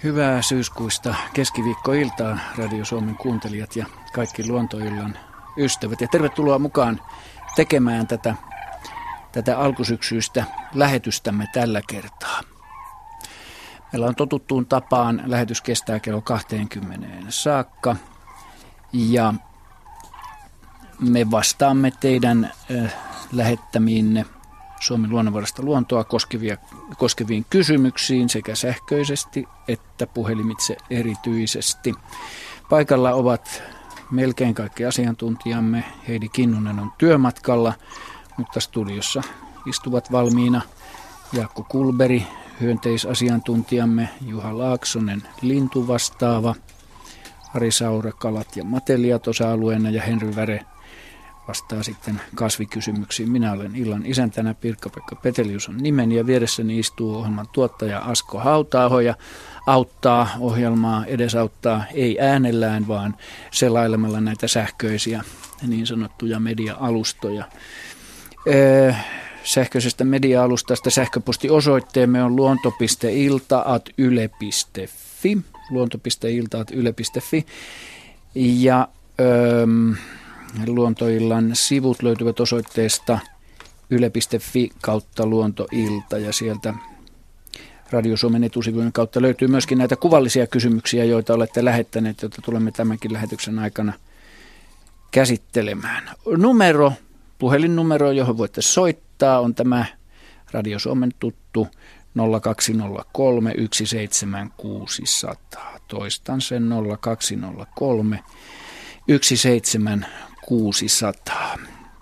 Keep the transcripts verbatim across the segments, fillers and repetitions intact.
Hyvää syyskuista keskiviikkoiltaa Radio Suomen kuuntelijat ja kaikki Luontoillan ystävät. Ja tervetuloa mukaan tekemään tätä, tätä alkusyksyistä lähetystämme tällä kertaa. Meillä on totuttuun tapaan, lähetys kestää kello kaksikymmentä saakka ja me vastaamme teidän äh, lähettämiinne Suomen luonnonvarasta luontoa koskevia, koskeviin kysymyksiin sekä sähköisesti että puhelimitse erityisesti. Paikalla ovat melkein kaikki asiantuntijamme. Heidi Kinnunen on työmatkalla, mutta studiossa istuvat valmiina Jaakko Kulberi, hyönteisasiantuntijamme, Juha Laaksonen, lintuvastaava, Ari Saura, kalat ja matelijat osa-alueena ja Henry Väre vastaa sitten kasvikysymyksiin. Minä olen illan isäntänä, Pirkka-Pekka Petelius on nimeni ja vieressäni istuu ohjelman tuottaja Asko Hauta-aho ja auttaa ohjelmaa, edesauttaa ei äänellään, vaan selailemalla näitä sähköisiä niin sanottuja media-alustoja. Öö, sähköisestä media-alustasta sähköpostiosoitteemme on luonto piste ilta at yle piste fi, luonto piste ilta at yle piste fi ja öö, Luontoillan sivut löytyvät osoitteesta yle piste fi kautta luontoilta ja sieltä Radio Suomen etusivujen kautta löytyy myöskin näitä kuvallisia kysymyksiä, joita olette lähettäneet, joita tulemme tämänkin lähetyksen aikana käsittelemään. Numero, puhelinnumero, johon voitte soittaa, on tämä Radio Suomen tuttu nolla kaksi nolla kolme yksi seitsemän kuusi nolla nolla. Toistan sen nolla kaksi nolla kolme yksi seitsemän kuusisataa.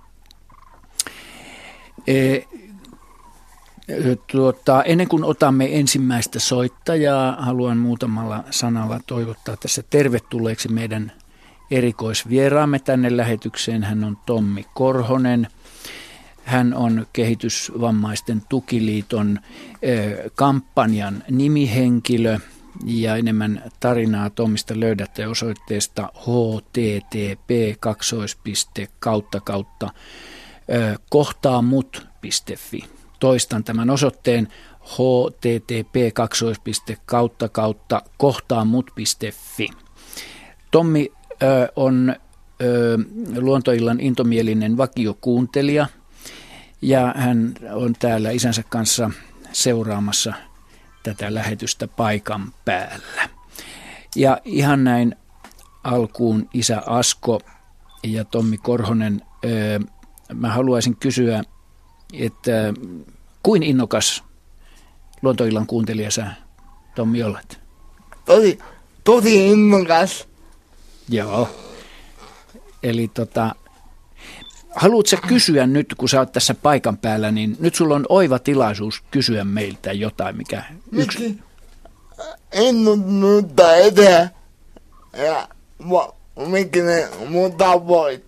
E, tuota, ennen kuin otamme ensimmäistä soittajaa, haluan muutamalla sanalla toivottaa tässä tervetulleeksi meidän erikoisvieraamme tänne lähetykseen. Hän on Tommi Korhonen. Hän on Kehitysvammaisten tukiliiton e, kampanjan nimihenkilö. Ja enemmän tarinaa Tommista löydätte osoitteesta h t t p kaksoispiste kautta kautta kohtaamut piste fi. Toistan tämän osoitteen h t t p kaksoispiste kautta kautta kohtaamut piste fi. Tommi ö, on ö, Luontoillan intomielinen vakiokuuntelija ja hän on täällä isänsä kanssa seuraamassa tätä lähetystä paikan päällä. Ja ihan näin alkuun isä Asko ja Tommi Korhonen, öö, mä haluaisin kysyä, että kuin innokas Luontoillan kuuntelija sä, Tommi, olet? Tosi, tosi innokas. Joo. Eli tota, haluatko sä kysyä nyt, kun sä oot tässä paikan päällä, niin nyt sulla on oiva tilaisuus kysyä meiltä jotain, mikä yksi... Miksi ennut muuttaa eteen ja miksi ne muuttaa pois?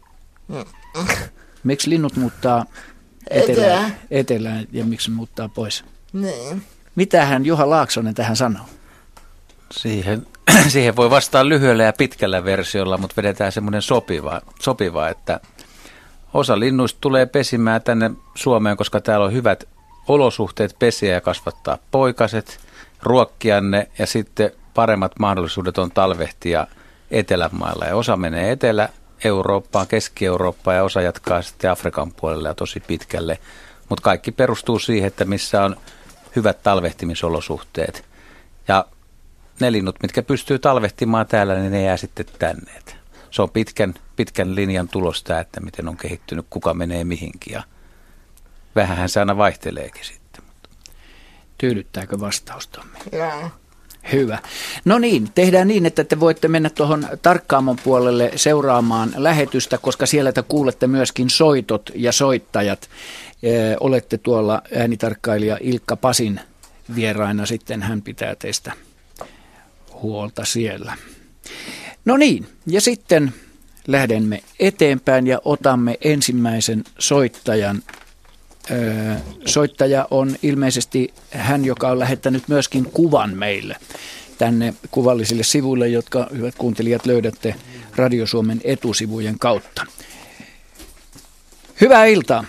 Miksi linnut muuttaa etelään, Etelä. etelään ja miksi muuttaa pois? Niin. Mitähän Juha Laaksonen tähän sanoo? Siihen, siihen voi vastaa lyhyellä ja pitkällä versiolla, mutta vedetään semmoinen sopiva, sopiva, että osa linnuista tulee pesimään tänne Suomeen, koska täällä on hyvät olosuhteet pesiä ja kasvattaa poikaset, ruokkia ne ja sitten paremmat mahdollisuudet on talvehtia Etelämailla. Ja osa menee Etelä-Eurooppaan, Keski-Eurooppaan ja osa jatkaa sitten Afrikan puolelle ja tosi pitkälle. Mutta kaikki perustuu siihen, että missä on hyvät talvehtimisolosuhteet. Ja ne linnut, mitkä pystyy talvehtimaan täällä, niin ne jää sitten tänne. Se on pitkän, pitkän linjan tulosta, että miten on kehittynyt, kuka menee mihinkin. Ja vähänhän se aina vaihteleekin sitten. Tyydyttääkö vastaus, Tommi? Joo. Hyvä. No niin, tehdään niin, että te voitte mennä tuohon Tarkkaamon puolelle seuraamaan lähetystä, koska siellä te kuulette myöskin soitot ja soittajat. Ee, olette tuolla äänitarkkailija Ilkka Pasin vieraina, sitten hän pitää teistä huolta siellä. No niin, ja sitten lähdemme eteenpäin ja otamme ensimmäisen soittajan. Öö, soittaja on ilmeisesti hän, joka on lähettänyt myöskin kuvan meille tänne kuvallisille sivuille, jotka hyvät kuuntelijat löydätte Radio Suomen etusivujen kautta. Hyvää iltaa.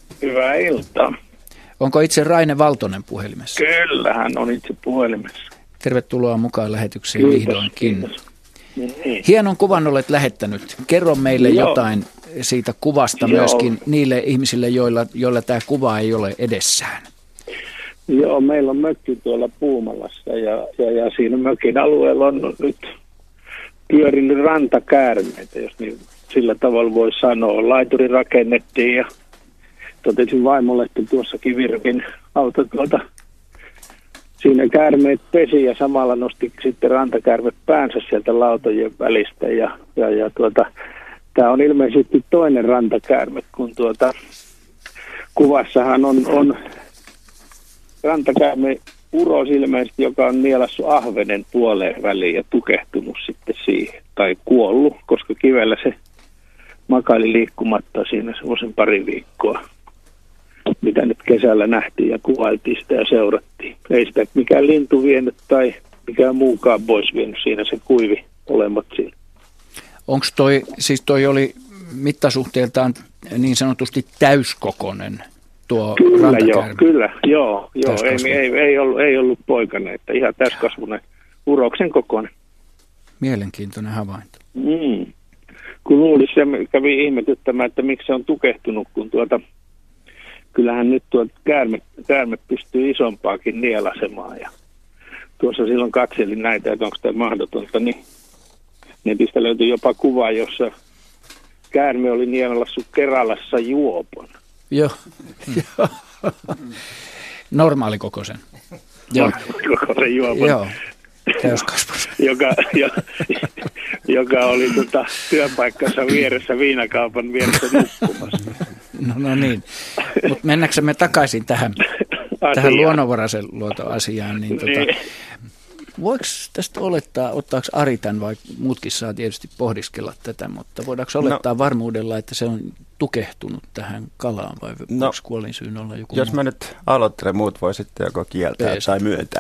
Hyvää iltaa. Onko itse Raine Valtonen puhelimessa? Kyllä, hän on itse puhelimessa. Tervetuloa mukaan lähetykseen Kiitos, vihdoinkin. kiitos. Niin. Hienon kuvan olet lähettänyt. Kerro meille Joo. jotain siitä kuvasta Joo. myöskin niille ihmisille, joilla, joilla tämä kuva ei ole edessään. Joo, meillä on mökki tuolla Puumalassa ja, ja, ja siinä mökin alueella on nyt pyörinyt rantakäärmeitä, jos niin sillä tavalla voi sanoa. Laituri rakennettiin ja totesin vaimolle, että tuossa Kivirkin auto tuota, siinä käärmeet pesi ja samalla nosti sitten rantakäärme päänsä sieltä lautojen välistä ja, ja, ja tuota, tämä on ilmeisesti toinen rantakäärme, kun tuota, kuvassahan on, on rantakäärme uros ilmeisesti, joka on nielassut ahvenen puoleen väliin ja tukehtunut sitten siihen. Tai kuollut, koska kivellä se makaili liikkumatta siinä semmoisen pari viikkoa, mitä nyt kesällä nähtiin ja kuvailtiin sitä ja seurattiin. Ei sitä mikään lintu vienyt tai mikään muukaan pois vienyt, siinä se kuivi olemat siinä. Onko toi, siis toi oli mittasuhteeltaan niin sanotusti täyskokoinen tuo Kyllä rantakäärme? joo, kyllä, joo, joo. Ei, ei, ei, ollut, ei ollut poikainen, että ihan täyskasvunen uroksen kokoinen. Mielenkiintoinen havainto. Mm. Kun luulisi, se kävi ihmetyttämään, että miksi se on tukehtunut, kun tuota, kyllähän nyt tuo käärme, käärme pystyy isompaakin nielasemaan. Ja tuossa silloin katselin näitä, että onko tämä mahdotonta, niin netistä löytyi jopa kuva, jossa käärme oli nielassut Keralassa juopon. Joo, joo. Normaalikokoisen. Joo. Kokoisen juopon. Joo, täyskasvuisen. joka, jo, joka oli tota, työpaikkansa vieressä viinakaupan vieressä nukkumassa. No, no niin, mutta mennäksemme me takaisin tähän, tähän luonnonvaraisen luontoasiaan, niin, tota, niin. voiko tästä olettaa, ottaako Ari tämän vai muutkin saa tietysti pohdiskella tätä, mutta voidaanko olettaa no, varmuudella, että se on tukehtunut tähän kalaan vai no, voiko kuolinsyyn olla joku jos muu? mä nyt aloittelen, muut voi sitten joko kieltää Pees. tai myöntää.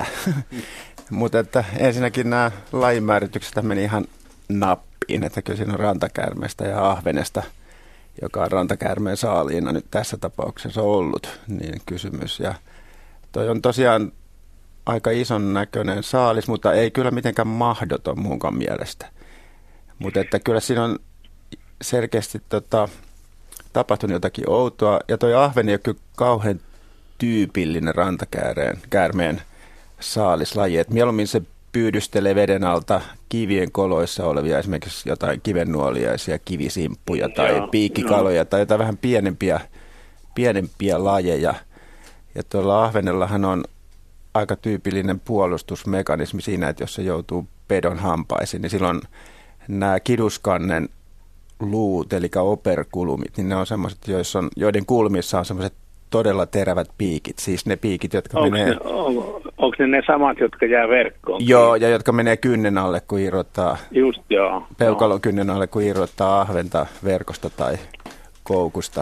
Mutta että ensinnäkin nämä lajimääritykset meni ihan nappiin, että kyllä siinä on rantakäärmeestä ja ahvenesta, joka on rantakäärmeen saaliina nyt tässä tapauksessa ollut, niin kysymys. Ja toi on tosiaan aika ison näköinen saalis, mutta ei kyllä mitenkään mahdoton munkaan mielestä. Mutta että kyllä siinä on selkeästi tota, tapahtunut jotakin outoa, ja toi ahveni on kyllä kauhean tyypillinen rantakäärmeen saalislaji, että mieluummin se pyydystelee veden alta kivien koloissa olevia, esimerkiksi jotain kivennuoliaisia, kivisimppuja tai Joo, piikkikaloja no. tai jotain vähän pienempiä, pienempiä lajeja. Ja tuolla ahvenellahan on aika tyypillinen puolustusmekanismi siinä, että jos se joutuu pedon hampaisiin, niin silloin nämä kiduskannen luut, eli operkulumit, niin ne on semmoiset, joiden kulmissa on semmoiset todella terävät piikit, siis ne piikit, jotka onko menee... Ne, on, onko ne ne samat, jotka jää verkkoon? Joo, ja jotka menee kynnen alle, kun irrottaa... Just joo. Peukalon kynnen alle, kun irrottaa ahventa verkosta tai koukusta.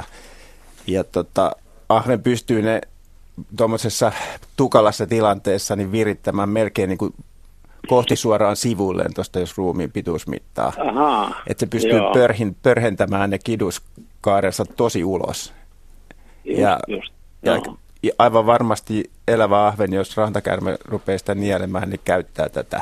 Ja tota, ahven pystyy ne tuommoisessa tukalassa tilanteessa niin virittämään melkein niin kuin kohti suoraan sivulleen tuosta, jos ruumiin pituus mittaa. Ahaa, että se pystyy pörhin, pörhentämään ne kiduskaarensa tosi ulos. Just, ja, just. ja aivan varmasti elävä ahven, jos rantakäärme rupeaa sitä nielemään, niin käyttää tätä,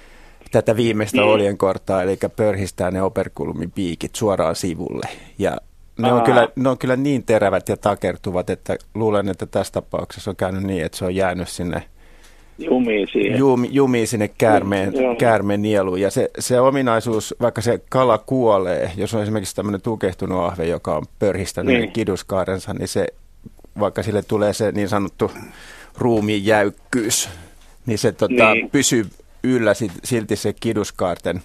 tätä viimeistä niin. oljenkortaa, eli pörhistää ne operkulumin piikit suoraan sivulle. Ja ne on, kyllä, ne on kyllä niin terävät ja takertuvat, että luulen, että tässä tapauksessa on käynyt niin, että se on jäänyt sinne jumiin, siihen. Jumi, jumiin sinne käärmeen, käärmeen nieluun. Ja se, se ominaisuus, vaikka se kala kuolee, jos on esimerkiksi tämmöinen tukehtunut ahve, joka on pörhistänyt niin. kiduskaarensa, niin se, vaikka sille tulee se niin sanottu ruumiin jäykkyys, niin se tota, niin. pysyy yllä silti se kiduskaarten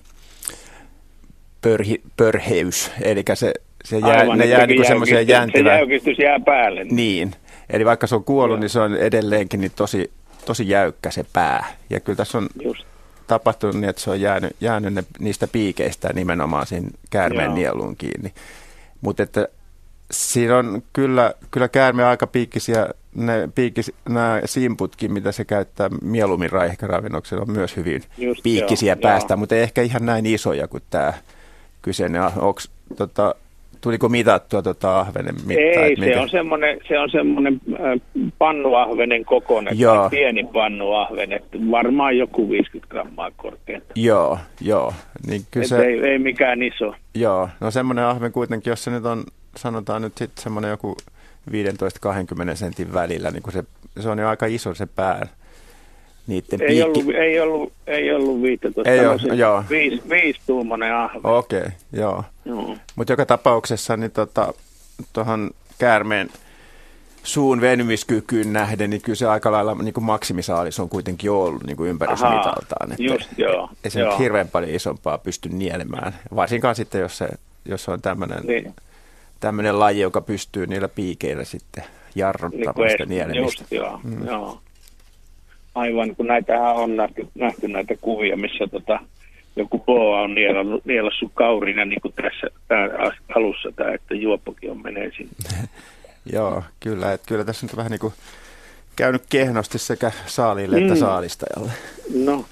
pörhi, pörheys. Eli se, se jää, Aivan, ne jää niin semmoisia jäntivää. Se jäykistys jää päälle. Niin. Eli vaikka se on kuollut, Joo. niin se on edelleenkin niin tosi... tosi jäykkä se pää. Ja kyllä tässä on Just. tapahtunut niin, että se on jäänyt, jäänyt ne, niistä piikeistä nimenomaan siinä käärmeen Joo. nieluun kiinni. Mutta että siinä on kyllä, kyllä käärme aika piikkisiä, ne piikkis, nämä simputkin, mitä se käyttää mieluummin raihkaravinnoksella, on myös hyvin Just, piikkisiä jo, päästä, jo. mutta ei ehkä ihan näin isoja kuin tämä kyseinen. Onko tota, tuliko mitattua tuota ahvenen mittaa? Ei, se on semmoinen, se on semmoinen äh, pannuahvenen kokoinen, pieni pannuahven, että varmaan joku viisikymmentä grammaa korkeinta. Joo, joo. Niin se, ei, ei mikään iso. Joo, no semmoinen ahven kuitenkin, jos se nyt on, sanotaan nyt sitten semmoinen joku viisitoista kaksikymmentä sentin välillä, niin se, se on jo aika iso se pää. Niiden ei, ollut, ei, ollut, ei ollut viisitoista, ei ole, joo. Viisi, viisi tuumainen ahve. Okei, okay, joo. joo. Mutta joka tapauksessa niin tuohon tota, käärmeen suun venymiskykyyn nähden, niin kyllä se aika lailla niin kuin maksimisaalis on kuitenkin ollut niin kuin ympärysmitaltaan. Että just, joo. Ei se nyt hirveän paljon isompaa pysty nielemään, varsinkaan sitten, jos se, jos on tämmöinen niin. tämmöinen laji, joka pystyy niillä piikeillä sitten jarruttamaan niin sitä nielemistä. Just, joo, mm. joo. Aivan, kun näitähän on nähty, nähty näitä kuvia, missä tota, joku boa on nielassut kaurina, niin kuin tässä tää, alussa tämä, että juoppokin on menee sinne. Joo, kyllä. Että kyllä tässä on vähän niin kuin käynyt kehnosti sekä saaliille mm. että saalistajalle. No,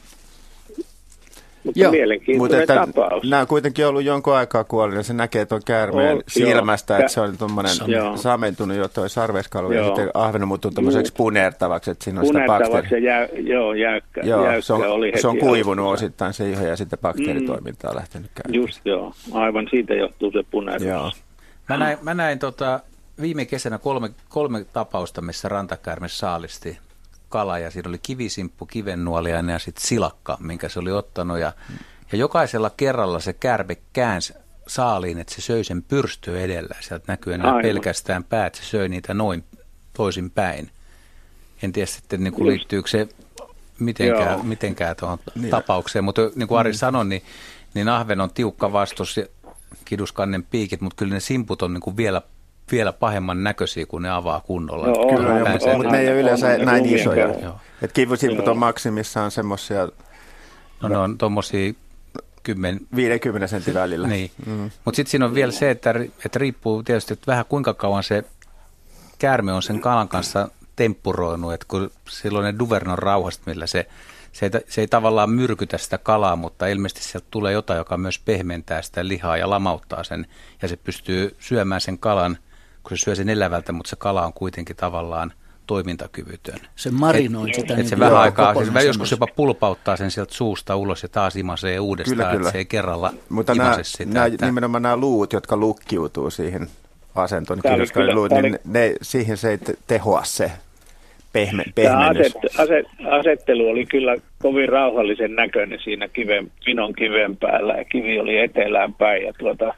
mutta joo. Mielenkiintoinen mutta tapaus. Nämä on kuitenkin ollut jonkun aikaa kuollut, se näkee tuon käärmeen oh, silmästä, joo. Että se on tuommoinen samentunut jo tuo sarveskalu, ja sitten ahven on muuttunut tuommoiseksi punertavaksi, että siinä on sitä bakteeria. Ja jä, joo, jäykkä, joo, jäykkä se on, oli se on kuivunut alusta. Osittain se iho, ja sitten bakteeritoiminta on lähtenyt käymään. Just joo, aivan siitä johtuu se punertavuus. Mä näin, mä näin tota, viime kesänä kolme, kolme tapausta, missä rantakäärme saalisti kala, ja siinä oli kivisimppu, kivennuoliainen ja sitten silakka, minkä se oli ottanut. Ja, ja jokaisella kerralla se käärme käänsi saaliin, että se söi sen pyrstö edellä. Sieltä näkyy enää aivan. Pelkästään päät, se söi niitä noin toisin päin. En tiedä sitten, niin kuin liittyykö se mitenkään, mitenkään tuohon niin. tapaukseen, mutta niin kuin Ari mm. sanoi, niin, niin ahven on tiukka vastus ja kiduskannen piikit, mutta kyllä ne simput on niin kuin vielä vielä pahemman näköisiä, kun ne avaa kunnolla. No, kyllä, on, mutta on, ne ei ole yleensä on, näin isoja. Että kivisimput on maksimissaan semmoisia... No ne on tuommoisia kymmen... viisikymmentä sentin välillä. Niin. Mm. Mutta sitten siinä on vielä se, että, että riippuu tietysti, että vähän kuinka kauan se käärme on sen kalan kanssa temppuroinut, että kun silloin ne duvernon rauhasta, millä se, se, ei, se ei tavallaan myrkytä sitä kalaa, mutta ilmeisesti sieltä tulee jotain, joka myös pehmentää sitä lihaa ja lamauttaa sen, ja se pystyy syömään sen kalan, kun se syö sen elävältä, mutta se kala on kuitenkin tavallaan toimintakyvytön. Se marinoi et, sitä. Et se vähän aikaa, siis joskus jopa pulpauttaa sen sieltä suusta ulos ja taas imasee uudestaan, kyllä, kyllä. Että se ei kerralla mutta imase nämä, sitä. Nämä, että... Nimenomaan nämä luut, jotka lukkiutuu siihen asentoon, niin, luut, niin ne, siihen se ei tehoa se pehme, pehmennys. Aset, aset, asettelu oli kyllä kovin rauhallisen näköinen siinä kiven, pinon kiven päällä, ja kivi oli etelään päin, ja tuota,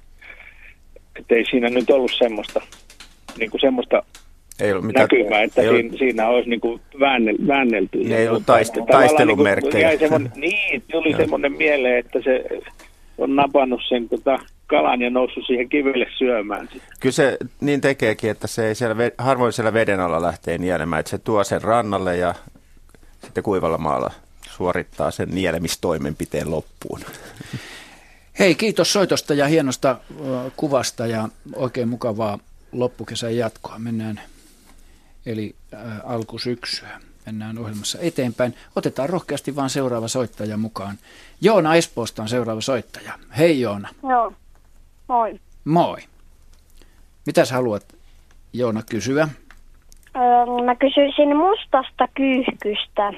ei siinä nyt ollut semmoista niin kuin semmoista ei ollut mitään, näkymää, että siinä, ollut, siinä olisi niin kuin väännel, väännelty. Ei ollut taist, taistelumerkkejä. Niin, niin, tuli semmoinen mieleen, että se on napannut sen tota, kalan ja noussut siihen kivelle syömään. Kyllä se niin tekeekin, että se ei siellä, harvoin siellä veden alla lähtee nielemään, että se tuo sen rannalle ja sitten kuivalla maalla suorittaa sen nielemistoimenpiteen loppuun. Hei, kiitos soitosta ja hienosta kuvasta ja oikein mukavaa loppukesän jatkoa. Mennään, eli äh, alkusyksyä. Mennään ohjelmassa eteenpäin. Otetaan rohkeasti vaan seuraava soittaja mukaan. Joona Espoosta on seuraava soittaja. Hei Joona. Joo, moi. Moi. Mitäs haluat, Joona, kysyä? Öö, mä kysyisin mustasta kyyhkystä.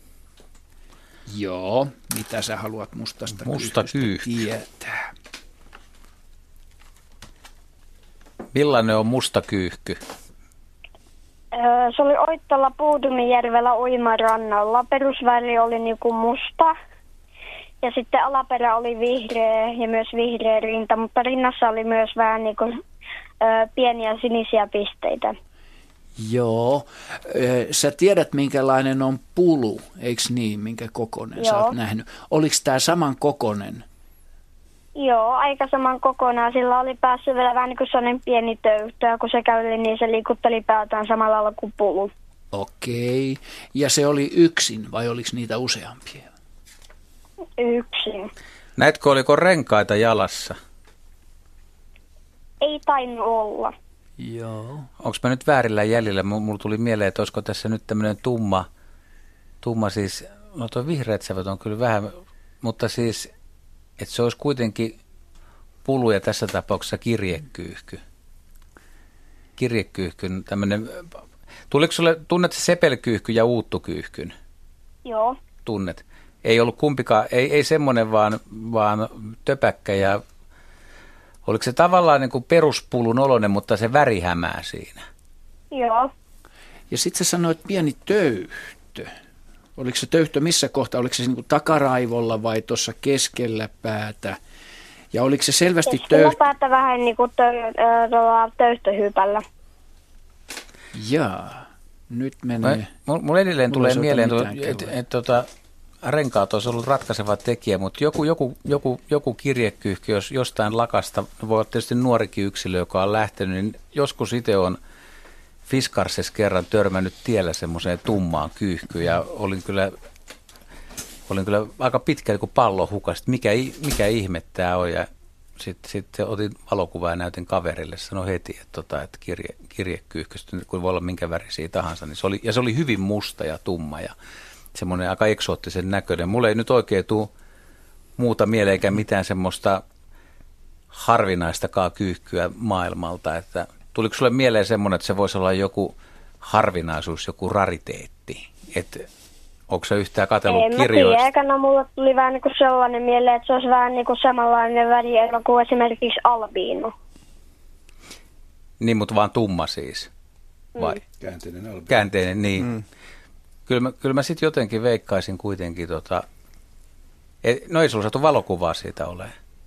Joo, mitä sä haluat mustasta Musta kyyhkystä tietää? Millainen on musta kyyhky? Öö, se oli Oittola Puudumijärvellä uimarannalla. Perusväri oli niinku musta. Ja sitten alaperä oli vihreä ja myös vihreä rinta, mutta rinnassa oli myös vähän niinku, ö, pieniä sinisiä pisteitä. Joo. Sä tiedät, minkälainen on pulu, eikö niin, minkä kokoinen Joo. sä oot nähnyt? Oliko tämä saman kokoinen? Joo, aika saman kokonaan. Sillä oli päässyt vielä vähän niin kuin sellainen pieni töyhtö, ja kun se käveli, niin se liikutteli päätään samalla lailla kuin pulu. Okei. Ja se oli yksin, vai oliko niitä useampia? Yksin. Näetkö, oliko renkaita jalassa? Ei tainnut olla. Joo. Onko mä nyt väärillä jäljellä? Mulla tuli mieleen, että olisiko tässä nyt tämmöinen tumma, tumma siis, no tuo vihreät sävyt on kyllä vähän, mutta siis, että se olisi kuitenkin pulu ja tässä tapauksessa kirjekyyhky. Kirjekyyhkyn tämmöinen, tuliko sulle, tunnet sepelkyyhky ja uuttukyyhkyn? Joo. Tunnet. Ei ollut kumpikaan, ei, ei semmoinen vaan, vaan töpäkkä ja oliko se tavallaan niin kuin peruspulun oloinen, mutta se väri hämää siinä? Joo. Ja sitten sä sanoit pieni töyhtö. Oliko se töyhtö missä kohtaa? Oliko se niin kuin takaraivolla vai tuossa keskellä päätä? Ja oliko se selvästi keskellä töyhtö? päätä vähän niin kuin tö- töyhtöhypällä. Jaa, nyt menee. Mulla edelleen tulee mieleen, että et, et, tota, renkaat olisi ollut ratkaiseva tekijä, mutta joku, joku, joku, joku kirjekyyhky, jos jostain lakasta, voi olla tietysti nuorikin yksilö, joka on lähtenyt, niin joskus itse on Fiskarses kerran törmännyt tiellä semmoiseen tummaan kyyhkyyn ja olin kyllä, olin kyllä aika pitkälle kuin pallo hukasta, mikä, mikä ihme tämä on ja sitten sit otin valokuvaa ja näytin kaverille, sanoi heti, että, tota, että kirje, kirjekyyhkystä, kun voi olla minkä värisiä tahansa, niin se oli, ja se oli hyvin musta ja tumma ja semmoinen aika eksoottisen näköinen. Mulla ei nyt oikein tule muuta mieleen eikä mitään semmoista harvinaistakaan kyyhkyä maailmalta, että tuliko sulle mieleen semmoinen, että se voisi olla joku harvinaisuus, joku rariteetti? Että onko se yhtään katsellut en kirjoista? En mä tiedä, mulle tuli vähän niin kuin sellainen mieleen, että se olisi vähän niin kuin samanlainen väriero kuin esimerkiksi albiino. Niin, mutta vaan tumma siis? Vai? Mm. Käänteinen albiino. Käänteinen, niin. Mm. Kyllä mä, kyllä mä sitten jotenkin veikkaisin kuitenkin, tota, et, no ei sulla saatu valokuvaa siitä ole.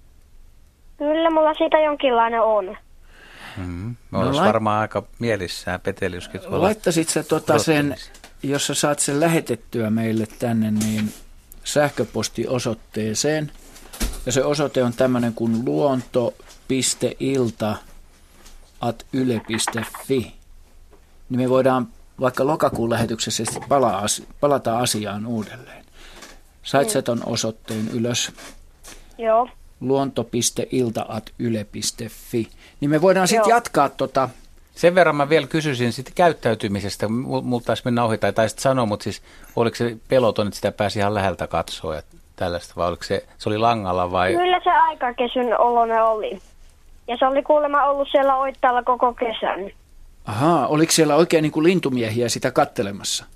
Kyllä mulla siitä jonkinlainen on. Mm-hmm. No Olisi lait- varmaan aika mielissään Peteliuskin tuolla. Laittasit sä tota sen, jos sä saat sen lähetettyä meille tänne, niin sähköpostiosoitteeseen. Ja se osoite on tämmöinen kuin luonto piste ilta at yle piste fi. Niin me voidaan vaikka lokakuun lähetyksessä sitten palaa, palata asiaan uudelleen. Sait sä ton osoitteen ylös? Joo. luonto piste ilta at yle piste fi. Niin me voidaan sitten jatkaa tota. Sen verran mä vielä kysyisin sitten käyttäytymisestä. Multa taisi mennä ohi tai taisit sanoa, mutta siis oliko se peloton, että sitä pääsi ihan läheltä katsoa ja tällaista, vai oliko se, se oli langalla vai? Kyllä se aikakesyn oloinen oli. Ja se oli kuulemma ollut siellä Oittaalla koko kesän. Ahaa, oliko siellä oikein niin kuin lintumiehiä sitä kattelemassa?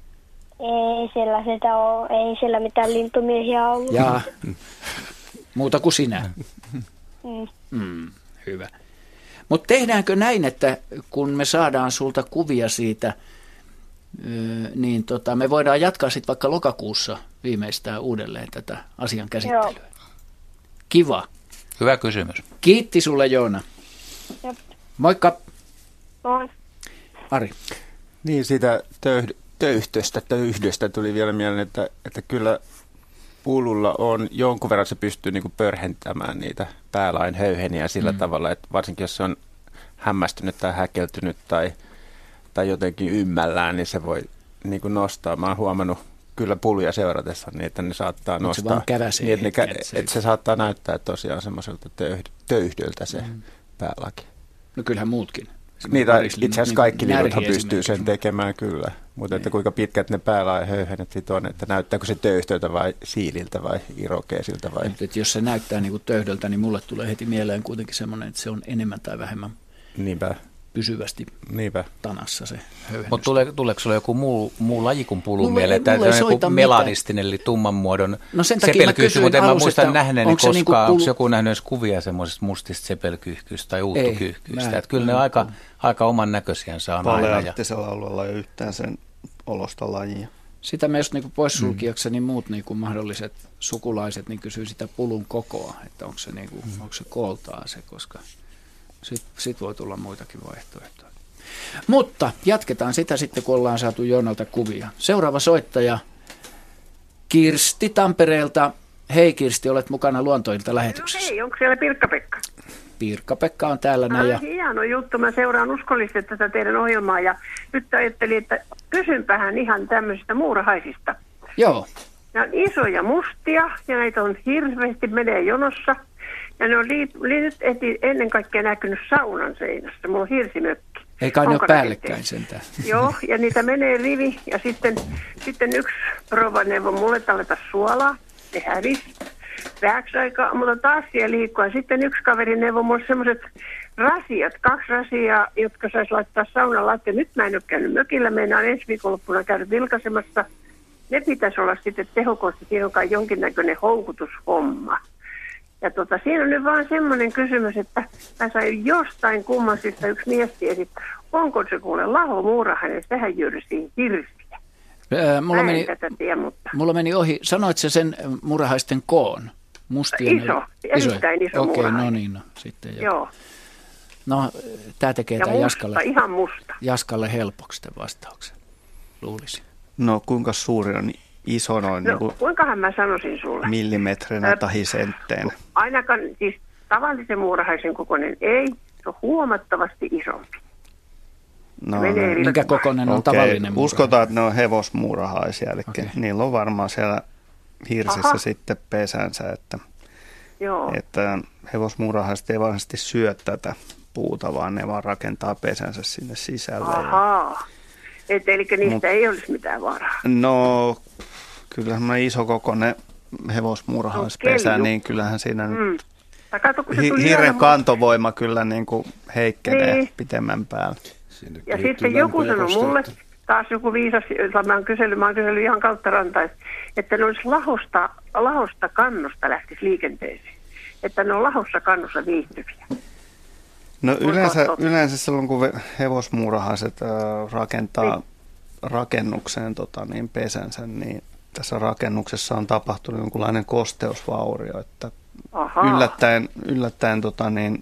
Ei siellä sitä ole, ei siellä mitään lintumiehiä ollut. Jaa, muuta kuin sinä. Mm. Mm, hyvä. Mutta tehdäänkö näin, että kun me saadaan sulta kuvia siitä, niin tota, me voidaan jatkaa sitten vaikka lokakuussa viimeistään uudelleen tätä asian käsittelyä. Joo. Kiva. Hyvä kysymys. Kiitti sulle, Joona. Jep. Moikka. Moi. Ari. Niin, siitä töyh- töyhtöstä, töyhdöstä tuli vielä mieleen, että, että kyllä pululla on jonkun verran, se pystyy niin kuin pörhentämään niitä päälain höyheniä sillä mm. tavalla, että varsinkin jos se on hämmästynyt tai häkeltynyt tai, tai jotenkin ymmällään, niin se voi niin kuin nostaa. Mä oon huomannut kyllä puluja seuratessa niin, että ne saattaa Mut nostaa. Se vaan käväsee. Niin, että, ne, että, että se saattaa näyttää tosiaan semmoiselta töyh- töyhdöltä se mm. päälaki. No kyllähän muutkin. Niitä, itse asiassa kaikki niin linnuthan pystyy sen tekemään kyllä, mutta että kuinka pitkät ne päälain höyhenet sit on, että näyttääkö se töyhtöltä vai siililtä vai irokeesiltä vai? Että, että jos se näyttää niin kuin töyhdöltä, niin mulle tulee heti mieleen kuitenkin semmoinen, että se on enemmän tai vähemmän Niinpä. pysyvästi Niinpä. tanassa se höyhennys. Mutta tule, tuleeko sulla joku muu, muu laji kuin pulu Mulle- mieleen? Tämä mulle ei on joku soita melanistinen, eli tumman muodon No sen takia mä sepelkyyhky, kysyin mutta en mä alussa, muista että nähneeni onko se koskaan. niinku pulu- Onko joku nähnyt edes kuvia semmoisesta mustista sepelkyyhkyistä tai uuttukyyhkyistä? mä- Että kyllä mä ne en aika, kuule. aika oman näköisiänsä on aina. Ja Palearktisella alueella ei ole yhtään sen olosta lajia. Sitä me just niin poissulkijakseni niin muut niin kuin mahdolliset sukulaiset niin kysyy sitä pulun kokoa, että onko se, niin kuin, onko se kooltaan se, koska sit, sit voi tulla muitakin vaihtoehtoja. Mutta jatketaan sitä sitten, kun ollaan saatu Joonalta kuvia. Seuraava soittaja Kirsti Tampereelta. Hei Kirsti, olet mukana Luontoilta lähetyksessä. No hei, onko siellä Pirkka-Pekka? Pirkka-Pekka on täällä näin. Ja Ah, hieno juttu, mä seuraan uskollisesti tätä teidän ohjelmaa ja nyt ajattelin, että kysynpähän ihan tämmöisistä muurahaisista. joo, Ne on isoja mustia ja näitä on hirveästi, menee jonossa. Ja ne on li- li- nyt eti- ennen kaikkea näkynyt saunan seinässä. Mulla on hirsimökki. ei kai ne ole Onko päällekkäin rakenteessa? sentään. Joo, ja niitä menee rivi. Ja sitten, sitten yksi rouva neuvo mulle, että aleta suolaa. Ne hävisi. vähäksi aikaa, mutta taas siellä liikkua. Ja sitten yksi kaveri neuvoi mulle semmoiset rasiat, kaksi rasiaa, jotka saisi laittaa saunan lattiaan. Nyt mä en ole käynyt mökillä, meinaan ensi viikonloppuna käydä vilkaisemassa. Ne pitäisi olla sitten tehokosti, siinä on kai jonkinnäköinen houkutushomma. Ja tota, siinä on nyt vaan semmoinen kysymys, että mä sain jostain kummasista yksi mies tiesi, että onko se kuule Laho Muurahainen, sehän jyrsii hirsiä. Ää, mulla, meni, tätä tiedä, mutta... mulla meni ohi. Sanoit se sen muurahaisten koon? Mustien iso, erittäin iso Okei, muurahainen. no niin, no, sitten jo. Joo. No, tämä tekee Ja tämän musta, Jaskalle, ihan musta. Jaskalle helpoksi tämän vastauksen, luulisin. No kuinka suuri on iso noin No, niin kuinkahan mä sanoisin sulle? millimetrinä tai sentteenä? Ainakaan siis tavallisen muurahaisen kokoinen ei, se on huomattavasti isompi. No, Menee no, eri- Minkä kokoinen on okei. tavallinen muurahainen? Uskotaan, että ne on hevosmuurahaisia, eli Okei. niillä on varmaan siellä hirsissä Aha. sitten pesänsä, että, Joo. että hevosmuurahaiset ei varsinaisesti syö tätä puuta, vaan ne vaan rakentaa pesänsä sinne sisälle. Ja, Ahaa. Et, eli niistä Mut- ei olisi mitään varaa. no, kyllähän semmoinen iso kokoinen hevosmuurahaispesä, kelju. niin kyllähän siinä nyt Mm. Tai kato, kun se hi- tuli hiiren aina mu- kantovoima kyllä niin kuin heikkenee Niin. pitemmän päällä. Ja sitten joku sanoi mulle, taas joku viisas, jota mä oon kysellyt, mä oon kysellyt ihan kautta rantain, että ne olisi lahosta, lahosta kannosta lähtisi liikenteeseen. Että ne on lahossa kannossa viihtyviä. No Voiko yleensä, totta? yleensä silloin, kun ve- hevosmuurahaiset äh, rakentaa Niin. rakennukseen tota, niin pesänsä, niin tässä rakennuksessa on tapahtunut jonkunlainen kosteusvaurio, että Ahaa. yllättäen, yllättäen tota, niin,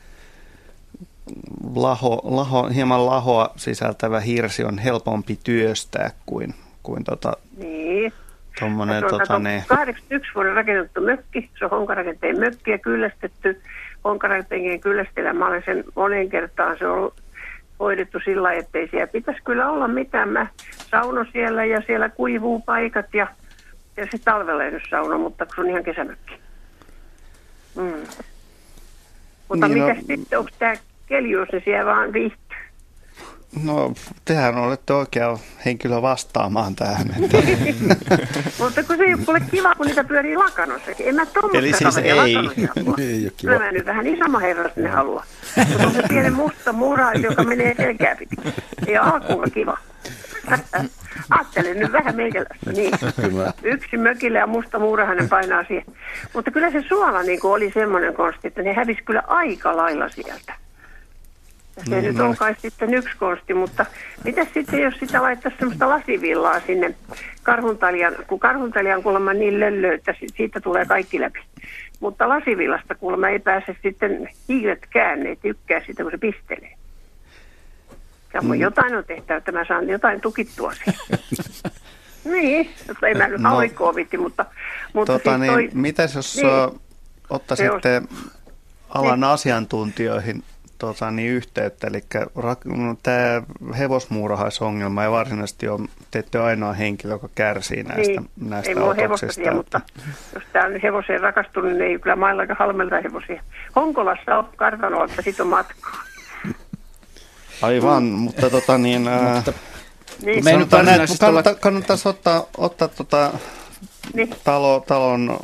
laho, laho, hieman lahoa sisältävä hirsi on helpompi työstää kuin, kuin tota, Niin. tommonen, Se on tota, kato, niin, kahdeksankymmentäyksi vuoden rakennettu mökki, se on honkarakenteen mökki ja kyllästetty. Honkarakenteen kyllästellä, mä olen sen monen kertaan, se on hoidettu sillä lailla, ettei siellä pitäisi kyllä olla mitään. Mä sauno siellä ja siellä kuivuu paikat ja, ja se talvella ei nyt sauno, mutta se on ihan kesämökki. Mm. Mutta Niin, no- mitäs sitten, onko tämä keljuus, se siellä vaan viihtyy? no tehän olette oikea henkilö vastaamaan tähän. Että. Mutta kun se ei ole kuule kiva, kun niitä pyörii lakanossakin. En mä tommoista Eli siis kaveria ei. lakanossa halua. Ei ole kiva. Kyllä mä nyt vähän isomman herran sinne halua. Mutta on se pieni musta muurahainen, joka menee selkää pitkin. Ei ole alkuunkaan kiva. Ajattelen nyt vähän meikäläistä. Niin. Yksi mökillä ja musta muurahainen painaa siihen. Mutta kyllä se suola niin kuin oli semmoinen konsti, että ne hävisi kyllä aika lailla sieltä. Ja se No, nyt no. on kai sitten yksi konsti, mutta mitä sitten, jos sitä laittaisi semmoista lasivillaa sinne karhuntalian, kun karhuntalian kuulemma niin löllö, että si- siitä tulee kaikki läpi. Mutta lasivillasta kuulemma ei pääse sitten hiiletkään, ne ei tykkää sitä, kun se pistelee. Ja mm. jotain on tehtävä, että mä saan jotain tukittua siihen. Niin, mutta ei mä nyt No. hauikkoa vitti, mutta, mutta Tota, siis niin, toi... mitäs jos Niin. niin. ottaisitte alan asiantuntijoihin tota, niin yhteyttä, eli rak- tämä hevosmuurahaisongelma ei varsinaisesti ole, te ette ole ainoa henkilö, joka kärsii näistä, Niin, näistä ei mulla ole otoksista. hevostasia, mutta jos tää on hevoseen rakastunut, niin ei kyllä mailla aika halmelta hevosia. Honkolassa on kartanoa, että sit on matkaa. Aivan, mutta tota niin... ää, Mutta Niin, me ei nyt sanotaan näin, varsinaisesti että olla... kannattaa, kannattaisi ottaa, ottaa tota niin. talo, talon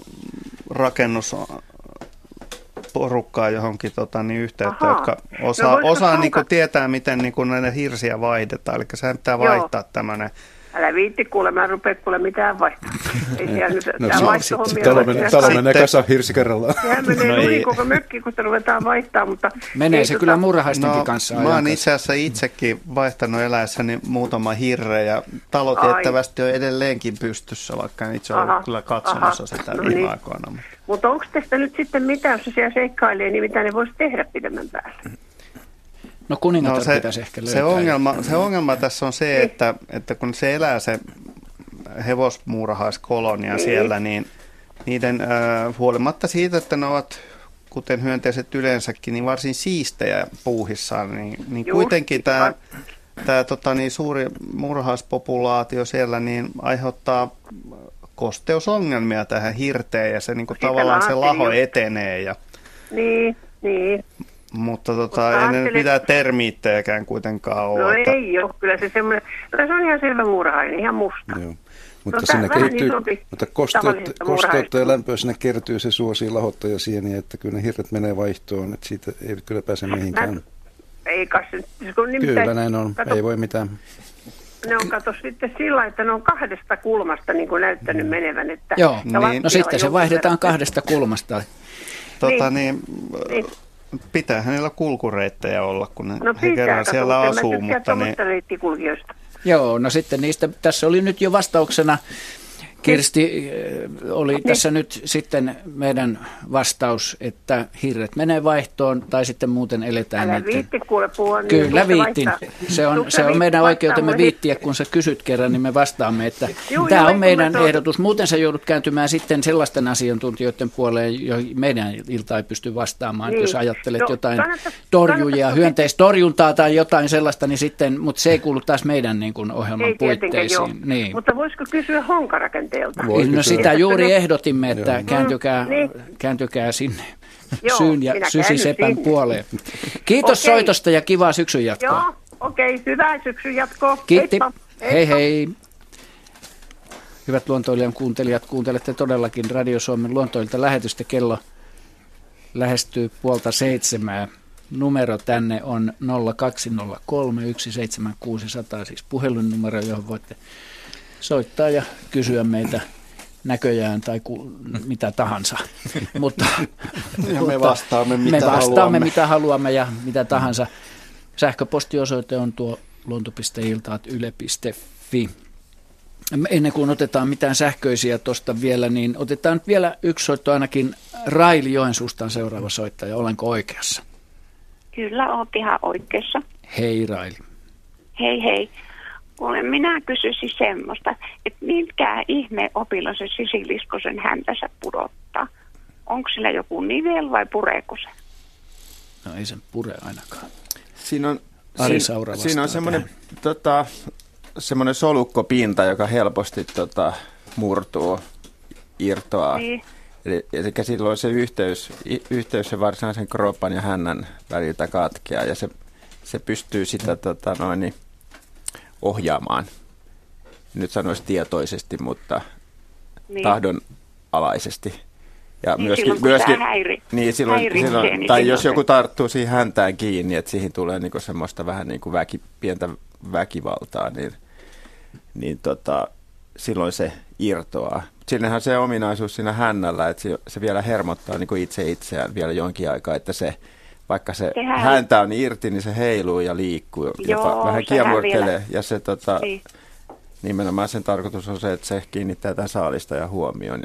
rakennusporukkaa johonkin tota, niin yhteyttä, Ahaa. jotka No osaa, voisiko osaa sauka- niin kuin, tietää, miten niin kuin, näitä hirsiä vaihdetaan. Eli sehän pitää Joo. vaihtaa tämmöinen. Älä viitti kuule, mä en rupea kuule mitään vaihtaa. Ei siellä nyt, No, tää se- vaihtohommia Talo ole. menee, Sehän talo menee Sitten- kasa hirsi kerrallaan. menee No nurin ei. koko mökki, kun sitä ruvetaan vaihtaa, mutta... Menee ei se tota- kyllä muurahaistenkin No, kanssa mä ajan oon kanssa. itse asiassa itsekin vaihtanut eläessäni muutama hirre ja talo Ai. tiettävästi on edelleenkin pystyssä, vaikka en itse Aha, ole kyllä katsomassa aha, sitä no viime niin. aikoina. Mutta onko tästä nyt sitten mitään, jos se siellä seikkailee, niin mitä ne voisi tehdä pidemmän päälle? No kuningatar No se, pitäisi ehkä löytää. se, ongelma, se ongelma tässä on se, Niin. että, että kun se elää se hevosmuurahaiskolonia Niin. siellä, niin niiden äh, huolimatta siitä, että ne ovat, kuten hyönteiset yleensäkin, niin varsin siistejä puuhissaan, niin, niin Just, kuitenkin tämä aivan. tämä tota, niin suuri muurahaispopulaatio siellä niin aiheuttaa kosteusongelmia tähän hirteen ja se niin kuin, Sitä tavallaan mä se ajattelin laho just. etenee. Ja, Niin, niin. mutta Mutta tota, ei ne nyt ajattelin- mitään termiittejäkään kuitenkaan ole. No että- ei ole, kyllä se semmoinen, no se on ihan selvä muurahainen, ihan musta. Joo. Mutta No, sinne tää vähän kertyy, isompi mutta kosteutta, tavallisesta kosteutta ja muurahaisesta. lämpöä sinne kertyy, se suosii lahottajasieniä, että kyllä ne hirret menee vaihtoon, että siitä ei kyllä pääse mihinkään. Mä- Ei kai se, siis kun nimittäin, Kyllä näin on, kato, ei voi mitään. ne on kato sitten sillä, että ne on kahdesta kulmasta niin kuin näyttänyt menevän. Että, Joo, ja niin. lattialla no sitten se jonkun vaihdetaan verran. kahdesta kulmasta. Tota, Niin. niin, Niin. pitää hänellä kulkureittejä olla, kun ne No he pitää, kerran kato, siellä mutta asuu, mä tykkään mutta niin, tuommoista reittikulkijoista. Joo, no sitten niistä, tässä oli nyt jo vastauksena, Kirsti, eh, oli tässä nyt sitten meidän vastaus, että hirret menee vaihtoon tai sitten muuten eletään Älä niiden. viitti kuule puhua. Niin Kyllä tuossa viittin. vaihtaa. Se on, Tuossa se on viitti meidän vastaa oikeutemme mulle. viittiä, kun sä kysyt kerran, niin me vastaamme, että Juu, tämä joo, on kun meidän mä tuon- ehdotus. Muuten sä joudut kääntymään sitten sellaisten asiantuntijoiden puoleen, joihin meidän ilta ei pysty vastaamaan. Niin. Jos ajattelet No, jotain kannattais- torjujia, kannattais- hyönteistorjuntaa tai jotain sellaista, niin sitten, mutta se ei kuulu taas meidän niin kuin ohjelman Ei tietenkään joo. puitteisiin. Niin. Mutta voisiko kysyä honkarakenteelta? Voi No kysyä. sitä juuri Joo. ehdotimme, että Joo. kääntykää, Mm, niin. kääntykää sinne Joo, syyn ja minä sysisepän käännyn sinne. puoleen. Kiitos Okei. soitosta ja kivaa syksyn jatkoa. Joo, okei, okay, hyvää syksyn jatkoa. Kiitti. Heippa. Hei hei. Hyvät luontoilijan kuuntelijat, kuuntelette todellakin Radio Suomen luontoilta lähetystä. Kello lähestyy puolta seitsemää. Numero tänne on nolla kaksi nolla kolme yksi seitsemän kuusi nolla nolla, siis puhelinnumero, johon voitte soittaa ja kysyä meitä näköjään tai ku, mitä tahansa. mutta, ja me vastaamme mitä me vastaamme haluamme. mitä haluamme ja mitä tahansa. Sähköpostiosoite on tuo luonto piste ilta ät yle piste fi. Ennen kuin otetaan mitään sähköisiä tuosta vielä, niin otetaan nyt vielä yksi soitto ainakin. Raili Joensuusta on seuraava soittaja. Olenko oikeassa? Kyllä, oot ihan oikeassa. Hei Raili. Hei hei. Kuule, minä kysyisin semmoista, että minkään ihme opilla se sisiliskosen häntänsä pudottaa. Onko sillä joku nivel vai pureeko se? No ei sen pure ainakaan. Siinä on, Ari siinä, Saura siinä on vastaa semmoinen, tota, semmoinen solukkopinta, joka helposti tota, murtuu, irtoaa. Niin. Eli, eli silloin se yhteys, y- yhteys sen varsinaisen kroppan ja hännän väliltä katkeaa ja se, se pystyy sitä tota, noin, niin, ohjaamaan. Nyt sanoisi tietoisesti, mutta Niin. tahdonalaisesti. Ja Niin, myöskin, silloin, kun myöskin, tää häiri- niin silloin, häiritsee, silloin, niin tai silloin jos se- joku tarttuu siihen häntään kiinni, että siihen tulee niinku semmoista vähän niinku väki, pientä väkivaltaa, niin, niin tota, silloin se irtoaa. Siinähän se ominaisuus siinä hännällä, että se, se vielä hermottaa niinku itse itseään vielä jonkin aikaa, että se, vaikka se Sehän- häntä on irti, niin se heiluu ja liikkuu, jopa Joo, vähän sehän kiemurtelee. vielä- Ja se tota, Niin. nimenomaan sen tarkoitus on se, että se kiinnittää tämän saalista ja huomioon. Ja,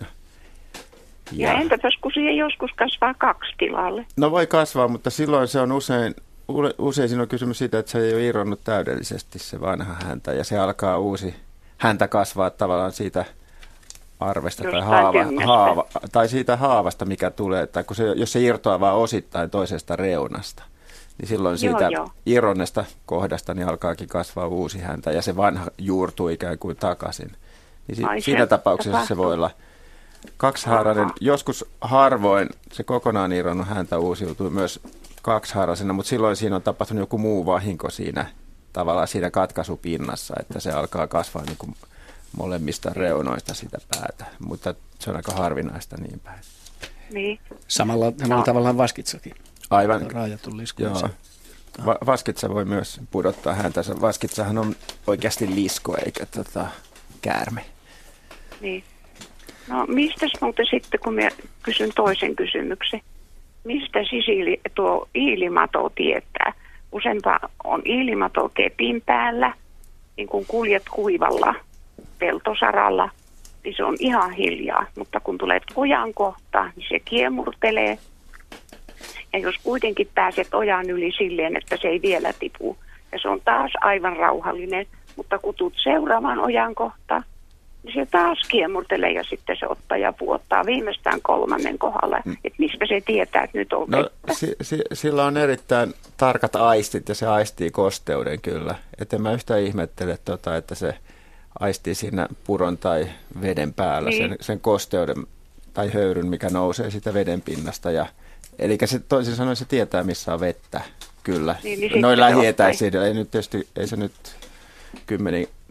Ja entäpäs kun siihen joskus kasvaa kaksi tilalle? No voi kasvaa, mutta silloin se on usein, ule- usein siinä on kysymys siitä, että se ei ole irronnut täydellisesti se vanha häntä ja se alkaa uusi häntä kasvaa tavallaan siitä arvesta tai, Jostain haava, kengästä. haava, tai siitä haavasta, mikä tulee, tai kun se, jos se irtoaa vaan osittain toisesta reunasta, niin silloin Joo, siitä joo. irronnesta kohdasta niin alkaakin kasvaa uusi häntä ja se vanha juurtuu ikään kuin takaisin. Niin si- Ai, se siinä tapauksessa se tapahtuu. voi olla kaksihaarainen, joskus harvoin se kokonaan irronnut häntä uusiutuu myös kaksihaaraisena, mutta silloin siinä on tapahtunut joku muu vahinko siinä tavallaan siinä katkaisupinnassa, että se alkaa kasvaa niin kuin molemmista reunoista sitä päätä, mutta se on aika harvinaista niin päin. Niin. Samalla, samalla No. tavalla vaskitsakin. Aivan. Raajatun liskun. Joo. Va- vaskitsa voi myös pudottaa häntä. Vaskitsahan on oikeasti lisko eikä tota, käärme. Niin. No mistäs muuten sitten, kun minä kysyn toisen kysymyksen, mistä sisili, tuo iilimato tietää? Useinpa on iilimato kepin päällä, niin kun kuljet kuivalla peltosaralla, niin se on ihan hiljaa. Mutta kun tulet ojan kohtaan, niin se kiemurtelee. Ja jos kuitenkin pääset ojan yli silleen, että se ei vielä tipu, ja se on taas aivan rauhallinen, mutta kun tulet seuraamaan ojan kohtaan, niin se taas kiemurtelee ja sitten se ottaa ja puottaa viimeistään kolmannen kohdalla. Mm. Että mistä se tietää, että nyt on No, vettä. si- si- sillä on erittäin tarkat aistit ja se aistii kosteuden kyllä. Että en mä yhtään ihmettele, tota, että se aistii siinä puron tai veden päällä Niin. sen, sen kosteuden tai höyryn, mikä nousee siitä veden pinnasta. Ja, eli se toisin sanoen se tietää, missä on vettä, kyllä. Niin, niin Noin sitten se lähietäisyydellä, ei, nyt tietysti, ei se nyt kymmeni,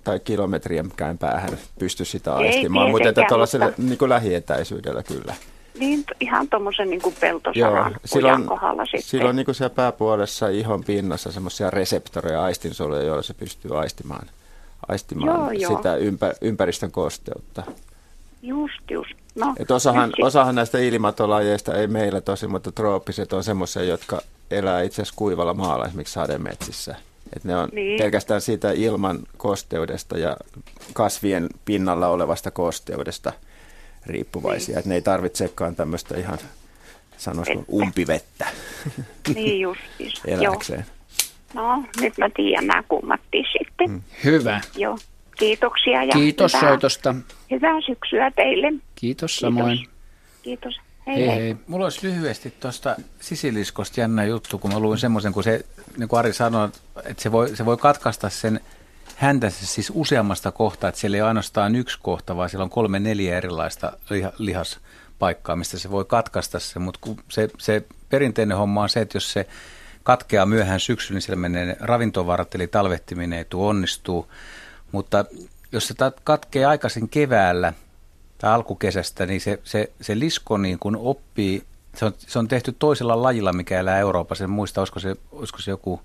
tai kilometrienkään päähän pysty sitä Ei aistimaan, mutta että tuollaisella mutta... niin kuin lähietäisyydellä kyllä. Niin, ihan tuommoisen niin peltosaran silloin, kohdalla sitten. Silloin niin kuin siellä pääpuolessa ihon pinnassa semmoisia reseptoreja, aistinsuolia, joilla se pystyy aistimaan, aistimaan joo, sitä ympä, ympäristön kosteutta. Just, just. No, Et osahan, osahan näistä ilmatolajeista ei meillä tosi, mutta trooppiset on semmoisia, jotka elää itse asiassa kuivalla maalla, esimerkiksi sademetsissä. Et ne on niin. pelkästään siitä ilman kosteudesta ja kasvien pinnalla olevasta kosteudesta riippuvaisia. Niin. Et ne ei tarvitsekaan tämmöistä ihan, sanoisiko, umpivettä niin just, eläkseen. No, nyt mä tiedän nämä kummatkin sitten. Hmm. Hyvä. Joo. Kiitoksia. Ja Kiitos hyvää, soitosta. Hyvää syksyä teille. Kiitos samoin. Kiitos. Kiitos. Hei, hei, hei. hei. Mulla olisi lyhyesti tuosta sisiliskosta jännä juttu, kun mä luin semmoisen, kun se, niin kuin Ari sanoi, että se voi, se voi katkaista sen häntänsä siis useammasta kohtaa, että siellä ei ainoastaan yksi kohta, vaan siellä on kolme neljä erilaista liha, lihaspaikkaa, mistä se voi katkaista se, mutta se, se perinteinen homma on se, että jos se katkeaa myöhään syksyllä, niin siellä menee ravintovarat, eli talvehtiminen ei tule onnistuu, mutta jos se katkee aikaisin keväällä tai alkukesästä, niin se, se, se lisko niin kun oppii, se on, se on tehty toisella lajilla, mikä elää Euroopassa, en muista, olisiko se, olisiko se joku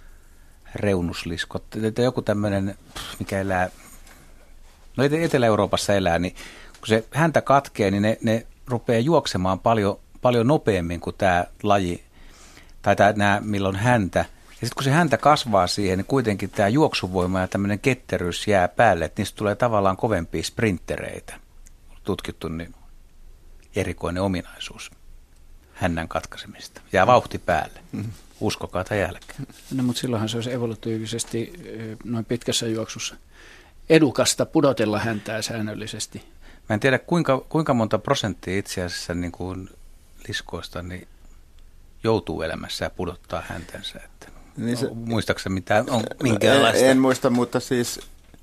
reunuslisko, tai joku tämmöinen, mikä elää, no Etelä-Euroopassa elää, niin kun se häntä katkee, niin ne, ne rupeaa juoksemaan paljon, paljon nopeammin kuin tämä laji, tai tämä, nämä, milloin häntä. Ja sitten kun se häntä kasvaa siihen, niin kuitenkin tämä juoksuvoima ja tämmöinen ketteryys jää päälle, että niistä tulee tavallaan kovempia sprinttereitä. Tutkittu niin erikoinen ominaisuus hännän katkaisemista. Jää vauhti päälle. Uskokaa tai jälkeen. No, mutta silloinhan se olisi evolutiivisesti noin pitkässä juoksussa edukasta pudotella häntää säännöllisesti. Mä en tiedä kuinka, kuinka monta prosenttia itse asiassa niin kuin liskoista niin joutuu elämässä ja pudottaa häntänsä. Että niin se, muistaakseni mitään on minkäänlaista? En, en muista, mutta siis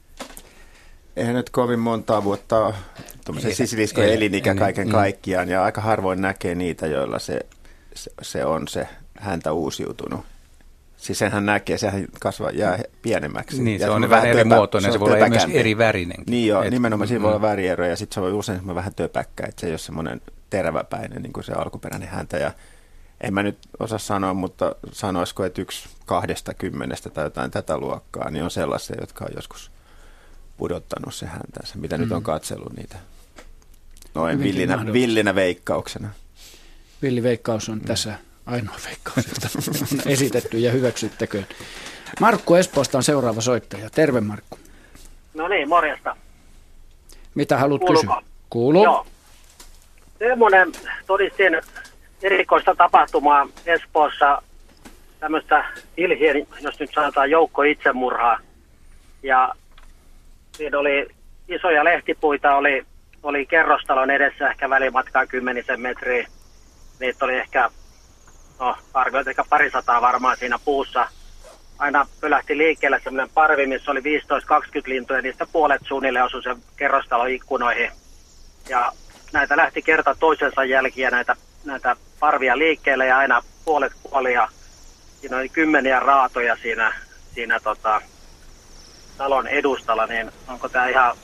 eihän nyt kovin montaa vuotta tuommoisen sisiliskojen elinikä kaiken mm. kaikkiaan, ja aika harvoin näkee niitä, joilla se, se, se on se häntä uusiutunut. Siis senhän näkee, sehän kasvaa, jää pienemmäksi. Niin, se on vähän eri töpä, muotoinen, se, se voi olla myös eri värinen. Niin joo, nimenomaan siinä mm. voi olla värieroja, ja sitten se voi usein vähän töpäkkä, että se ei ole semmoinen teräväpäinen niin kuin se alkuperäinen häntä, ja en mä nyt osaa sanoa, mutta sanoisiko, että yksi kahdesta kymmenestä tai jotain tätä luokkaa, niin on sellaisia, jotka on joskus pudottanut se häntänsä, mitä mm. nyt on katsellut niitä noin villinä, villinä veikkauksena. Villiveikkaus on mm. tässä ainoa veikkaus, jota on esitetty ja hyväksyttäköön. Markku Espoosta on seuraava soittaja. Terve Markku. No niin, morjesta. Mitä haluat Kuuluuko? kysyä? Kuuluu. Joo. Semmoinen todistin erikoista tapahtumaa Espoossa, tämmöistä ilhien, jos nyt sanotaan joukko itsemurhaa. Ja siinä oli isoja lehtipuita, oli, oli kerrostalon edessä ehkä välimatkaa kymmenisen metriä. Niitä oli ehkä, no arvioit ehkä parisataa varmaan siinä puussa. Aina pölähti liikkeelle semmoinen parvi, missä oli viisitoista kaksikymmentä lintuja, ja niistä puolet suunnilleen osui sen kerrostalon ikkunoihin. Ja näitä lähti kerta toisensa jälkiä näitä, näitä parvia liikkeelle, ja aina puolet kuoli, ja siinä oli kymmeniä raatoja siinä, siinä tota, talon edustalla, niin onko tämä ihan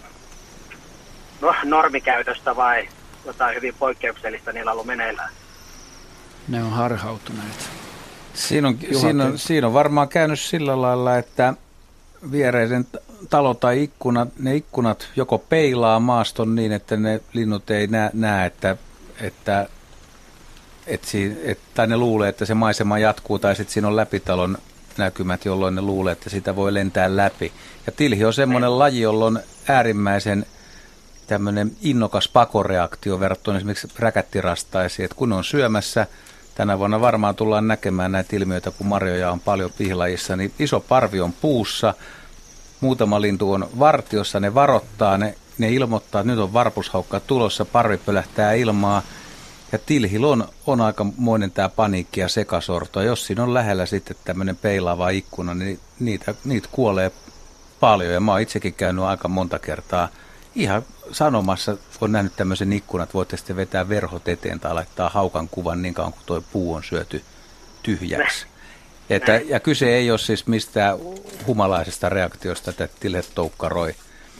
no, normikäytöstä vai jotain hyvin poikkeuksellista niillä ollut meneillään? Ne on harhautuneet. Siinä on, siinä, on, siinä on varmaan käynyt sillä lailla, että viereisen talo tai ikkunat, ne ikkunat joko peilaa maaston niin, että ne linnut ei näe, näe että, että, että, siinä, että, tai ne luulee, että se maisema jatkuu, tai sitten siinä on läpitalon näkymät, jolloin ne luulee, että sitä voi lentää läpi. Ja tilhi on semmoinen laji, jolla on äärimmäisen tämmöinen innokas pakoreaktio verrattuna esimerkiksi räkättirastaisiin, että kun on syömässä, tänä vuonna varmaan tullaan näkemään näitä ilmiöitä, kun marjoja on paljon pihlajissa, niin iso parvi on puussa, muutama lintu on vartiossa, ne varoittaa, ne, ne ilmoittaa, että nyt on varpushaukka tulossa, parvi pölähtää ilmaa, ja tilhil on, on aikamoinen tämä paniikki ja sekasorto. Jos siinä on lähellä sitten tämmöinen peilaava ikkuna, niin niitä, niitä kuolee paljon, ja mä oon itsekin käynyt aika monta kertaa ihan sanomassa, kun on nähnyt tämmöisen ikkunan, että voitte sitten vetää verhot eteen tai laittaa haukan kuvan niin kauan, kun tuo puu on syöty tyhjäksi. Että, ja kyse ei ole siis mistään humalaisesta reaktiosta, että tilhet toukkaroi,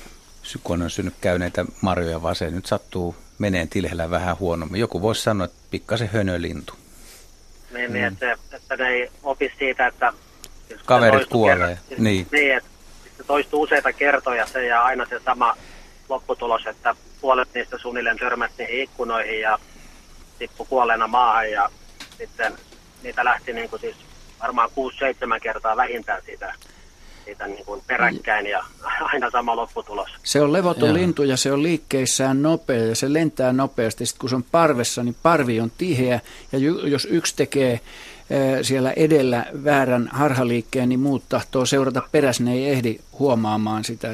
kun on synnyt käyneitä marjoja, vaan se nyt sattuu meneen tilhellä vähän huonommin. Joku voisi sanoa, että pikkasen hönölintu. Niin, mm. niin että, että ne ei opi siitä, että... Kaverit kuolee. Kerran, niin. niin, että se toistuu useita kertoja se ja aina se sama lopputulos, että puolet niistä suunnilleen törmäsi niihin ikkunoihin ja tippui kuolleena maahan ja sitten niitä lähti niin kuin siis varmaan kuusi seitsemän kertaa vähintään siitä, siitä niin kuin peräkkäin ja aina sama lopputulos. Se on levoton lintu ja se on liikkeissään nopea ja se lentää nopeasti. Sitten kun se on parvessa, niin parvi on tiheä ja jos yksi tekee siellä edellä väärän harhaliikkeen, niin muut tahtoo seurata perässä, ne ei ehdi huomaamaan sitä.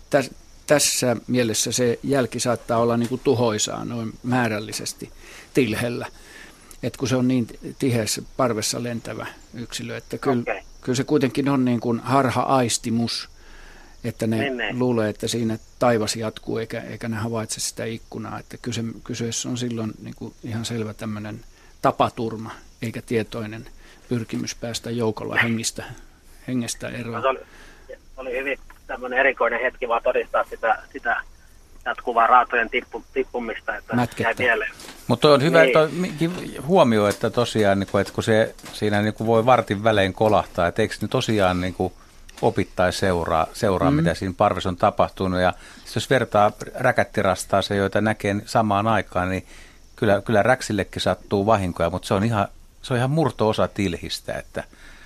Tässä mielessä se jälki saattaa olla niin kuin tuhoisaa noin määrällisesti tilhellä, että kun se on niin tiheässä parvessa lentävä yksilö, että kyllä, okay. kyllä se kuitenkin on niin kuin harha-aistimus, että ne Menne. luulee, että siinä taivas jatkuu eikä, eikä ne havaitse sitä ikkunaa, että kyse, kyseessä on silloin niin kuin ihan selvä tämmöinen tapaturma, eikä tietoinen pyrkimys päästä joukolla hengistä, hengestä eroon. Se oli, se oli hyvin tämmöinen erikoinen hetki vaan todistaa sitä, sitä jatkuvaa raatojen tippu, tippumista, että jäi mieleen. Mutta on hyvä niin. toi, huomio, että tosiaan, että kun se siinä voi vartin välein kolahtaa, että eikö ne tosiaan niin kuin opittaa seuraa, seuraa mm. mitä siinä parvessa on tapahtunut. Ja jos vertaa räkättirastaaseen, joita näkee samaan aikaan, niin kyllä, kyllä räksillekin sattuu vahinkoja, mutta se on ihan, se on ihan murto-osa tilhistä. Että,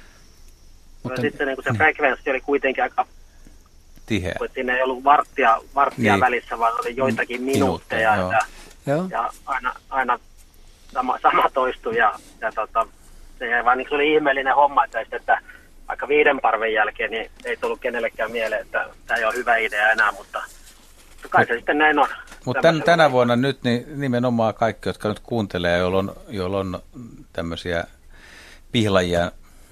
mutta sitten niin kuin se niin. frekvenssi oli kuitenkin aika tiheä. Siinä ei ollut varttia, varttia niin. välissä, vaan oli joitakin minuutteja. Minuutteja ja, ja aina, aina sama, sama toistui. Ja, ja tota, se jäi vaan niin se oli ihmeellinen homma, että, että aika viiden parven jälkeen niin ei tullut kenellekään mieleen, että tämä ei ole hyvä idea enää, mutta kai se sitten näin on. Mutta tän, tänä vuonna nyt niin nimenomaan kaikki, jotka nyt kuuntelee, joilla on, joilla on tämmöisiä pihlajia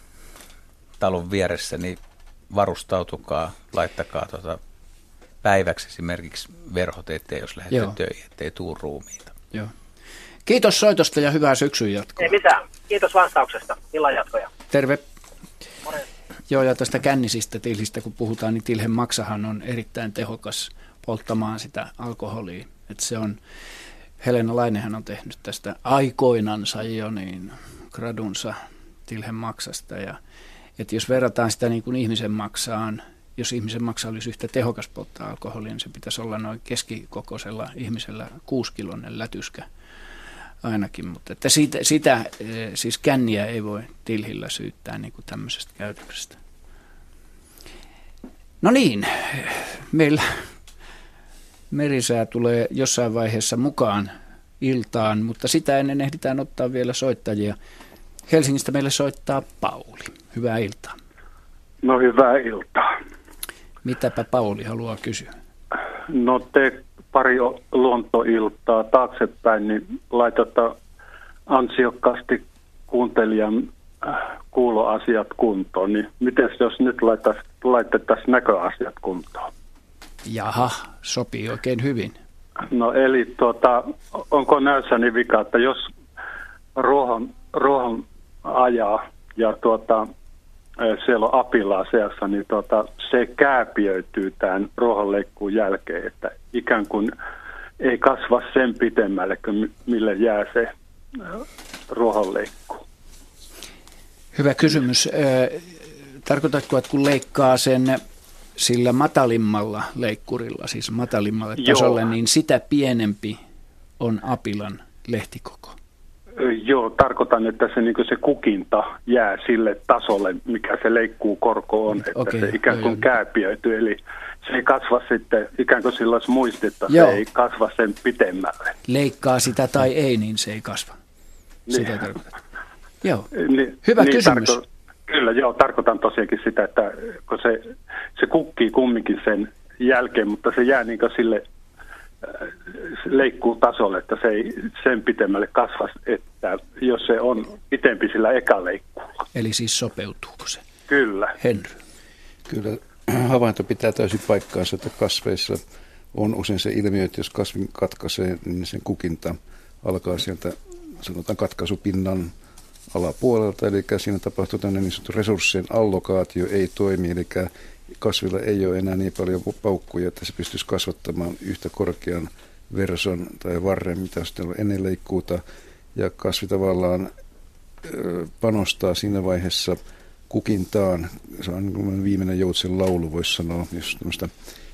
talon vieressä, niin varustautukaa, laittakaa tuota päiväksi esimerkiksi verhot eteen, jos lähdette Joo. töihin, ettei tuu ruumiita. Joo. Kiitos soitosta ja hyvää syksyn jatkoa. Ei mitään. Kiitos vastauksesta. Illan jatkoja. Terve. Morjens. Joo, ja tästä kännisistä tilhistä, kun puhutaan, niin tilhen maksahan on erittäin tehokas polttamaan sitä alkoholia. Että se on, Helena Lainehan on tehnyt tästä aikoinansa jo niin gradunsa tilhen maksasta. Ja että jos verrataan sitä niin kuin ihmisen maksaan, jos ihmisen maksa olisi yhtä tehokas polttaa alkoholia, niin se pitäisi olla noin keskikokoisella ihmisellä kuusikiloinen lätyskä ainakin. Mutta että sitä, sitä, siis känniä ei voi tilhillä syyttää niin kuin tämmöisestä käytöksestä. No niin, meillä merisää tulee jossain vaiheessa mukaan iltaan, mutta sitä ennen ehditään ottaa vielä soittajia. Helsingistä meille soittaa Pauli. Hyvää iltaa. No hyvää iltaa. Mitäpä Pauli haluaa kysyä? No te pari luontoiltaa taaksepäin, niin laitatte ansiokkaasti kuuntelijan kuuloasiat kuntoon. Niin miten jos nyt laitettaisiin näköasiat kuntoon? Jaha, sopii oikein hyvin. No eli tuota, onko näyssäni vika, että jos ruohon, ruohon ajaa ja tuota, siellä on apilaa seassa, niin tuota, se kääpiöityy tämän ruohonleikkuun jälkeen, että ikään kuin ei kasva sen pitemmälle, kuin mille jää se ruohonleikku. Hyvä kysymys. Tarkoitatko, että kun leikkaa sen sillä matalimmalla leikkurilla, siis matalimmalle tasolle, Joo. niin sitä pienempi on apilan lehtikoko? Joo, tarkoitan, että se, niin se kukinta jää sille tasolle, mikä se leikkuukorko on, että okay, se ikään kuin kääpiöityy, eli se ei kasva sitten, ikään kuin sillä olisi muistetta, se ei kasva sen pitemmälle. Leikkaa sitä tai ei, niin se ei kasva. Sitä niin. tarkoitan. Joo, niin, hyvä niin kysymys. Tarko- kyllä, joo, tarkoitan tosiaankin sitä, että kun se, se kukkii kumminkin sen jälkeen, mutta se jää niin kuin sille leikkuu tasolle, että se ei sen pitemmälle kasva, että jos se on pitempi sillä eka leikkuulla. Eli siis sopeutuuko se? Kyllä. Henry. Kyllä havainto pitää täysin paikkaansa, että kasveissa on usein se ilmiö, että jos kasvin katkaisee, niin sen kukinta alkaa sieltä, sanotaan katkaisupinnan alapuolelta, eli siinä tapahtuu tämmöinen niin sanottu resurssien allokaatio ei toimi, eli kasvilla ei ole enää niin paljon paukkuja, että se pystyisi kasvattamaan yhtä korkean verson tai varren, mitä sitten on ennen leikkuuta, ja kasvi tavallaan ö, panostaa siinä vaiheessa kukintaan. Se on viimeinen joutsen laulu, voisi sanoa, jos tämmöistä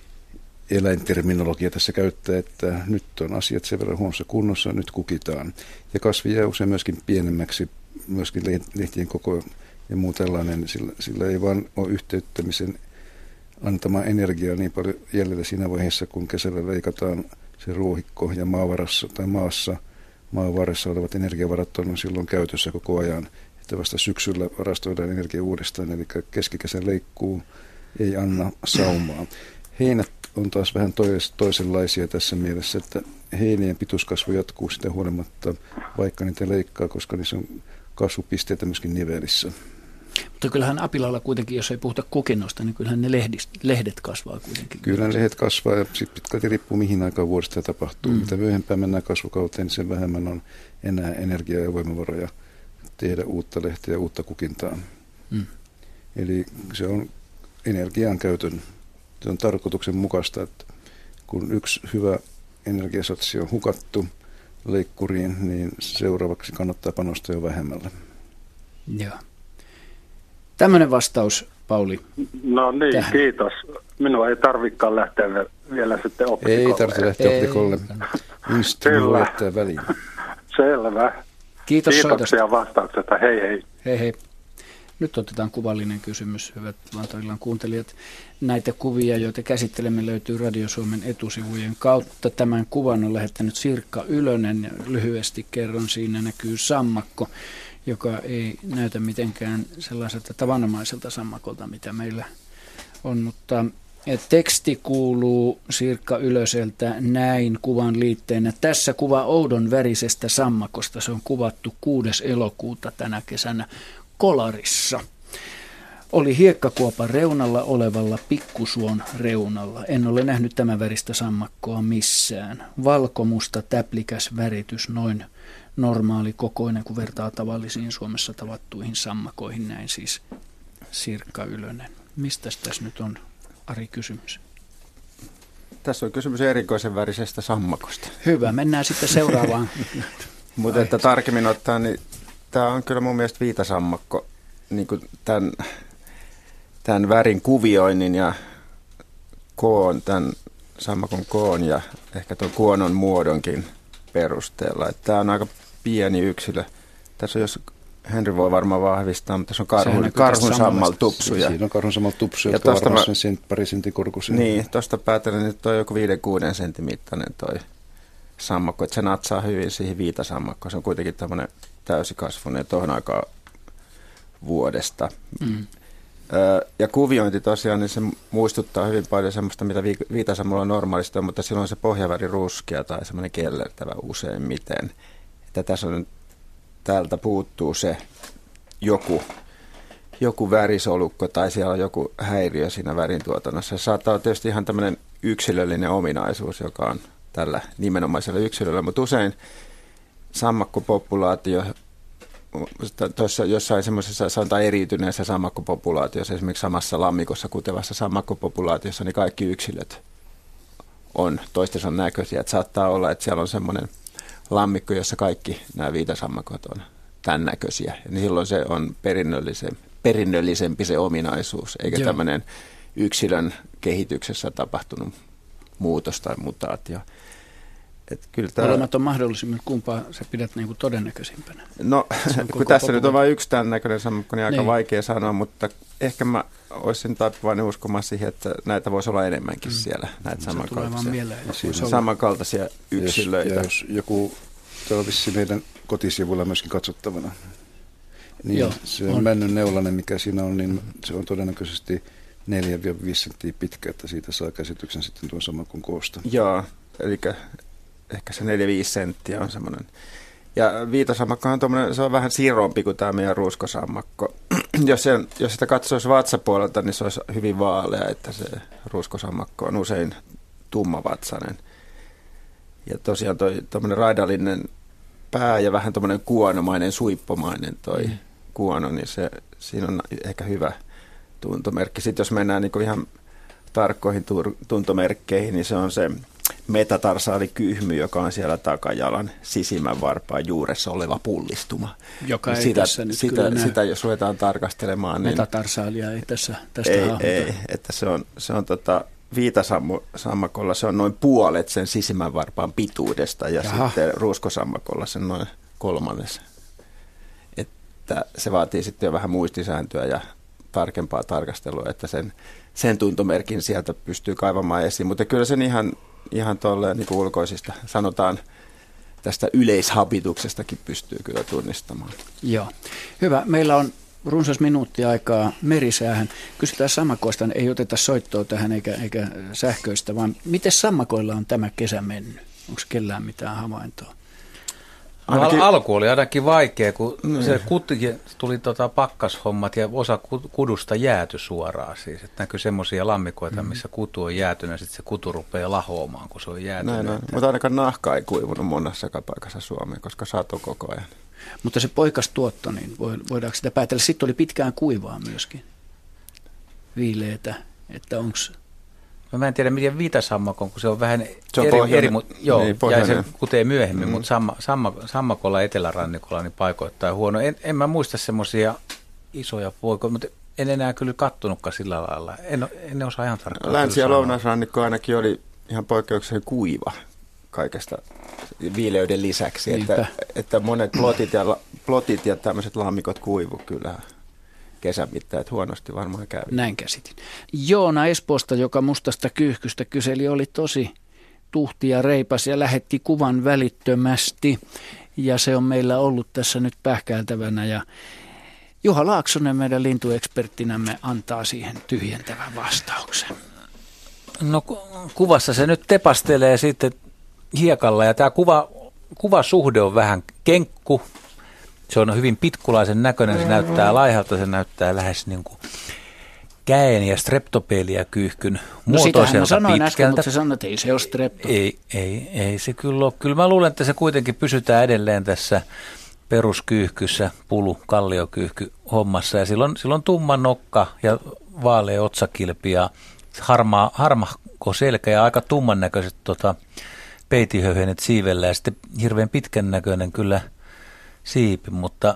eläinterminologia tässä käyttää, että nyt on asiat sen verran huonossa kunnossa, nyt kukitaan. Ja kasvi jää usein myöskin pienemmäksi, myöskin lehtien koko ja muu tällainen, sillä, sillä ei vaan ole yhteyttämisen antamaan energiaa niin paljon jäljellä siinä vaiheessa, kun kesällä leikataan se ruohikko ja maavarassa tai maassa maavarassa olevat energiavarat on silloin käytössä koko ajan, että vasta syksyllä varastoidaan energia uudestaan, eli keskikesän leikkuu ei anna saumaa. Heinät on taas vähän tois, toisenlaisia tässä mielessä, että heinien pituuskasvu jatkuu sitä huolimatta, vaikka niitä leikkaa, koska niissä on kasvupisteitä myöskin nivelissä. Mutta kyllähän apilalla kuitenkin, jos ei puhuta kukinnosta, niin kyllähän ne lehdist, lehdet kasvaa kuitenkin. Kyllä lehdet kasvaa ja sitten pitkälti riippuu mihin aikaan vuodesta tapahtuu. Mm. Mitä myöhempään mennään kasvukauteen, niin sen vähemmän on enää energiaa ja voimavaroja tehdä uutta lehteä ja uutta kukintaa. Mm. Eli se on energian käytön, se on tarkoituksenmukaista, että kun yksi hyvä energiasatsi on hukattu leikkuriin, niin seuraavaksi kannattaa panostaa jo vähemmällä. Joo. Tämmöinen vastaus, Pauli. No niin, tähän. Kiitos. Minua ei tarvitsekaan lähteä vielä sitten oppikolle. Ei tarvitse lähteä oppikolle. Instin voi jättää väliin. Selvä. Kiitos Kiitoksia soitosta. vastauksesta. Hei hei. Hei hei. Nyt otetaan kuvallinen kysymys, hyvät Luontoillan kuuntelijat. Näitä kuvia, joita käsittelemme, löytyy Radio Suomen etusivujen kautta. Tämän kuvan on lähettänyt Sirkka Ylönen. Lyhyesti kerron, siinä näkyy sammakko, joka ei näytä mitenkään sellaiselta tavanomaiselta sammakolta, mitä meillä on. Mutta teksti kuuluu Sirkka Ylöseltä näin kuvan liitteenä. Tässä kuva oudon värisestä sammakosta. Se on kuvattu kuudes elokuuta tänä kesänä Kolarissa. Oli hiekkakuopan reunalla olevalla pikkusuon reunalla. En ole nähnyt tämän väristä sammakkoa missään. Valkomusta täplikäs väritys, noin normaali kokoinen, kun vertaa tavallisiin Suomessa tavattuihin sammakoihin. Näin siis Sirkka Ylönen. Mistä tässä nyt on, Ari, kysymys? Tässä on kysymys erikoisen värisestä sammakosta. Hyvä, mennään sitten seuraavaan. Mutta että tarkemmin ottaen, niin tämä on kyllä mun mielestä viitasammakko, niin kuin tämän, tämän värin kuvioinnin ja koon, tämän sammakon koon ja ehkä tuon kuonon muodonkin perusteella. Että tämä on aika pieni yksilö. Tässä on, jos Henry voi varmaan vahvistaa, mutta tässä on karhun, karhun sammaltupsuja. Siinä on karhun sammaltupsuja, jotka on varmaan sen pari sentin korkuisia. Niin, tuosta päätellen, että toi on joku viiden kuuden sentin mittainen toi sammakko, että se natsaa hyvin siihen viitasammakkoon. Se on kuitenkin tämmöinen täysikasvunen tuohon aikaan vuodesta. Mm. Öö, ja kuviointi tosiaan, niin se muistuttaa hyvin paljon semmoista, mitä viitasammulla on normaalisti, mutta silloin se pohjaväri ruskea tai semmoinen kellertävä useimmiten. Että tässä on, täältä puuttuu se joku, joku värisolukko tai siellä on joku häiriö siinä värin tuotannossa. Se saattaa olla tietysti ihan tämmöinen yksilöllinen ominaisuus, joka on tällä nimenomaisella yksilöllä, mutta usein sammakkopopulaatio, tuossa jossain semmoisessa sanotaan eriytyneessä sammakkopopulaatiossa, esimerkiksi samassa lammikossa kutevassa sammakkopopulaatiossa, niin kaikki yksilöt on toistensa näköisiä. Että saattaa olla, että siellä on semmoinen lammikko, jossa kaikki nämä viitasammakot on tämän näköisiä. Ja niin silloin se on perinnöllisen, perinnöllisempi se ominaisuus, eikä Joo. tämmöinen yksilön kehityksessä tapahtunut muutos tai mutaatio. Molemmat on mahdollisimmin, kumpaa sä pidät niin kuin todennäköisimpänä? No, kun tässä popula- nyt on vain yksi tämän näköinen sammakko, niin aika niin. vaikea sanoa, mutta ehkä mä olisin taipuvainen uskomaan siihen, että näitä voisi olla enemmänkin mm. siellä, näitä samankaltaisia, samankaltaisia yksilöitä. Ja jos joku, tämä on vissiin meidän kotisivuilla myöskin katsottavana, niin Joo, se on. männyn neulainen, mikä siinä on, niin se on todennäköisesti neljä viisi senttiä pitkä, että siitä saa käsityksen sitten tuon sammakon koosta. Joo, eli ehkä se neljä viisi senttiä on semmoinen. Ja viitasammakko on tommoinen, se on vähän sirompi kuin tämä meidän ruuskosammakko. jos, sen, jos sitä katsoisi vatsapuolelta, niin se olisi hyvin vaalea, että se ruuskosammakko on usein tummavatsainen. Ja tosiaan toi tommoinen raidallinen pää ja vähän tuommoinen kuonomainen, suippomainen toi mm. kuono, niin se, siinä on ehkä hyvä tuntomerkki. Sitten jos mennään niin kuin ihan tarkkoihin tuntomerkkeihin, niin se on se metatarsaalikyyhmy, joka on siellä takajalan sisimmän varpaan juuressa oleva pullistuma. Joka ei sitä, tässä nyt sitä, kyllä näy. Sitä jos ruvetaan tarkastelemaan, niin metatarsaalia ei tässä tästä ei, hahmota. ei, että se on, se on tota, viitasammakolla se on noin puolet sen sisimmän varpaan pituudesta ja Jaha. sitten ruuskosammakolla sen noin kolmannes. Että se vaatii sitten jo vähän muistisääntöä ja tarkempaa tarkastelua, että sen, sen tuntomerkin sieltä pystyy kaivamaan esiin. Mutta kyllä sen ihan, ihan tolleen niin kuin ulkoisista, sanotaan tästä yleishabituksestakin pystyy kyllä tunnistamaan. Joo. Hyvä. Meillä on runsas minuutti aikaa merisäähän. Kysytään sammakoista, ei oteta soittoa tähän eikä, eikä sähköistä, vaan miten sammakoilla on tämä kesä mennyt? Onko kellään mitään havaintoa? Ainakin, alku oli ainakin vaikea, kun mm. se kuttikin tuli tota pakkashommat ja osa kudusta jääty suoraan siis. Että näkyy semmoisia lammikoita, missä kutu on jäätynyt ja sitten se kutu rupeaa lahoamaan, kun se on jäätynyt. Näin, näin. Mutta ainakaan nahka ei kuivunut monessa paikassa Suomeen, koska sato koko ajan. Mutta se poikas tuotto, niin voidaanko sitä päätellä? Sitten oli pitkään kuivaa myöskin, viileetä, että onko... Mä en tiedä, miten viitasammakon, kun se on vähän se on eri, pohjainen, eri mutta joo, niin, ja se kutee myöhemmin, mm. mutta samma, samma, sammakolla etelärannikolla niin paikoittain huono. En, en mä muista semmoisia isoja poikoja, mutta en enää kyllä kattonutkaan sillä lailla. En, en osaa ihan tarkkaan. Länsi- ja lounasrannikko ainakin oli ihan poikkeuksellisen kuiva kaikesta viileyden lisäksi, että, että monet plotit ja, plotit ja tämmöiset lammikot kuivu kyllä kesän mittaan, että huonosti varmaan käy. Näin käsitin. Joona Espoosta, joka Mustasta Kyyhkystä kyseli, oli tosi tuhti ja reipas ja lähetti kuvan välittömästi. Ja se on meillä ollut tässä nyt pähkäiltävänä. Ja Juha Laaksonen meidän lintueksperttinämme antaa siihen tyhjentävän vastauksen. No kuvassa se nyt tepastelee sitten hiekalla ja tämä kuva, kuvasuhde on vähän kenkku. Se on hyvin pitkulaisen näköinen, se näyttää laihalta, se näyttää lähes niin kuin käen ja streptopelia-kyyhkyn muotoiselta pitkältä. No sitähän mä sanoin äsken, mutta se sanoi, että ei se ole strepto. Ei, ei, ei se kyllä ole. Kyllä mä luulen, että se kuitenkin pysytään edelleen tässä peruskyyhkyssä, pulu, kalliokyyhky hommassa. Ja silloin, silloin tumma nokka ja vaalea otsakilpi ja harmaa, harmahko selkä ja aika tumman näköiset tota, peitihöyhenet siivellä ja sitten hirveän pitkän näköinen kyllä siipi, mutta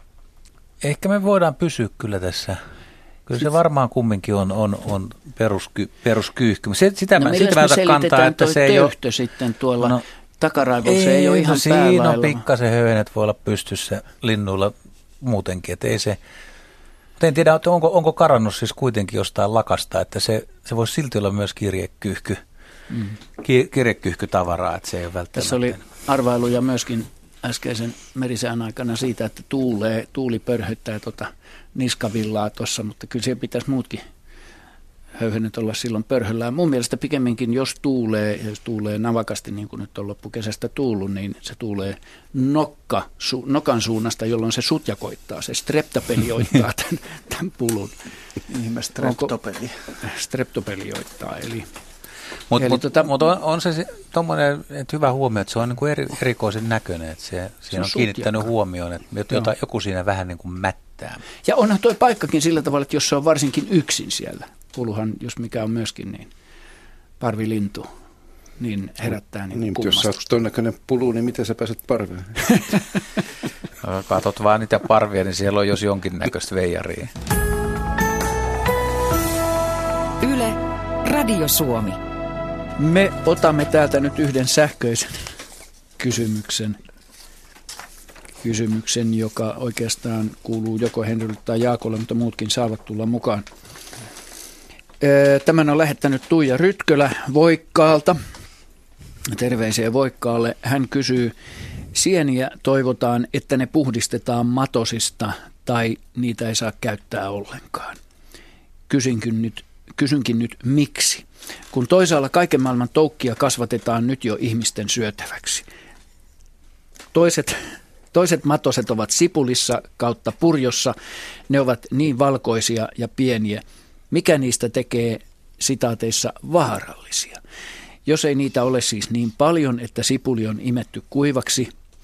ehkä me voidaan pysyä kyllä tässä. Kyllä se varmaan kumminkin on, on, on perusky, peruskyyhky. Se, sitä no mä, sitä mä otan kantaa, että se ei ole... sitten tuolla no, takaraivolla, se ei ole ihan no, siinä päälailla. on pikkasen höyhenet voi olla pystyssä linnuilla muutenkin, että ei se... En tiedä, että onko, onko karannut siis kuitenkin jostain lakasta, että se, se voisi silti olla myös kirjekyyhky, mm. ki, kirjekyyhkytavaraa, että se ei ole välttämättä... Tässä oli arvailuja myöskin äskeisen merisään aikana siitä, että tuulee, tuuli pörhöttää tuota niskavillaa tuossa, mutta kyllä siellä pitäisi muutkin höyhenet olla silloin pörhöllään. Mun mielestä pikemminkin, jos tuulee, ja jos tuulee navakasti, niin kuin nyt on loppukesästä tullut, niin se tuulee nokka, su, nokan suunnasta, jolloin se sutjakoittaa, se streptopelioittaa tämän, tämän pulun. Ihme streptopeli. Streptopelioittaa, eli... Mutta mut, tota, mut on, on se tuommoinen hyvä huomio, että se on niinku eri, erikoisen näköinen, että se, se on, on kiinnittänyt huomioon, että jota, joku siinä vähän niin kuin mättää. Ja onhan tuo paikkakin sillä tavalla, että jos se on varsinkin yksin siellä, puluhan, jos mikä on myöskin niin parvilintu, niin herättää niin, niin jos sä oot tuon näköinen pulu, niin miten sä pääset parveen? Katot vaan niitä parvia, niin siellä on jos jonkinnäköistä veijaria. Yle, Radio Suomi. Me otamme täältä nyt yhden sähköisen kysymyksen, kysymyksen, joka oikeastaan kuuluu joko Henrylle tai Jaakolle, mutta muutkin saavat tulla mukaan. Tämän on lähettänyt Tuija Rytkölä Voikkaalta. Terveisiä Voikkaalle. Hän kysyy, sieniä toivotaan, että ne puhdistetaan matosista tai niitä ei saa käyttää ollenkaan. Kysynkin nyt, kysynkin nyt miksi? Kun toisaalla kaiken maailman toukkia kasvatetaan nyt jo ihmisten syötäväksi. Toiset, toiset matoset ovat sipulissa kautta purjossa. Ne ovat niin valkoisia ja pieniä. Mikä niistä tekee sitaateissa vaarallisia? Jos ei niitä ole siis niin paljon, että sipuli on imetty kuivaksi,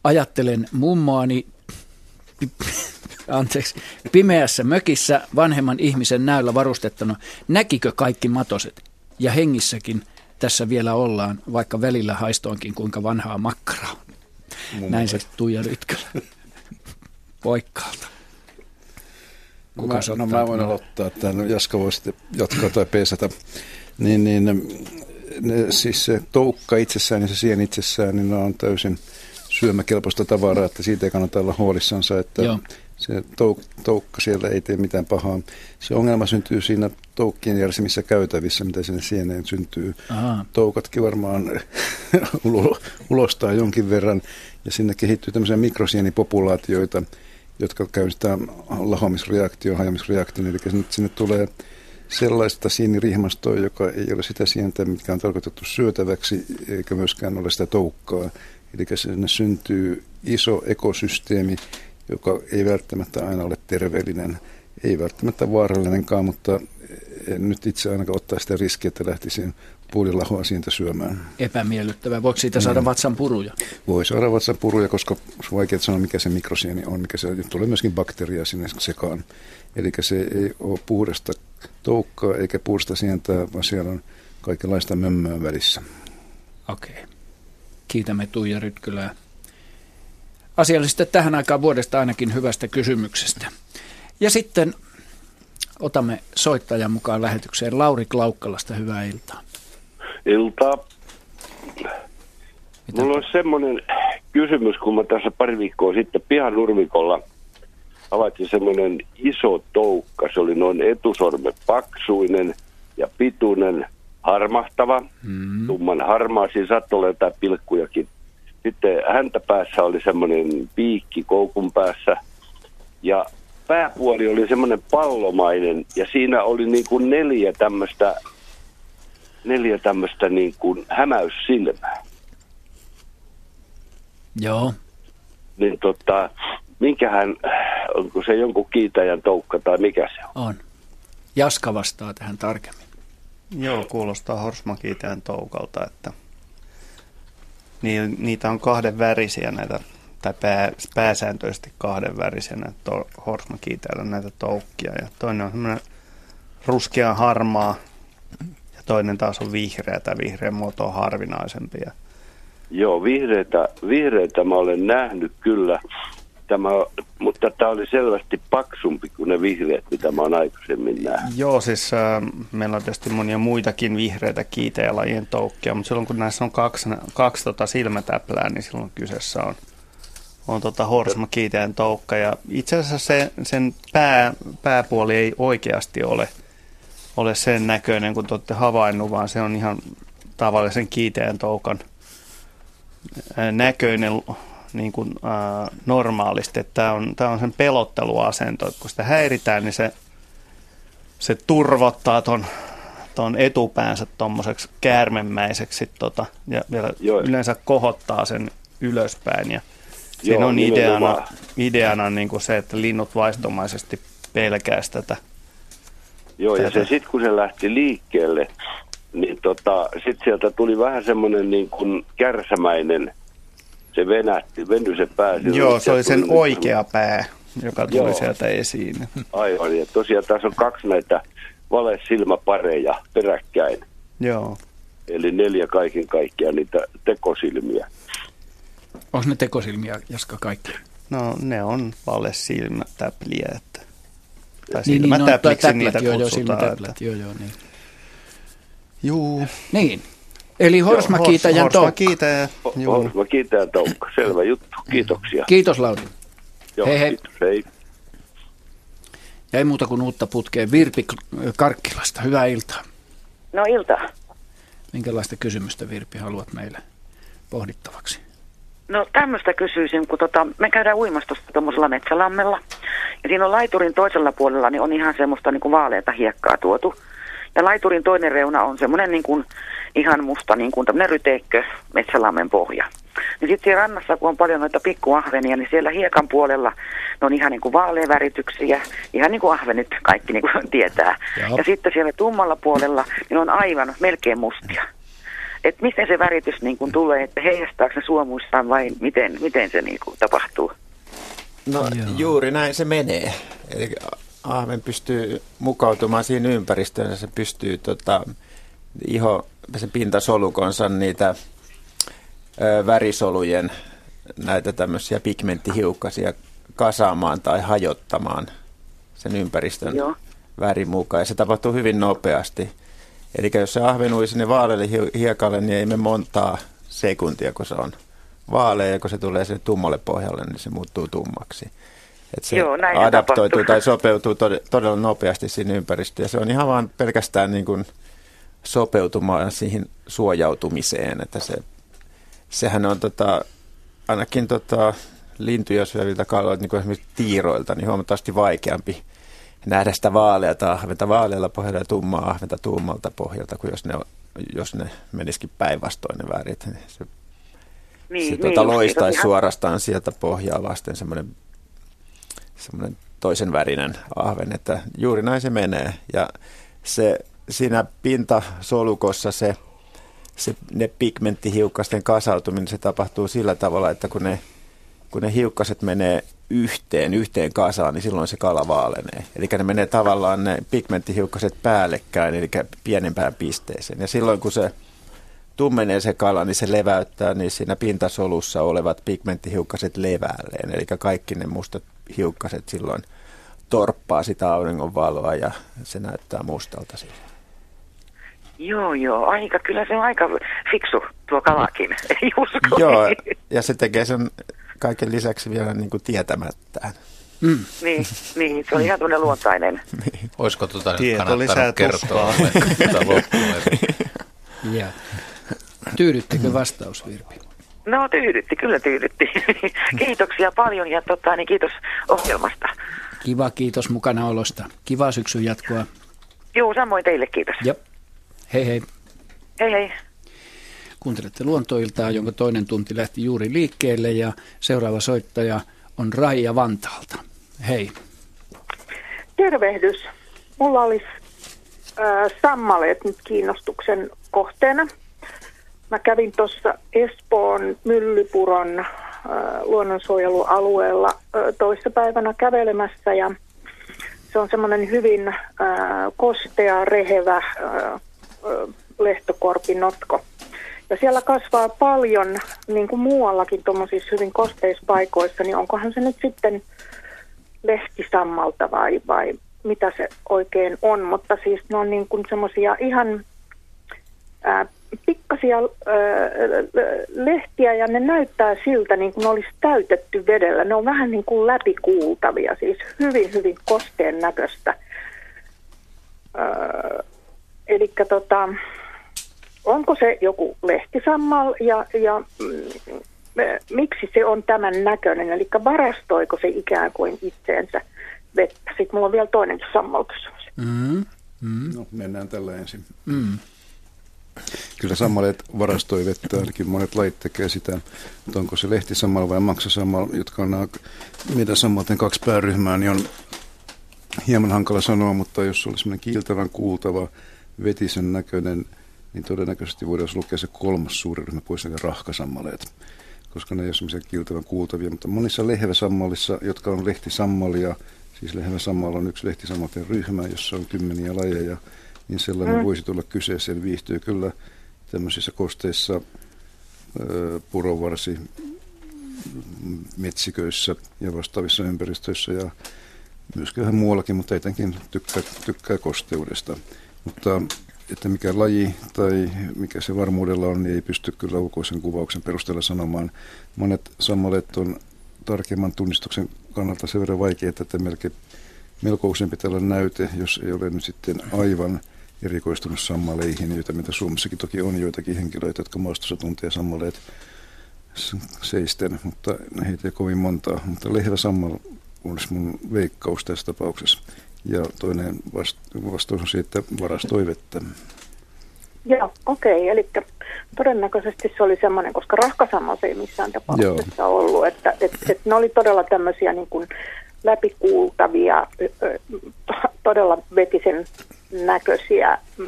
Ajattelen mummoani anteeksi, pimeässä mökissä vanhemman ihmisen näöllä varustettuna. Näkikö kaikki matoset? Ja hengissäkin tässä vielä ollaan, vaikka välillä haistoonkin kuinka vanhaa makkaraa. Mun Näin mielestä. Se Tuija Rytkälä Poikkaalta. Kuka mä, no mä voin aloittaa tämän, Jaska voi sitten jatkaa tai peesata. Niin, niin, ne, siis se toukka itsessään ja se sien itsessään, niin ne on täysin syömäkelpoista tavaraa, että siitä ei kannata olla huolissansa, että Joo. se touk- toukka siellä ei tee mitään pahaa. Se ongelma syntyy siinä toukkien järjestelmissä käytävissä, mitä sinne sieneen syntyy. Aha. Toukatkin varmaan ulostaa jonkin verran, ja sinne kehittyy tämmöisiä mikrosienipopulaatioita, jotka käytetään lahoamisreaktioon, hajoamisreaktioon, eli sinne, sinne tulee sellaista sienirihmastoa, joka ei ole sitä sientä, mikä on tarkoitettu syötäväksi, eikä myöskään ole sitä toukkaa. Eli sinne syntyy iso ekosysteemi, joka ei välttämättä aina ole terveellinen, ei välttämättä vaarallinenkaan, mutta en nyt itse ainakaan ottaa sitä riskiä, että lähtisin puolilahoa siitä syömään. Epämiellyttävää. Voiko siitä saada mm. vatsan puruja? Voi saada vatsan puruja, koska on vaikea sanoa, mikä se mikrosieni on, mikä se tulee myöskin bakteeria sinne sekaan. Eli se ei ole puhdasta toukkaa eikä puhdasta sientää, vaan siellä on kaikenlaista mömmöä välissä. Okei. Okay. Kiitämme Tuija Rytkylää asiallisesti tähän aikaan vuodesta ainakin hyvästä kysymyksestä. Ja sitten otamme soittajan mukaan lähetykseen Lauri Klaukkalasta. Hyvää iltaa. Iltaa. Mitä? Mulla olisi semmoinen kysymys, kun mä tässä pari viikkoa sitten pihan nurmikolla havaitsin semmoinen iso toukka. Se oli noin etusormen paksuinen ja pituinen, harmahtava, mm. tumman harmaa. Siinä saattoi olla jotain pilkkujakin. Sitten häntäpäässä oli semmoinen piikki koukun päässä ja pääpuoli oli semmoinen pallomainen ja siinä oli niin kuin neljä tämmöistä neljä tämmöistä niin kuin hämäyssilmää. Joo. Niin tota, minkähän, onko se jonkun kiitäjän toukka tai mikä se on? On. Jaska vastaa tähän tarkemmin. Joo, kuulostaa horsmakiitäjän toukalta, että niitä on kahden värisiä näitä, tai pää, pääsääntöisesti kahden värisiä näitä to, horsmakiitäjällä näitä toukkia. Ja toinen on semmoinen ruskea harmaa ja toinen taas on vihreä, tai vihreä muoto on harvinaisempi. Joo, vihreitä, vihreitä mä olen nähnyt kyllä, tämä, mutta tämä oli selvästi paksumpi kuin ne vihreät, mitä mä oon aikaisemmin nähnyt. Joo, siis äh, meillä on tietysti monia muitakin vihreitä kiitäjälajien toukkia, mutta silloin kun näissä on kaksi, kaksi tota silmätäplää, niin silloin kyseessä on, on tota horsmakiitäjän toukka. Ja itse asiassa se, sen pää, pääpuoli ei oikeasti ole, ole sen näköinen, kun te olette havainnut, vaan se on ihan tavallisen kiitäjän toukan näköinen niin kuin, äh, normaalisti, että tämä on, tämä on sen pelotteluasento, että kun sitä häiritään, niin se, se turvottaa ton, ton etupäänsä tuommoiseksi käärmemäiseksi tota, ja vielä Joo. yleensä kohottaa sen ylöspäin ja siinä Joo, on ideana, ideana niin kuin se, että linnut vaistomaisesti pelkääisi tätä. Joo, tätä. Ja se sitten kun se lähti liikkeelle, niin tota, sitten sieltä tuli vähän semmoinen niin kuin kärsämäinen, se venähti, venny se pää. Joo, se oli sen oikea pää, joka tuli Joo. sieltä esiin. Aivan, ja tosiaan tässä on kaksi näitä valesilmäpareja peräkkäin. Joo. Eli neljä kaiken kaikkiaan niitä tekosilmiä. Onko ne tekosilmiä, Jaska, kaikki? No ne on valesilmätäpliä, että tai niin, silmätäpliksi niin, no, niitä joo, kutsutaan. Joo, joo, joo, niin. Juu. Niin. Eli horsmakiitäjän toukka. Horsmakiitäjän, Horsmakiitäjän toukka. Selvä juttu. Kiitoksia. Kiitos, Lauri. Joo, hei hei. Kiitos, hei. Ja ei muuta kuin uutta putkeen. Virpi Karkkilasta. Hyvää iltaa. No iltaa. Minkälaista kysymystä, Virpi, haluat meille pohdittavaksi? No tämmöistä kysyisin, kun tota, me käydään uimastossa tuommoisella metsälammella. Ja siinä on laiturin toisella puolella, niin on ihan semmoista niin kuin vaaleata hiekkaa tuotu. Ja laiturin toinen reuna on semmoinen niin kuin ihan musta niin kuin tämmöinen ryteikkö metsälammen pohja. Niin sitten siellä rannassa, kun on paljon noita pikkuahvenia, niin siellä hiekan puolella ne on ihan niin kuin vaaleavärityksiä, ihan niin kuin ahvenit kaikki niin kuin tietää. Joo. Ja sitten siellä tummalla puolella niin on aivan melkein mustia. että miten se väritys niin kuin tulee, että heijastaako se suomuissaan vai miten, miten se niin kuin tapahtuu? No Joo. juuri näin se menee. Eli ahven pystyy mukautumaan siinä ympäristöön ja se pystyy tota, iho, sen pintasolukonsa niitä ö, värisolujen näitä tämmöisiä pigmenttihiukkasia kasaamaan tai hajottamaan sen ympäristön Joo. värin mukaan. Ja se tapahtuu hyvin nopeasti. Eli jos se ahven ui sinne vaalealle hiekalle, niin ei me montaa sekuntia, kun se on vaalea. Ja kun se tulee sinne tummalle pohjalle, niin se muuttuu tummaksi. Että se Joo, adaptoituu tapahtuu. Tai sopeutuu todella nopeasti siinä ympäristöön. Ja se on ihan vaan pelkästään niin kuin sopeutumaan siihen suojautumiseen. Että se, sehän on tota, ainakin tota, lintuja syöviltä kaloilta, niin kuin esimerkiksi tiiroilta, niin huomattavasti vaikeampi nähdä sitä vaaleata ahventa vaalealla pohjalla ja tummaa ahventa tummalta pohjalta, kuin jos ne, jos ne menisikin päinvastoin ne värit. Se, niin, se niin, tuota, loistaisi ihan suorastaan sieltä pohjaa vasten semmoinen, semmoinen toisen värinen ahven, että juuri näin se menee. Ja se, siinä pintasolukossa se, se, ne pigmenttihiukkasten kasautuminen, se tapahtuu sillä tavalla, että kun ne, kun ne hiukkaset menee yhteen, yhteen kasaan, niin silloin se kala vaalenee. Eli ne menee tavallaan ne pigmenttihiukkaset päällekkäin, eli pienempään pisteeseen. Ja silloin kun se tummenee se kala, niin se leväyttää niin siinä pintasolussa olevat pigmenttihiukkaset levälleen. Eli kaikki ne mustat hiukkaset silloin torppaa sitä auringonvaloa ja se näyttää mustalta silloin. Joo, joo. Aika, kyllä se on aika fiksu tuo kalakin. Ei usko. Joo, ja se tekee sen kaiken lisäksi vielä niin kuin tietämättään. Mm. Niin, niin, se on ihan tämmöinen luontainen. Niin. Olisiko tuota nyt kannattanut kertoa loppuun? Ja. Tyydyttikö vastaus, Virpi? No tyydytti, kyllä tyydytti. Kiitoksia paljon ja tota, niin kiitos ohjelmasta. Kiva, kiitos mukanaolosta. Kiva syksyn jatkoa. Joo, samoin teille, kiitos. Jop. Hei hei. Hei hei. Kuuntelette Luontoiltaa, jonka toinen tunti lähti juuri liikkeelle ja seuraava soittaja on Raija Vantaalta. Hei. Tervehdys. Mulla olisi äh, sammaleet nyt kiinnostuksen kohteena. Mä kävin tuossa Espoon Myllypuron äh, luonnonsuojelualueella äh, toissapäivänä kävelemässä ja se on semmoinen hyvin äh, kostea, rehevä äh, äh, lehtokorpinotko. Ja siellä kasvaa paljon, niin kuin muuallakin tuommoisissa hyvin kosteissa paikoissa, niin onkohan se nyt sitten lehtisammalta vai, vai mitä se oikein on. Mutta siis ne on niin kuin semmoisia ihan ää, pikkasia ää, lehtiä ja ne näyttää siltä niin kuin ne olisi täytetty vedellä. Ne on vähän niin kuin läpikuultavia, siis hyvin, hyvin kosteen näköistä. Eli tota... Onko se joku lehtisammal ja, ja mm, miksi se on tämän näköinen? Eli varastoiko se ikään kuin itseensä vettä? Sitten mulla on vielä toinenkin sammalkysymys. Mm, mm. No, mennään tällä ensin. Mm. Kyllä sammaleet varastoi vettä, ainakin monet lajit tekee sitä. Mutta onko se lehtisammal vai maksasammal, jotka on nämä meidän sammalten kaksi pääryhmää, niin on hieman hankala sanoa, mutta jos olisi sellainen kiiltävän kuultava, vetisen näköinen, niin todennäköisesti voidaan lukea se kolmas suuri ryhmä pois, eli rahkasammaleet, koska ne ei ole semmoisia kiiltävän kuultavia. Mutta monissa lehväsammallissa, jotka on lehtisammalia, siis lehväsammal on yksi lehtisammalten ryhmä, jossa on kymmeniä lajeja, niin sellainen mm. voisi tulla kyseeseen. Viihtyy kyllä tämmöisissä kosteissa, purovarsi, metsiköissä ja vastaavissa ympäristöissä ja myöskin vähän muuallakin, mutta etenkin tykkää, tykkää kosteudesta. Mutta että mikä laji tai mikä se varmuudella on, niin ei pysty kyllä ulkoisen kuvauksen perusteella sanomaan. Monet sammaleet on tarkemman tunnistuksen kannalta sen verran vaikeita, että melkein melko usein pitää olla näyte, jos ei ole nyt sitten aivan erikoistunut sammaleihin, joita mitä Suomessakin toki on joitakin henkilöitä, jotka maastossa tuntee sammaleet seisten, mutta heitä ei kovin montaa. Mutta lehväsammal olisi mun veikkaus tässä tapauksessa. Ja toinen vastaus on se, että varastoi vettä. Joo, okei. Okay. Eli todennäköisesti se oli semmoinen, koska rahkasammal se ei missään tapauksessa Joo. ollut. Että et, et ne oli todella tämmöisiä niin kuin läpikuultavia, todella vetisen näköisiä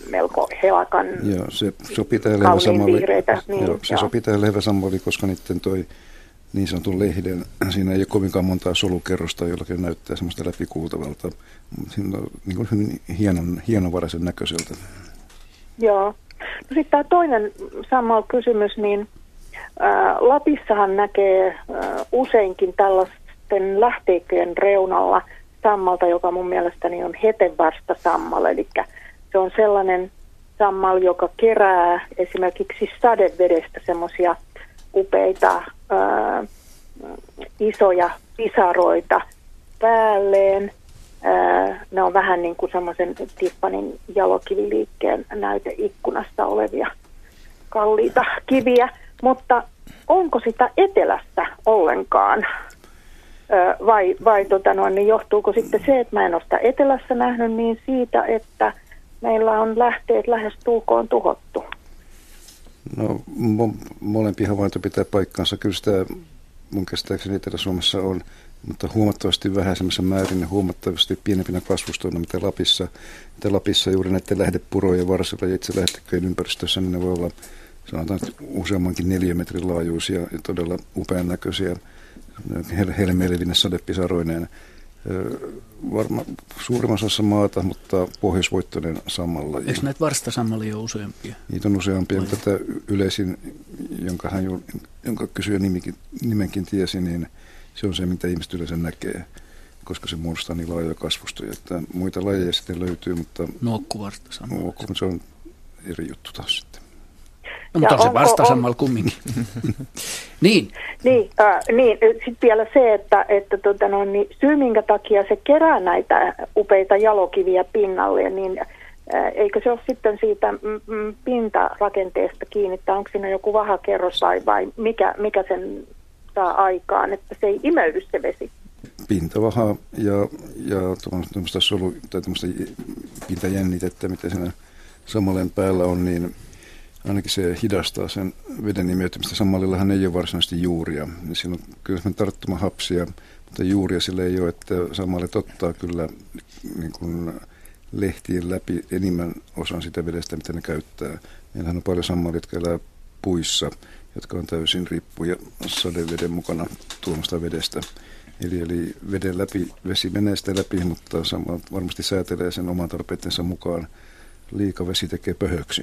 melko helakan Joo, se sopii tähän Leväsammalli, niin, joo, se sopii tähän Leväsammalli, koska niiden toi niin sanotun lehden, siinä ei ole kovinkaan montaa solukerrosta, jollakin näyttää semmoista läpikuultavalta. Siinä on niin kuin hyvin hienon, hienovaraisen näköiseltä. Joo. No sitten tämä toinen samalla kysymys, niin ää, Lapissahan näkee ää, useinkin tällaisten lähteikköjen reunalla sammalta, joka mun mielestäni on hetevarsta sammal, eli se on sellainen sammal, joka kerää esimerkiksi sadevedestä semmoisia upeita ää, isoja pisaroita päälleen. Ää, ne on vähän niin kuin semmoisen Tippanin jalokiviliikkeen näyteikkunassa olevia kalliita kiviä, mutta onko sitä etelässä ollenkaan? Ää, vai vai tota noin, niin johtuuko sitten se, että mä en ole sitä etelässä nähnyt, niin siitä, että meillä on lähteet lähes tulkoon tuhottu? No mo- molempi havainto pitää paikkansa. Kyllä sitä mun käsittääkseni Etelä-Suomessa on, mutta huomattavasti vähäisemmässä määrin ja huomattavasti pienempinä kasvustoina, mitä Lapissa. Mitä Lapissa juuri näiden lähdepurojen varsilla ja itse lähdeköjen ympäristössä, niin ne voi olla sanotaan useammankin neliömetrin laajuisia ja todella upean näköisiä hel- helmeilevinä sadepisaroineen. Varmaan suurimmassa osassa maata, mutta pohjoisvoittoinen samalla. Eikö näitä varstasammalia ole useampia? Niitä on useampia, mutta tätä yleisin, jonka, hän, jonka kysyjä nimikin, nimenkin tiesi, niin se on se, mitä ihmiset yleensä näkee, koska se muodostaa niin laajoja kasvustoja. Että muita lajeja sitten löytyy, mutta nuokkuvarstasammal. Nuokku, se on eri juttu taas sitten. No, mutta on se varstasammal kumminkin. Niin. Niin, äh, niin sitten vielä se, että, että tota no, niin syy minkä takia se kerää näitä upeita jalokiviä pinnalle, niin äh, eikö se ole sitten siitä mm, pintarakenteesta kiinni, että onko siinä joku vahakerros vai, vai mikä, mikä sen saa aikaan, että se ei imeydy se vesi? Pintavaha ja, ja tuommoista solu, tai tuommoista pintajännitettä, mitä siinä samalleen päällä on, niin ainakin se hidastaa sen veden imeytymistä. Sammallillahan ei ole varsinaisesti juuria. Siinä on kyllä tarttumahapsia, mutta juuria sillä ei ole, että sammallit ottaa kyllä niin kuin lehtien läpi enimmän osan sitä vedestä, mitä ne käyttää. Meillähän on paljon sammalia, jotka elää puissa, jotka on täysin riippuja sadeveden mukana tuomasta vedestä. Eli, eli veden läpi, vesi menee sitä läpi, mutta sammallit varmasti säätelee sen oman tarpeidensa mukaan. Liika vesi tekee pöhöksi.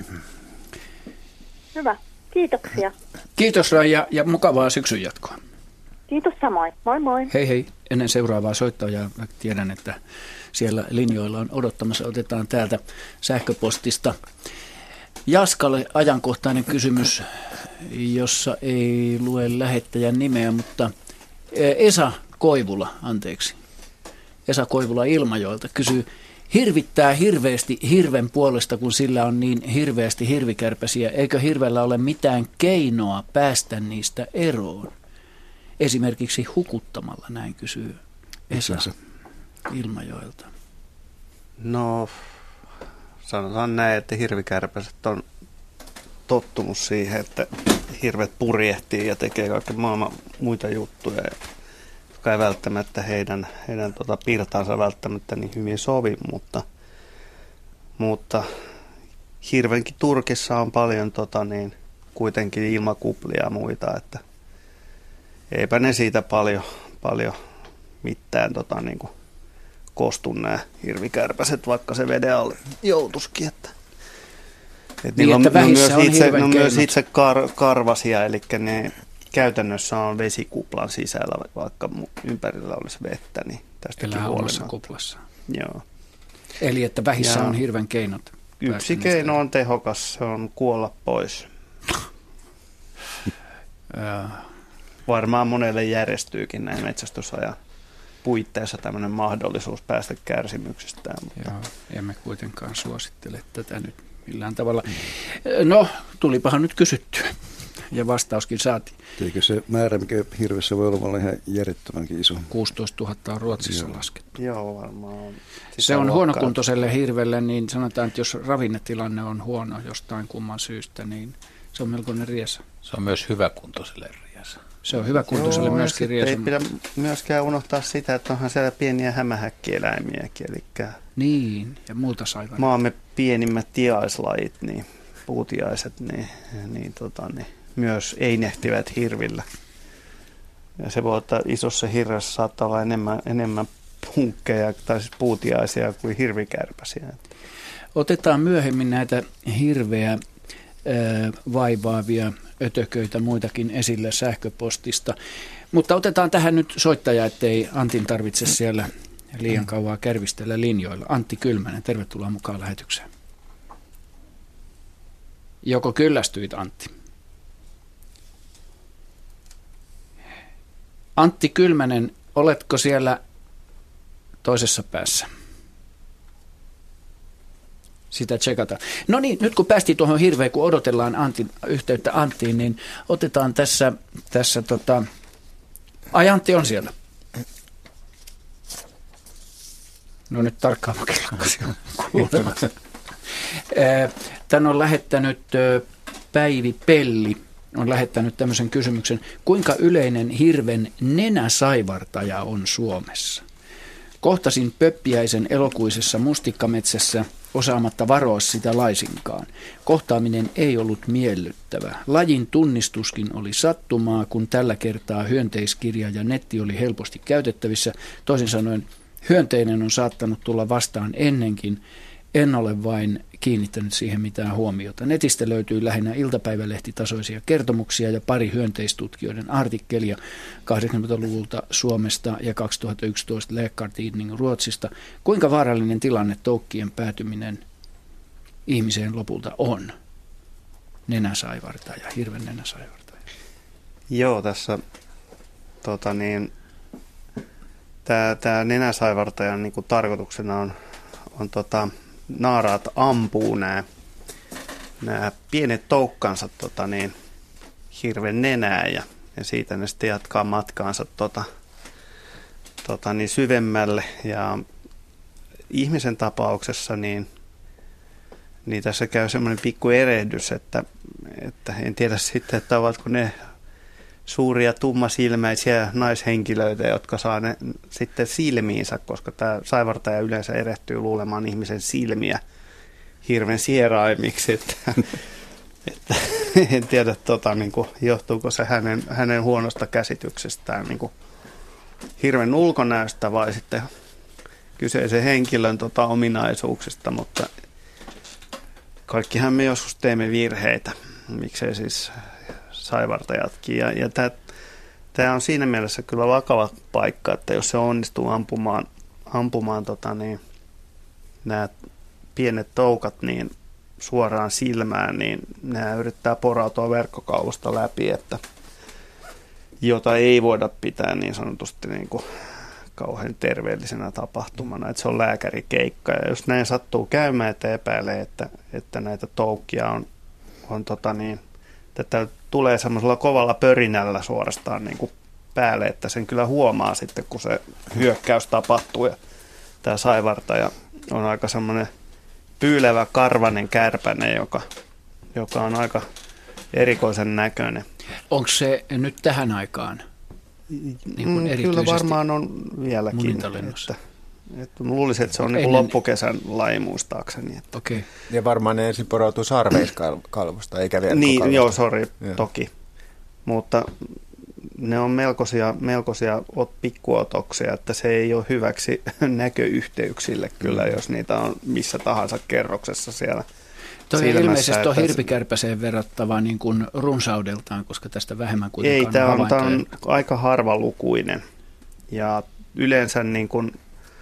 Hyvä. Kiitoksia. Kiitos Raija ja mukavaa syksyn jatkoa. Kiitos samoin. Moi moi. Hei hei. Ennen seuraavaa soittajaa tiedän, että siellä linjoilla on odottamassa. Otetaan täältä sähköpostista Jaskalle ajankohtainen kysymys, jossa ei lue lähettäjän nimeä, mutta Esa Koivula, anteeksi. Esa Koivula Ilmajoelta kysyy, hirvittää hirveästi hirven puolesta, kun sillä on niin hirveästi hirvikärpäsiä. Eikö hirvellä ole mitään keinoa päästä niistä eroon? Esimerkiksi hukuttamalla, näin kysyy Esa Ilmajoelta. No, sanotaan näin, että hirvikärpäset on tottunut siihen, että hirvet purjehtii ja tekee kaiken maailman muita juttuja, jotka ei välttämättä heidän, heidän tota pirtaansa välttämättä niin hyvin sovi, mutta, mutta hirvenkin turkissa on paljon tota niin, kuitenkin ilmakuplia ja muita, että eipä ne siitä paljon, paljon mitään tota niin kuin kostu nämä hirvikärpäset, vaikka se veden alle joutuisikin, että Et niin, niillä on, on, myös, on, itse, on myös itse kar, karvasia, eli ne käytännössä on vesikuplan sisällä, vaikka ympärillä olisi vettä, niin tästäkin elää omassa huolimatta. kuplassa. Joo. Eli että vähissä ja on hirven keinot. Yksi keino on tehokas, se on kuolla pois. Varmaan monelle järjestyykin näin metsästysajan puitteissa tämmöinen mahdollisuus päästä kärsimyksestään. Mutta joo, emme kuitenkaan suosittele tätä nyt millään tavalla. No, tulipahan nyt kysyttyä ja vastauskin saatiin. Eikö se määrä, mikä hirvessä voi olla ihan järjettömänkin iso? kuusitoista tuhatta on Ruotsissa joo. laskettu. Joo, varmaan. Se on huonokuntoiselle hirvelle, niin sanotaan, että jos ravinnetilanne on huono jostain kumman syystä, niin se on melkoinen riesa. Se on myös hyväkuntoiselle riesa. Suomessa. Se on hyvä kuntoiselle myöskin Ei Rieson. pidä myöskään unohtaa sitä, että onhan siellä pieniä hämähäkkieläimiäkin. Eli niin, ja muuta saivarta. Maamme pienimmät tiaislajit, niin puutiaiset, niin, niin, tota, niin myös einehtivät hirvillä. Ja se voi ottaa isossa hirressä saattaa olla enemmän, enemmän punkkeja tai siis puutiaisia kuin hirvikärpäsiä. Otetaan myöhemmin näitä hirveä äh, vaivaavia ötököitä muitakin esille sähköpostista. Mutta otetaan tähän nyt soittaja, ettei Antin tarvitse siellä liian kauaa kärvistellä linjoilla. Antti Kylmänen, tervetuloa mukaan lähetykseen. Joko kyllästyit, Antti? Antti Kylmänen, oletko siellä toisessa päässä? Sitä tsekataan. No niin, nyt kun päästiin tuohon hirveän, kun odotellaan Antin, yhteyttä Anttiin, niin otetaan tässä, tässä tota... Ai, Antti on siellä. No nyt tarkkaan kello kuulemassa. Tän on lähettänyt Päivi Pelli, on lähettänyt tämmöisen kysymyksen. Kuinka yleinen hirven nenäsaivartaja on Suomessa? Kohtasin Pöppiäisen elokuisessa mustikkametsässä osaamatta varoa sitä laisinkaan. Kohtaaminen ei ollut miellyttävä. Lajin tunnistuskin oli sattumaa, kun tällä kertaa hyönteiskirja ja netti oli helposti käytettävissä. Toisin sanoen hyönteinen on saattanut tulla vastaan ennenkin. En ole vain kiinnittänyt siihen mitään huomiota. Netistä löytyy lähinnä iltapäivälehtitasoisia kertomuksia ja pari hyönteistutkijoiden artikkelia kahdeksankymmentäluvulta Suomesta ja kaksituhattayksitoista Läkartidning Ruotsista. Kuinka vaarallinen tilanne toukkien päätyminen ihmiseen lopulta on? Nenäsaivartaja, hirven nenäsaivartaja. Joo, tässä tota niin, tämä, tämä nenäsaivartajan niin kuin tarkoituksena on, on tota, naaraat ampuu nämä, nämä pienet toukkansa tota niin, hirven nenää ja, ja siitä ne sitten jatkaa matkaansa tota, tota niin, syvemmälle. Ja ihmisen tapauksessa niin, niin tässä käy semmoinen pikku erehdys, että, että en tiedä sitten, että ovatko ne suuria tummasilmäisiä naishenkilöitä, jotka saa ne sitten silmiinsä, koska tämä saivartaja yleensä erehtyy luulemaan ihmisen silmiä hirven sieraimiksi. Että, että, en tiedä, tota, niin kuin, johtuuko se hänen, hänen huonosta käsityksestään niin kuin hirven ulkonäöstä vai sitten kyseisen henkilön tota, ominaisuuksista, mutta kaikkihan me joskus teemme virheitä, miksei siis saivartajatkin. Ja, ja tämä on siinä mielessä kyllä vakava paikka, että jos se onnistuu ampumaan, ampumaan tota niin, nämä pienet toukat niin suoraan silmään, niin nämä yrittää porautua verkkokaulusta läpi, että jota ei voida pitää niin sanotusti niin kuin kauhean terveellisenä tapahtumana, että se on lääkärikeikka. Ja jos näin sattuu käymään, että epäilee, että, että näitä toukkia on, on tota niin, tätä tulee semmoisella kovalla pörinällä suorastaan niin kuin päälle, että sen kyllä huomaa sitten, kun se hyökkäys tapahtuu. Ja tämä saivartaja on aika semmoinen pyylevä karvanen kärpänen, joka, joka on aika erikoisen näköinen. Onko se nyt tähän aikaan niin kuin mm, kyllä varmaan on vieläkin. Että, että luulisin, että se on niin loppukesän laji muistaakseni. Että. Okay. Ja varmaan ne ensin porautuu sarveiskalvosta, eikä verkkokalvosta. Niin, joo, sori, toki. Mutta ne on melkoisia, melkoisia pikkuotoksia, että se ei ole hyväksi näköyhteyksille kyllä, mm. jos niitä on missä tahansa kerroksessa siellä. Tuo on ilmeisesti on hirvikärpäseen verrattava niin kuin runsaudeltaan, koska tästä vähemmän kuitenkaan ei, tämä on, tämä on aika harvalukuinen. Ja yleensä niin kuin,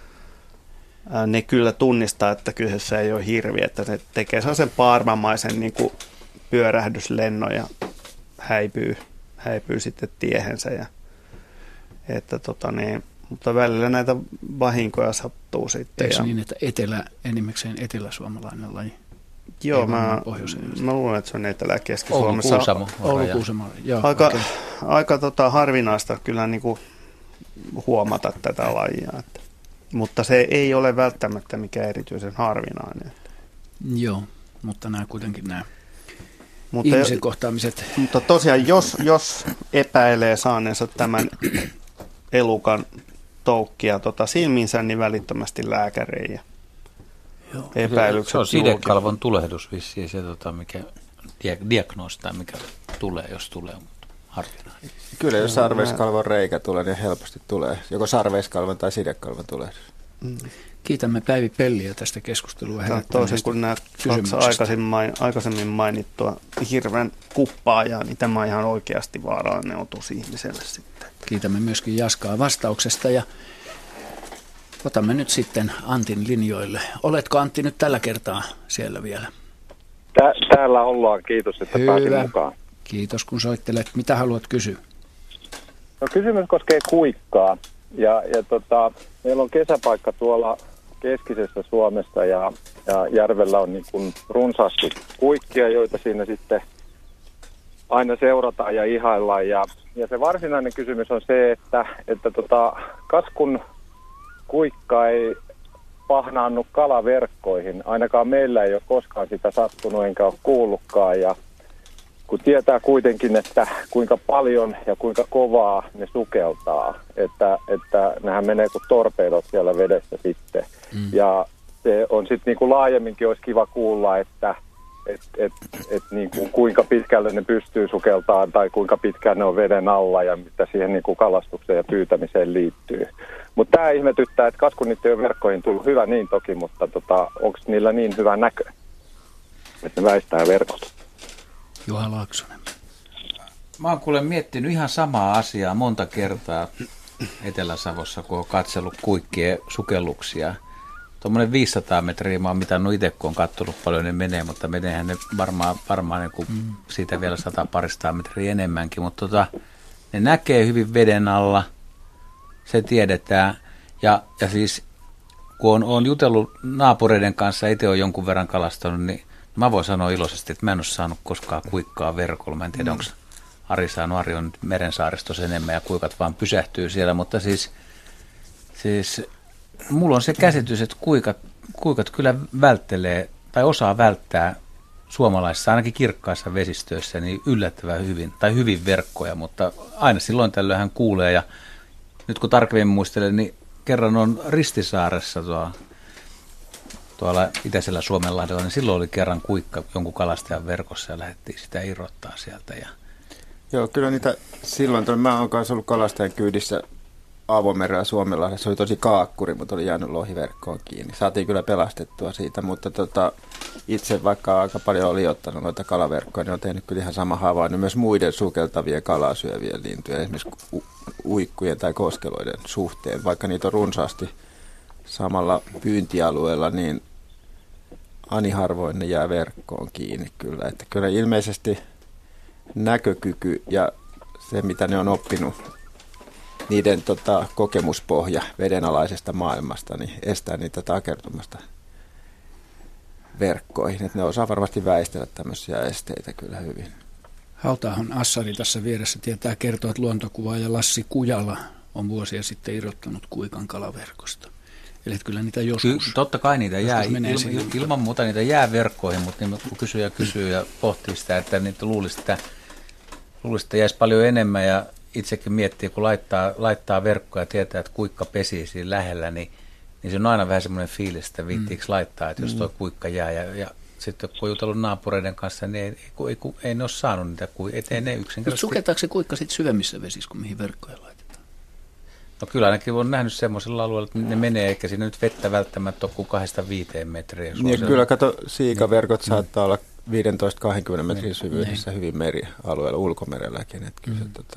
ää, ne kyllä tunnistaa, että kyseessä ei ole hirvi, että se tekee sellaisen paarmamaisen niin kuin pyörähdyslennon ja häipyy, häipyy sitten tiehensä. Ja, että, tota niin, mutta välillä näitä vahinkoja sattuu sitten. Eikö ja, niin, että etelä, enimmäkseen eteläsuomalainen laji? Joo, mä, mä luulen, että se on Etelä- ja Keski-Suomessa. Oulu-Kuusamo. Oulu-Kuusamo, joo. Aika, okay. aika tota, harvinaista kyllä niin kuin huomata tätä lajia. Että, mutta se ei ole välttämättä mikään erityisen harvinainen. Että. Joo, mutta nämä kuitenkin nämä Mutta, ihmisen kohtaamiset. Mutta tosiaan, jos, jos epäilee saaneensa tämän elukan toukkia tota silmiinsä, niin välittömästi lääkäriin. Epäilykset se on sidekalvon tulehdus vissiin se, tota, mikä dia- diagnoosi tai mikä tulee, jos tulee, mutta harvinainen. Kyllä, jos sarveiskalvon reikä tulee, niin helposti tulee joko sarveiskalvon tai sidekalvon tulehdus. Mm. Kiitämme Päivi Pelliä tästä keskustelua. Toisin kuin nämä kaksi aikaisemmin, aikaisemmin mainittua hirveän kuppaajaa, niin tämä on ihan oikeasti vaarallinen otus ihmiselle sitten. Kiitämme myöskin Jaskaa vastauksesta ja otamme nyt sitten Antin linjoille. Oletko Antti nyt tällä kertaa siellä vielä? Tää, täällä ollaan, kiitos, että Hyvä. pääsin mukaan. Kiitos kun soittelet. Mitä haluat kysyä? No, kysymys koskee kuikkaa. Ja, ja tota, meillä on kesäpaikka tuolla keskisessä Suomessa ja, ja järvellä on niin kuin runsaasti kuikkia, joita siinä sitten aina seurataan ja ihaillaan. Ja, ja se varsinainen kysymys on se, että, että tota, kas kun kuikka ei pahnaannu kalaverkkoihin, ainakaan meillä ei ole koskaan sitä sattunut enkä ole kuullutkaan. Ja kun tietää kuitenkin, että kuinka paljon ja kuinka kovaa ne sukeltaa, että, että nehän menee kuin torpeidot siellä vedessä sitten. Mm. Ja se on sitten niin kuin laajemminkin olisi kiva kuulla, että et, et, et niin kuin kuinka pitkälle ne pystyy sukeltaan tai kuinka pitkään ne on veden alla ja mitä siihen niin kuin kalastukseen ja pyytämiseen liittyy. Mutta tämä ihmetyttää, että kas kun niitä ei ole verkkoihin tullut hyvä niin toki, mutta tota, onko niillä niin hyvä näkö, että ne väistää verkot? Juha Laaksonen. Mä oon kuule miettinyt ihan samaa asiaa monta kertaa Etelä-Savossa, kun oon katsellut kuikkien sukelluksia. Tuommoinen viisisataa metriä mä oon mitannut itse, kun oon katsonut paljon ne menee, mutta meneehän ne varmaan, varmaan niin kuin mm. siitä vielä sata paristaa metriä enemmänkin. Mutta tota, ne näkee hyvin veden alla, se tiedetään. Ja, ja siis kun on, on jutellut naapureiden kanssa, itse on jonkun verran kalastanut, niin mä voin sanoa iloisesti, että mä en ole saanut koskaan kuikkaa verkolla. Mä en tiedä, mm. onko Ari saanut, Ari on nyt merensaaristossa enemmän ja kuikat vaan pysähtyy siellä. Mutta siis, siis mulla on se käsitys, että kuikat, kuikat kyllä välttelee tai osaa välttää suomalaisissa, ainakin kirkkaissa vesistöissä, niin yllättävän hyvin, tai hyvin verkkoja, mutta aina silloin tällöin hän kuulee. Ja nyt kun tarkemmin muistelen, niin kerran on Ristisaaressa tuolla, tuolla itäisellä Suomenlahdella, niin silloin oli kerran kuikka jonkun kalastajan verkossa ja lähdettiin sitä irrottaa sieltä. Ja joo, kyllä niitä silloin, mä oon kanssa ollut kalastajan kyydissä Avomerellä Suomenlahdessa, se oli tosi kaakkuri, mutta oli jäänyt lohiverkkoon kiinni. Saatiin kyllä pelastettua siitä, mutta tota, itse vaikka aika paljon oli ottanut noita kalaverkkoja, niin on tehnyt kyllä ihan sama havainnon myös muiden sukeltavien kalaa syövien lintujen, esimerkiksi u- uikkujen tai koskeloiden suhteen. Vaikka niitä on runsaasti samalla pyyntialueella, niin ani harvoin ne jää verkkoon kiinni kyllä. Että kyllä ilmeisesti näkökyky ja se, mitä ne on oppinut, niiden tota, kokemuspohja vedenalaisesta maailmasta, niin estää niitä takertumasta verkkoihin. Et ne osaa varmasti väistellä tämmöisiä esteitä kyllä hyvin. Hautaahon Assari tässä vieressä tietää kertoa, että luontokuvaaja Lassi Kujala on vuosia sitten irrottanut kuikan kalaverkosta. Eli kyllä niitä joskus... Ky- totta kai niitä jää, il- ilman muuta niitä jää verkkoihin, mutta niin, kun kysyy ja kysyy ja pohtii sitä, että niitä luulisi, että, luulisi, että jäisi paljon enemmän ja itsekin miettii, kun laittaa, laittaa verkkoja ja tietää, että kuikka pesii siinä lähellä, niin, niin se on aina vähän semmoinen fiilis, että viittiinkö laittaa, että jos tuo kuikka jää. Ja, ja sitten kun on jutellut naapureiden kanssa, niin ei, ei, ei, ei ne ole saanut niitä kuikkaa. Ne yksinkertaisesti... Sukeltaako se kuikka sitten syvemmissä vesissä, kuin mihin verkkoja laitetaan? No kyllä ainakin on nähnyt semmoisella alueella, että ne menee, eikä siinä nyt vettä välttämättä ole kuin kahdesta viiteen metriä. Niin, kyllä kato, siikaverkot mm. saattaa olla viisitoista kaksikymmentä metrin syvyydessä mm. hyvin merialueella, ulkomerelläkin. Että kyllä se, tota...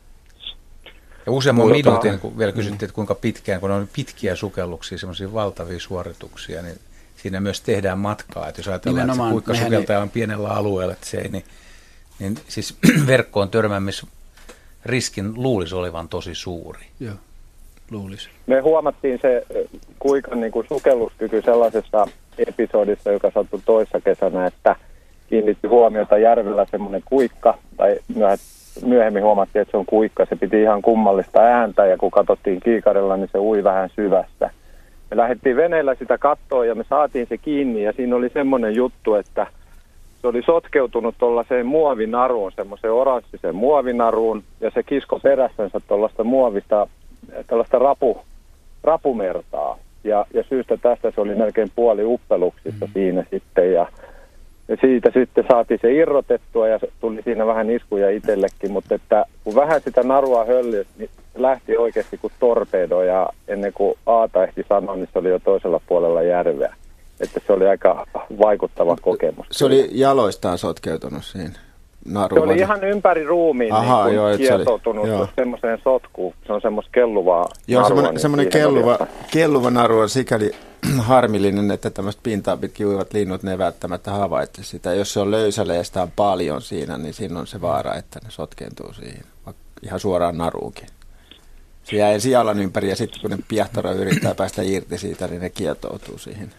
Ja useamman minuutin, kun vielä kysyttiin, että kuinka pitkään, kun on pitkiä sukelluksia, semmoisia valtavia suorituksia, niin siinä myös tehdään matkaa. Että jos ajatellaan, nimenomaan, että se kuikka sukeltaja on pienellä alueella, että se ei, niin, niin siis verkkoon törmäämisriskin luulisi olevan tosi suuri. Joo, luulisi. Me huomattiin se kuikan niin kuin sukelluskyky sellaisessa episodissa, joka sattui toissa kesänä, että kiinnitti huomiota järvellä semmoinen kuikka, tai myöhemmin huomattiin, että se on kuikka. Se piti ihan kummallista ääntä, ja kun katsottiin kiikarilla, niin se ui vähän syvässä. Me lähdettiin veneellä sitä kattoon, ja me saatiin se kiinni, ja siinä oli semmoinen juttu, että se oli sotkeutunut tuollaiseen muovinaruun, semmoiseen oranssiseen muovinaruun, ja se kisko perässänsä tuollaista muovista, tällaista rapu, rapumertaa. Ja, ja syystä tästä se oli melkein puoli uppeluksissa mm. siinä sitten, ja, ja siitä sitten saatiin se irrotettua, ja se tuli siinä vähän iskuja itsellekin, mutta että kun vähän sitä narua höllysi, niin se lähti oikeasti kuin torpedo, ja ennen kuin Aata ehti sanoa, niin se oli jo toisella puolella järveä. Että se oli aika vaikuttava kokemus. Se oli jaloistaan sotkeutunut siinä naruun. Se oli ihan ympäri ruumiin Aha, niin joo, kietoutunut semmoiseen sotkuun. Se on semmoista kelluvaa joo, narua. Joo, semmoinen niin kelluva, kelluva naru on sikäli harmillinen, että tämmöistä pintaa pitkin uivat linnut, ne ei välttämättä havaitse sitä. Jos se on löysäleistä on paljon siinä, niin siinä on se vaara, että ne sotkeentuu siihen. Ihan suoraan naruunkin. Se jää ensin jalan ympäri ja sitten kun ne piahtaro yrittää päästä irti siitä, niin ne kietoutuu siihen.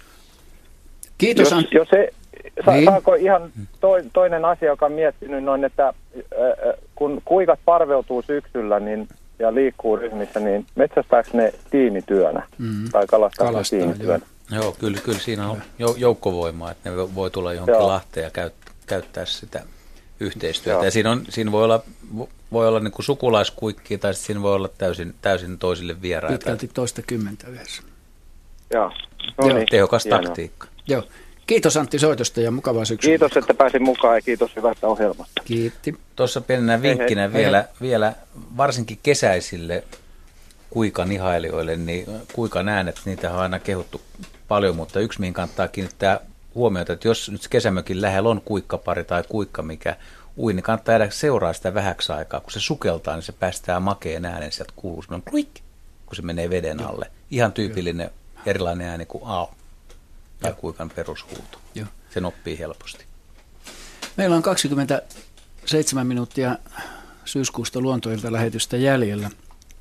Kiitos. Jos, jos se, sa, niin. Saako ihan to, toinen asia, joka on miettinyt noin, että äh, kun kuikat parveutuu syksyllä niin, ja liikkuu ryhmissä, niin metsästääkö ne tiimityönä mm. tai kalastaa ne tiimityönä? Joo, joo kyllä, kyllä siinä on joukkovoimaa, että ne voi tulla johonkin joo. Lahteen ja käyt, käyttää sitä yhteistyötä. Joo. Ja siinä, on, siinä voi olla, voi olla niin kuin sukulaiskuikkia tai siinä voi olla täysin, täysin toisille vieraita. Pitkälti toista kymmentä yhdessä. Joo. No niin. Tehokas hienoa. Taktiikka. Joo. Kiitos Antti soitosta ja mukavaa syksyä. Kiitos, että pääsin mukaan ja kiitos hyvästä ohjelmasta. Kiitti. Tuossa pienenä vinkkinä hei, hei. Vielä, vielä varsinkin kesäisille kuikan ihailijoille, niin kuikan äänet, niitä on aina kehuttu paljon, mutta yksi mihin kannattaa kiinnittää huomiota, että jos nyt kesämökin lähellä on kuikkapari tai kuikka, mikä ui, niin kannattaa jäädä seuraa sitä vähäksi aikaa. Kun se sukeltaa, niin se päästää makeen äänen, sieltä kuuluu semmoinen kluik, kun se menee veden alle. Ihan tyypillinen erilainen ääni kuin ao. Tai kuikan perushuuto. Joo. Sen oppii helposti. Meillä on kaksikymmentäseitsemän minuuttia syyskuusta luontoilta lähetystä jäljellä.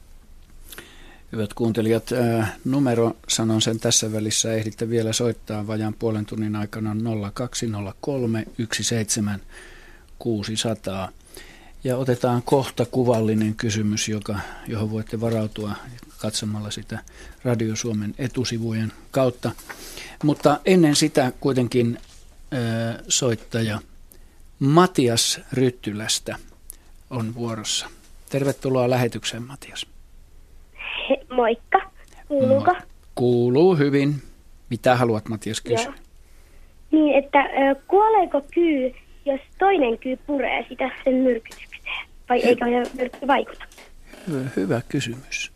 Hyvät kuuntelijat, ää, numero, sanon sen tässä välissä, ehditte vielä soittaa vajaan puolen tunnin aikana nolla kaksi nolla kolme yksi seitsemän kuusi nolla nolla. Ja otetaan kohta kuvallinen kysymys, joka, johon voitte varautua katsomalla sitä Radio Suomen etusivujen kautta. Mutta ennen sitä kuitenkin äh, soittaja Matias Ryttylästä on vuorossa. Tervetuloa lähetykseen, Matias. He, moikka. Kuuluuko? Mo- kuuluu hyvin. Mitä haluat, Matias, kysyä? Joo. Niin, että äh, kuoleeko kyy, jos toinen kyy puree sitä sen myrkytykseen? Vai eikö myrkky vaikuta? Hyvä, hyvä kysymys.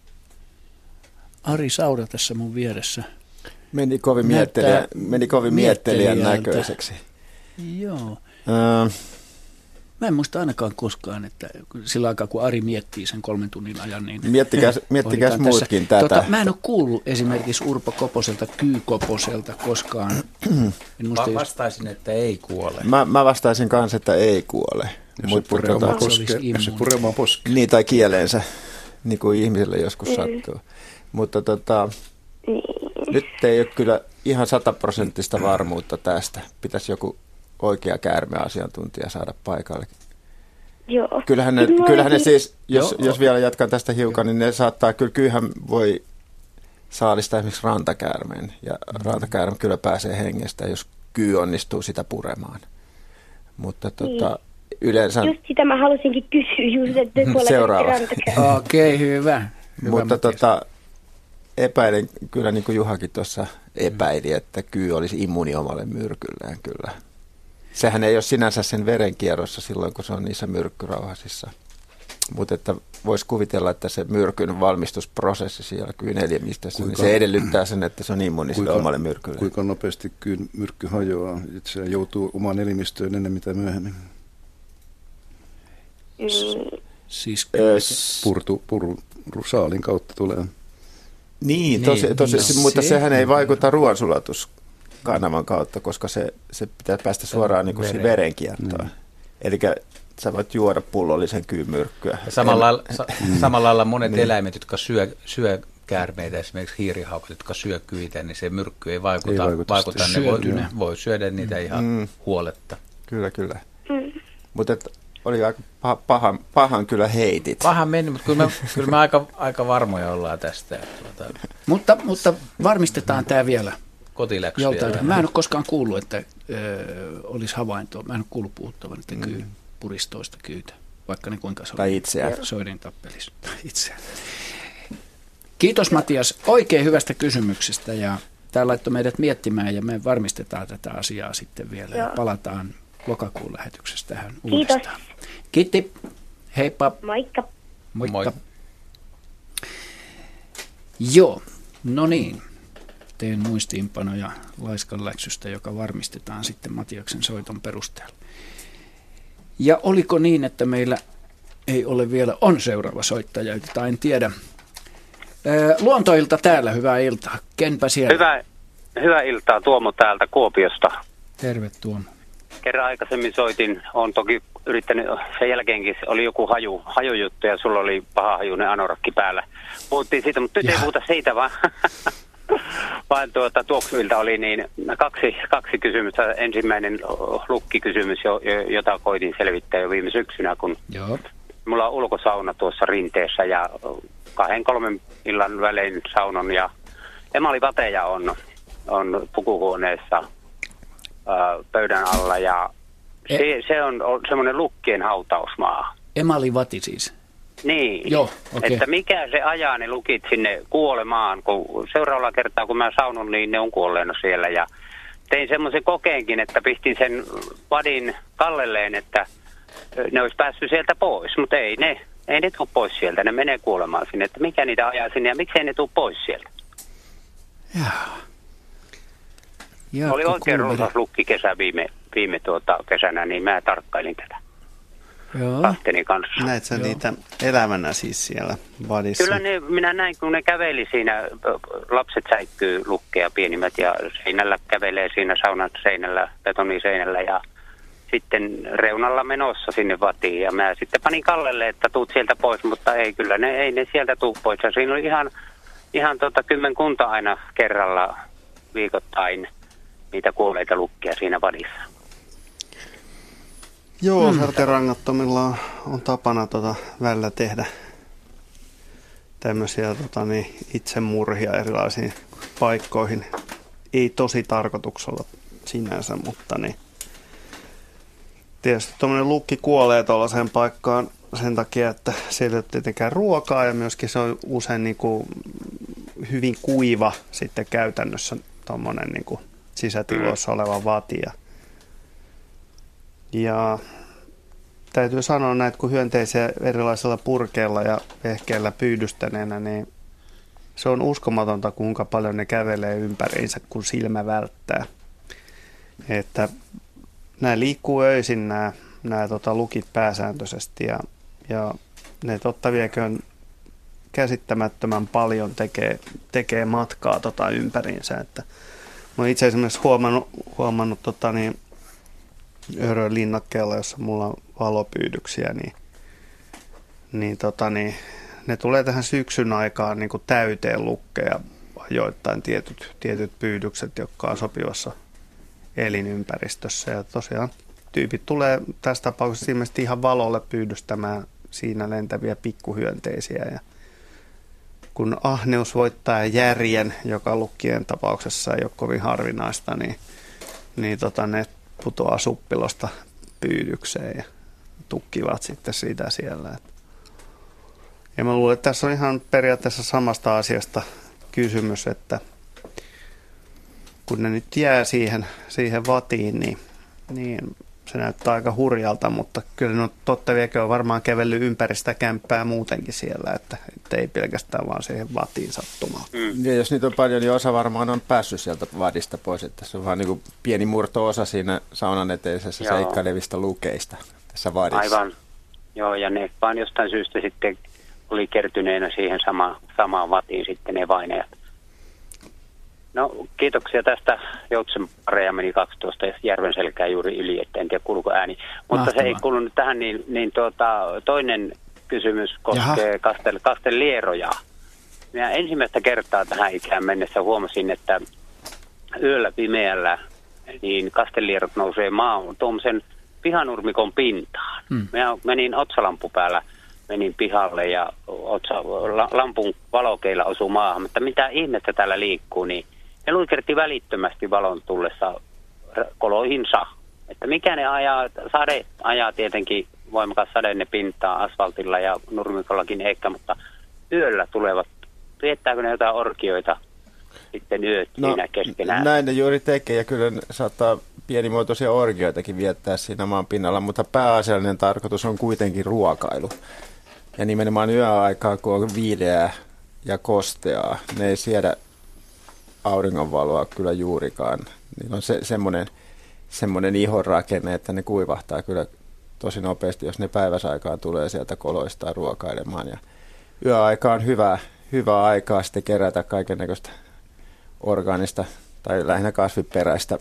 Ari Saura tässä mun vieressä. Meni kovin, miettelijä, meni kovin miettelijän näköiseksi. Joo. Äh. Mä en muista ainakaan koskaan, että sillä aikaa kun Ari miettii sen kolmen tunnin ajan, niin miettikäs, miettikäs muutkin tätä. Tota, mä en ole kuullut esimerkiksi Urpo Koposelta, Kyy Koposelta koskaan. En muista, Va- vastaisin, että ei kuole. Mä, mä vastaisin kanssa, että ei kuole. Jos se puremaan poske, poske. Niin, tai kieleensä, niin kuin ihmisille joskus mm. sattuu. Mutta tota, nyt ei ole kyllä ihan sataprosenttista varmuutta tästä. Pitäisi joku oikea käärmeasiantuntija saada paikalle. Joo. Kyllähän ne, kyllähän ne siis, jos, jos vielä jatkan tästä hiukan, niin ne saattaa, kyllä kyyhän voi saalistaa esimerkiksi rantakäärmeen. Ja rantakäärme kyllä pääsee hengestä, jos kyy onnistuu sitä puremaan. Mutta tota, yleensä... Just sitä mä halusinkin kysyä, just, että seuraava. Okei, okay, hyvä. hyvä. Mutta tota, epäilen, kyllä niin kuin Juhakin tuossa epäili, että kyy olisi immuuni omalle myrkyllään kyllä. Sehän ei ole sinänsä sen verenkierrossa silloin, kun se on niissä myrkkyrauhasissa. Mutta että voisi kuvitella, että se myrkyn valmistusprosessi siellä kyyn elimistössä, niin se edellyttää sen, että se on immuuni sille omalle myrkylle. Kuinka nopeasti kyyn myrkky hajoaa, että se joutuu omaan elimistöön ennen mitä myöhemmin? Mm. Siis purtu, puru, saalin kautta tulee. Niin, tosi, tosi, no, mutta se... sehän ei vaikuta ruoansulatuskanavan kautta, koska se, se pitää päästä suoraan niin kuin Veren. verenkiertoon. Mm. Eli sä voit juoda pullollisen kyymyrkkyä. Samalla lailla, sa, samalla lailla monet niin. eläimet, jotka syö, syö käärmeitä, esimerkiksi hiirihaukat, jotka syö kyitä, niin se myrkky ei vaikuta. Ei vaikuta, vaikuta ne voi, voi syödä niitä ihan mm. huoletta. Kyllä, kyllä. Mm. Mutta oli aika paha, pahan, pahan kyllä heitit. Pahan meni, mutta kyllä me, kyllä me aika, aika varmoja ollaan tästä. Tuota. Mutta, mutta varmistetaan tämä vielä. kotiläksyjä. Joltain. Mä en ole koskaan kuullut, että ö, olisi havaintoa. Mä en ole kuullut puhuttavan, että kyy mm. puristoista kyytä, vaikka ne kuinka soidin. Tai itseään. Soidin tappelis. Itseään. Kiitos Matias oikein hyvästä kysymyksestä ja tämä laittoi meidät miettimään ja me varmistetaan tätä asiaa sitten vielä Joo. ja palataan lokakuun lähetyksessä tähän Kiitos. uudestaan. Kiitti. Heippa. Moikka. Moikka. Moi. Joo, no niin. Teen muistiinpanoja laiskan läksystä, joka varmistetaan sitten Matiaksen soiton perusteella. Ja oliko niin, että meillä ei ole vielä on seuraava soittaja, jota en tiedä. Luontoilta täällä, hyvää iltaa. Kenpä siellä? Hyvää, hyvää iltaa, Tuomo täältä Kuopiosta. Terve Tuomo. Kerran aikaisemmin soitin, olen toki yrittänyt, sen jälkeenkin oli joku haju, hajujuttu ja sulla oli paha hajuinen anorakki päällä. Puhuttiin siitä, mutta nyt ei puhuta siitä, vaan, vaan tuota, tuoksuilta oli niin kaksi, kaksi kysymystä. Ensimmäinen lukkikysymys, jota koitin selvittää jo viime syksynä, kun Joo. mulla on ulkosauna tuossa rinteessä ja kahden kolmen illan välein saunon ja emalivateja on, on pukuhuoneessa pöydän alla ja se, e- se on semmoinen lukkien hautausmaa. Emalivati siis? Niin, Joo, okay. Että mikä se ajaa ne lukit sinne kuolemaan, kun seuraavalla kertaa kun mä saunun, niin ne on kuolleena siellä ja tein semmoisen kokeenkin, että pistin sen vadin kallelleen, että ne olisi päässyt sieltä pois, mutta ei ne, ei ne tule pois sieltä, ne menee kuolemaan sinne, että mikä niitä ajaa sinne ja miksei ne tule pois sieltä. Jaa. Oli oikein runsas lukkikesä viime, viime tuota kesänä, niin mä tarkkailin tätä kasteni kanssa. Näet sä niitä elävänä siis siellä vadissa? Kyllä ne, minä näin, kun ne käveli siinä, lapset säikkyy lukkeja pienimmät ja seinällä kävelee siinä saunan seinällä, betoniseinällä ja sitten reunalla menossa sinne vatiin ja mä sitten panin kallelle, että tuut sieltä pois, mutta ei kyllä, ne, ei ne sieltä tuu pois. Ja siinä oli ihan, ihan tota kymmenkunta aina kerralla viikoittain niitä kuolleita lukkia siinä vadissa. Joo, hmm. Särkerangattomilla on, on tapana tota, välillä tehdä tämmöisiä tota, niin, itsemurhia erilaisiin paikkoihin. Ei tosi tarkoituksella sinänsä, mutta niin. Tietysti tuommoinen lukki kuolee tuollaiseen paikkaan sen takia, että siellä ei ole tietenkään ruokaa ja myöskin se on usein niin kuin hyvin kuiva sitten käytännössä tuommoinen niin kuin sisätiloissa oleva vatia. Ja täytyy sanoa näitä, kun hyönteisiä erilaisilla purkeilla ja vehkeillä pyydystäneenä, niin se on uskomatonta, kuinka paljon ne kävelee ympäriinsä, kun silmä välttää. Että nämä liikkuu öisin nämä, nämä tota, lukit pääsääntöisesti ja, ja ne totta vieköön käsittämättömän paljon tekee, tekee matkaa tota, ympäriinsä. Että mä oon itse esimerkiksi huomannut, huomannut tota, niin, Örön linnakkeella, jossa mulla on valopyydyksiä, niin, niin, tota, niin ne tulee tähän syksyn aikaan niin kuin täyteen lukkeja joittain tietyt, tietyt pyydykset, jotka on sopivassa elinympäristössä. Ja tosiaan tyypit tulee tässä tapauksessa ilmeisesti ihan valolle pyydystämään siinä lentäviä pikkuhyönteisiä. Ja kun ahneus voittaa järjen, joka lukkien tapauksessa ei ole kovin harvinaista, niin, niin tota, ne putoaa suppilosta pyydykseen ja tukkivat sitten sitä siellä. Ja mä luulen, että tässä on ihan periaatteessa samasta asiasta kysymys, että kun ne nyt jää siihen, siihen vatiin, niin, niin se näyttää aika hurjalta, mutta kyllä ne on totta viekö on varmaan kävellyt ympäri sitä kämppää muutenkin siellä, että, että ei pelkästään vaan siihen vatiin sattumaan. Mm. Ja jos niitä on paljon, niin osa varmaan on päässyt sieltä vadista pois, että se on vaan niin kuin pieni murto-osa siinä saunan eteisessä Joo. seikkailevista lukeista tässä vadissa. Aivan, joo, ja ne vaan jostain syystä sitten oli kertyneenä siihen sama, samaan vatiin sitten ne vainajat. No kiitoksia tästä. Joutsen pareja meni kaksitoista järven selkää juuri yli, että en tiedä kuuluuko ääni. Mutta Mahtavaa. Se ei kuulunut tähän, niin, niin tuota, toinen kysymys koskee kastel, kastellieroja. Minä ensimmäistä kertaa tähän ikään mennessä huomasin, että yöllä pimeällä niin kastellierot nousee maan tuommoisen pihanurmikon pintaan. Hmm. Minä menin otsalampu päällä. Menin pihalle ja otsa, lampun valokeilla osui maahan, mutta mitä ihmettä täällä liikkuu, niin ne luikerti välittömästi valon tullessa koloihinsa. Että mikä ne ajaa, sade ajaa tietenkin voimakas sade ne pintaa asfaltilla ja nurmikollakin ehkä, mutta yöllä tulevat, viettääkö ne jotain orkioita sitten yöt no, siinä keskenään? Näin ne juuri tekee ja kyllä ne saattaa pienimuotoisia orgioitakin viettää siinä maan pinnalla, mutta pääasiallinen tarkoitus on kuitenkin ruokailu. Ja nimenomaan yöaikaa, kun on viileää ja kosteaa, ne ei siedä auringonvaloa kyllä juurikaan. Niillä on se, semmoinen, semmoinen ihonrakenne, että ne kuivahtaa kyllä tosi nopeasti, jos ne päiväsaikaan tulee sieltä koloistaan ruokailemaan. Ja yöaika on hyvä, hyvä aikaa sitten kerätä kaikennäköistä orgaanista tai lähinnä kasviperäistä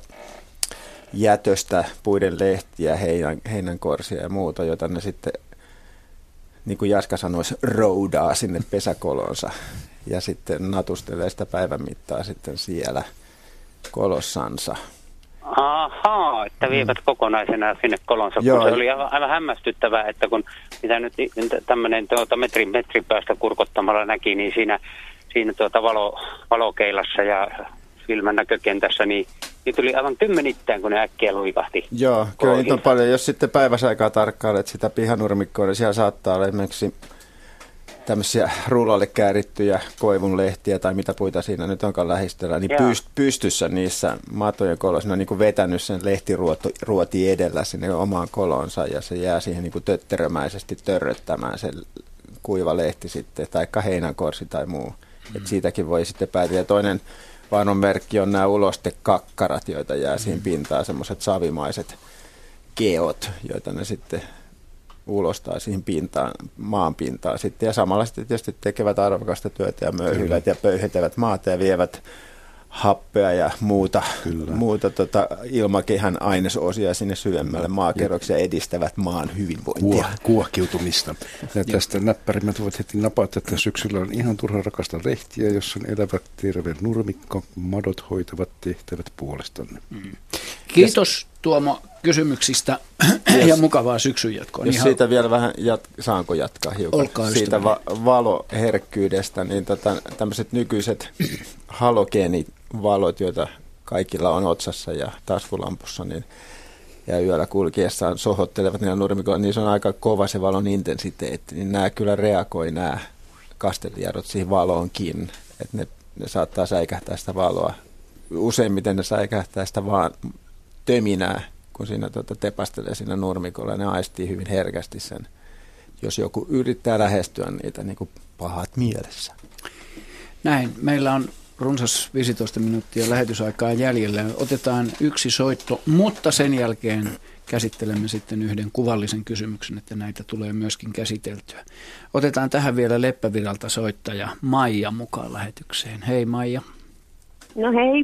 jätöstä, puiden lehtiä, heinän, heinänkorsia ja muuta, jota ne sitten, niin kuin Jaska sanoisi, roudaa sinne pesäkolonsa ja sitten natustelee sitä päivän mittaa sitten siellä kolossansa. Ahaa, että vievät mm. kokonaisena sinne kolonsa. Se oli aivan, aivan hämmästyttävää, että kun mitä nyt tämmöinen tuota metrin, metrin päästä kurkottamalla näki, niin siinä, siinä tuota valo, valokeilassa ja silmän näkökentässä, niin niin tuli aivan kymmenittäin, kun ne äkkiä luikahti. Joo, kyllä niitä on paljon. Jos sitten päiväsaikaa tarkkailet sitä pihanurmikkoa, niin siellä saattaa olla esimerkiksi tämmöisiä rullalle käärittyjä koivunlehtiä tai mitä puita siinä nyt onkaan lähistöllä, niin pyst- pystyssä niissä matojen koloissa. Ne on niin kuin vetänyt sen lehtiruoti edellä sinne omaan kolonsa ja se jää siihen niin kuin tötterömäisesti törröttämään se kuiva lehti sitten, tai heinänkorsi tai muu. Mm. Et siitäkin voi sitten päätellä. Ja toinen vaanon merkki on nämä ulostekakkarat, joita jää siihen pintaan, semmoiset savimaiset keot, joita ne sitten ulostaa siihen pintaan, maan pintaan sitten. Ja samalla sitten tietysti tekevät arvokasta työtä ja möyhivät ja pöyhitävät maata ja vievät happea ja muuta, muuta tota ilmakehän ainesosia sinne syvemmälle maakerroksi ja edistävät maan hyvinvointia. Kuohkiutumista. Ja tästä näppärimmät voivat heti napata, että syksyllä on ihan turha rakasta lehtiä, jos on elävä terve nurmikko, madot hoitavat tehtävät puolestanne. Mm. Kiitos Tuomo kysymyksistä yes. ja mukavaa syksyn jatkoa. Jos ihan siitä vielä vähän, jat- saanko jatkaa hiukan? Olkaa siitä va- valoherkkyydestä, niin tota, tämmöiset nykyiset halogeenivalot, joita kaikilla on otsassa ja taskulampussa, niin ja yöllä kulkiessaan sohottelevat niillä nurmikoilla, niin se on aika kova se valon intensiteetti, niin nämä kyllä reagoi nämä kastelijarrot siihen valoonkin, että ne, ne saattaa säikähtää sitä valoa. Useimmiten ne säikähtää sitä vaan töminää, kun siinä tuota, tepastelee siinä nurmikolla, ne aistii hyvin herkästi sen, jos joku yrittää lähestyä niitä niin kuin pahat mielessä. Näin, meillä on runsas viisitoista minuuttia lähetysaikaa jäljellä. Otetaan yksi soitto, mutta sen jälkeen käsittelemme sitten yhden kuvallisen kysymyksen, että näitä tulee myöskin käsiteltyä. Otetaan tähän vielä Leppävirralta soittaja Maija mukaan lähetykseen. Hei Maija. No hei.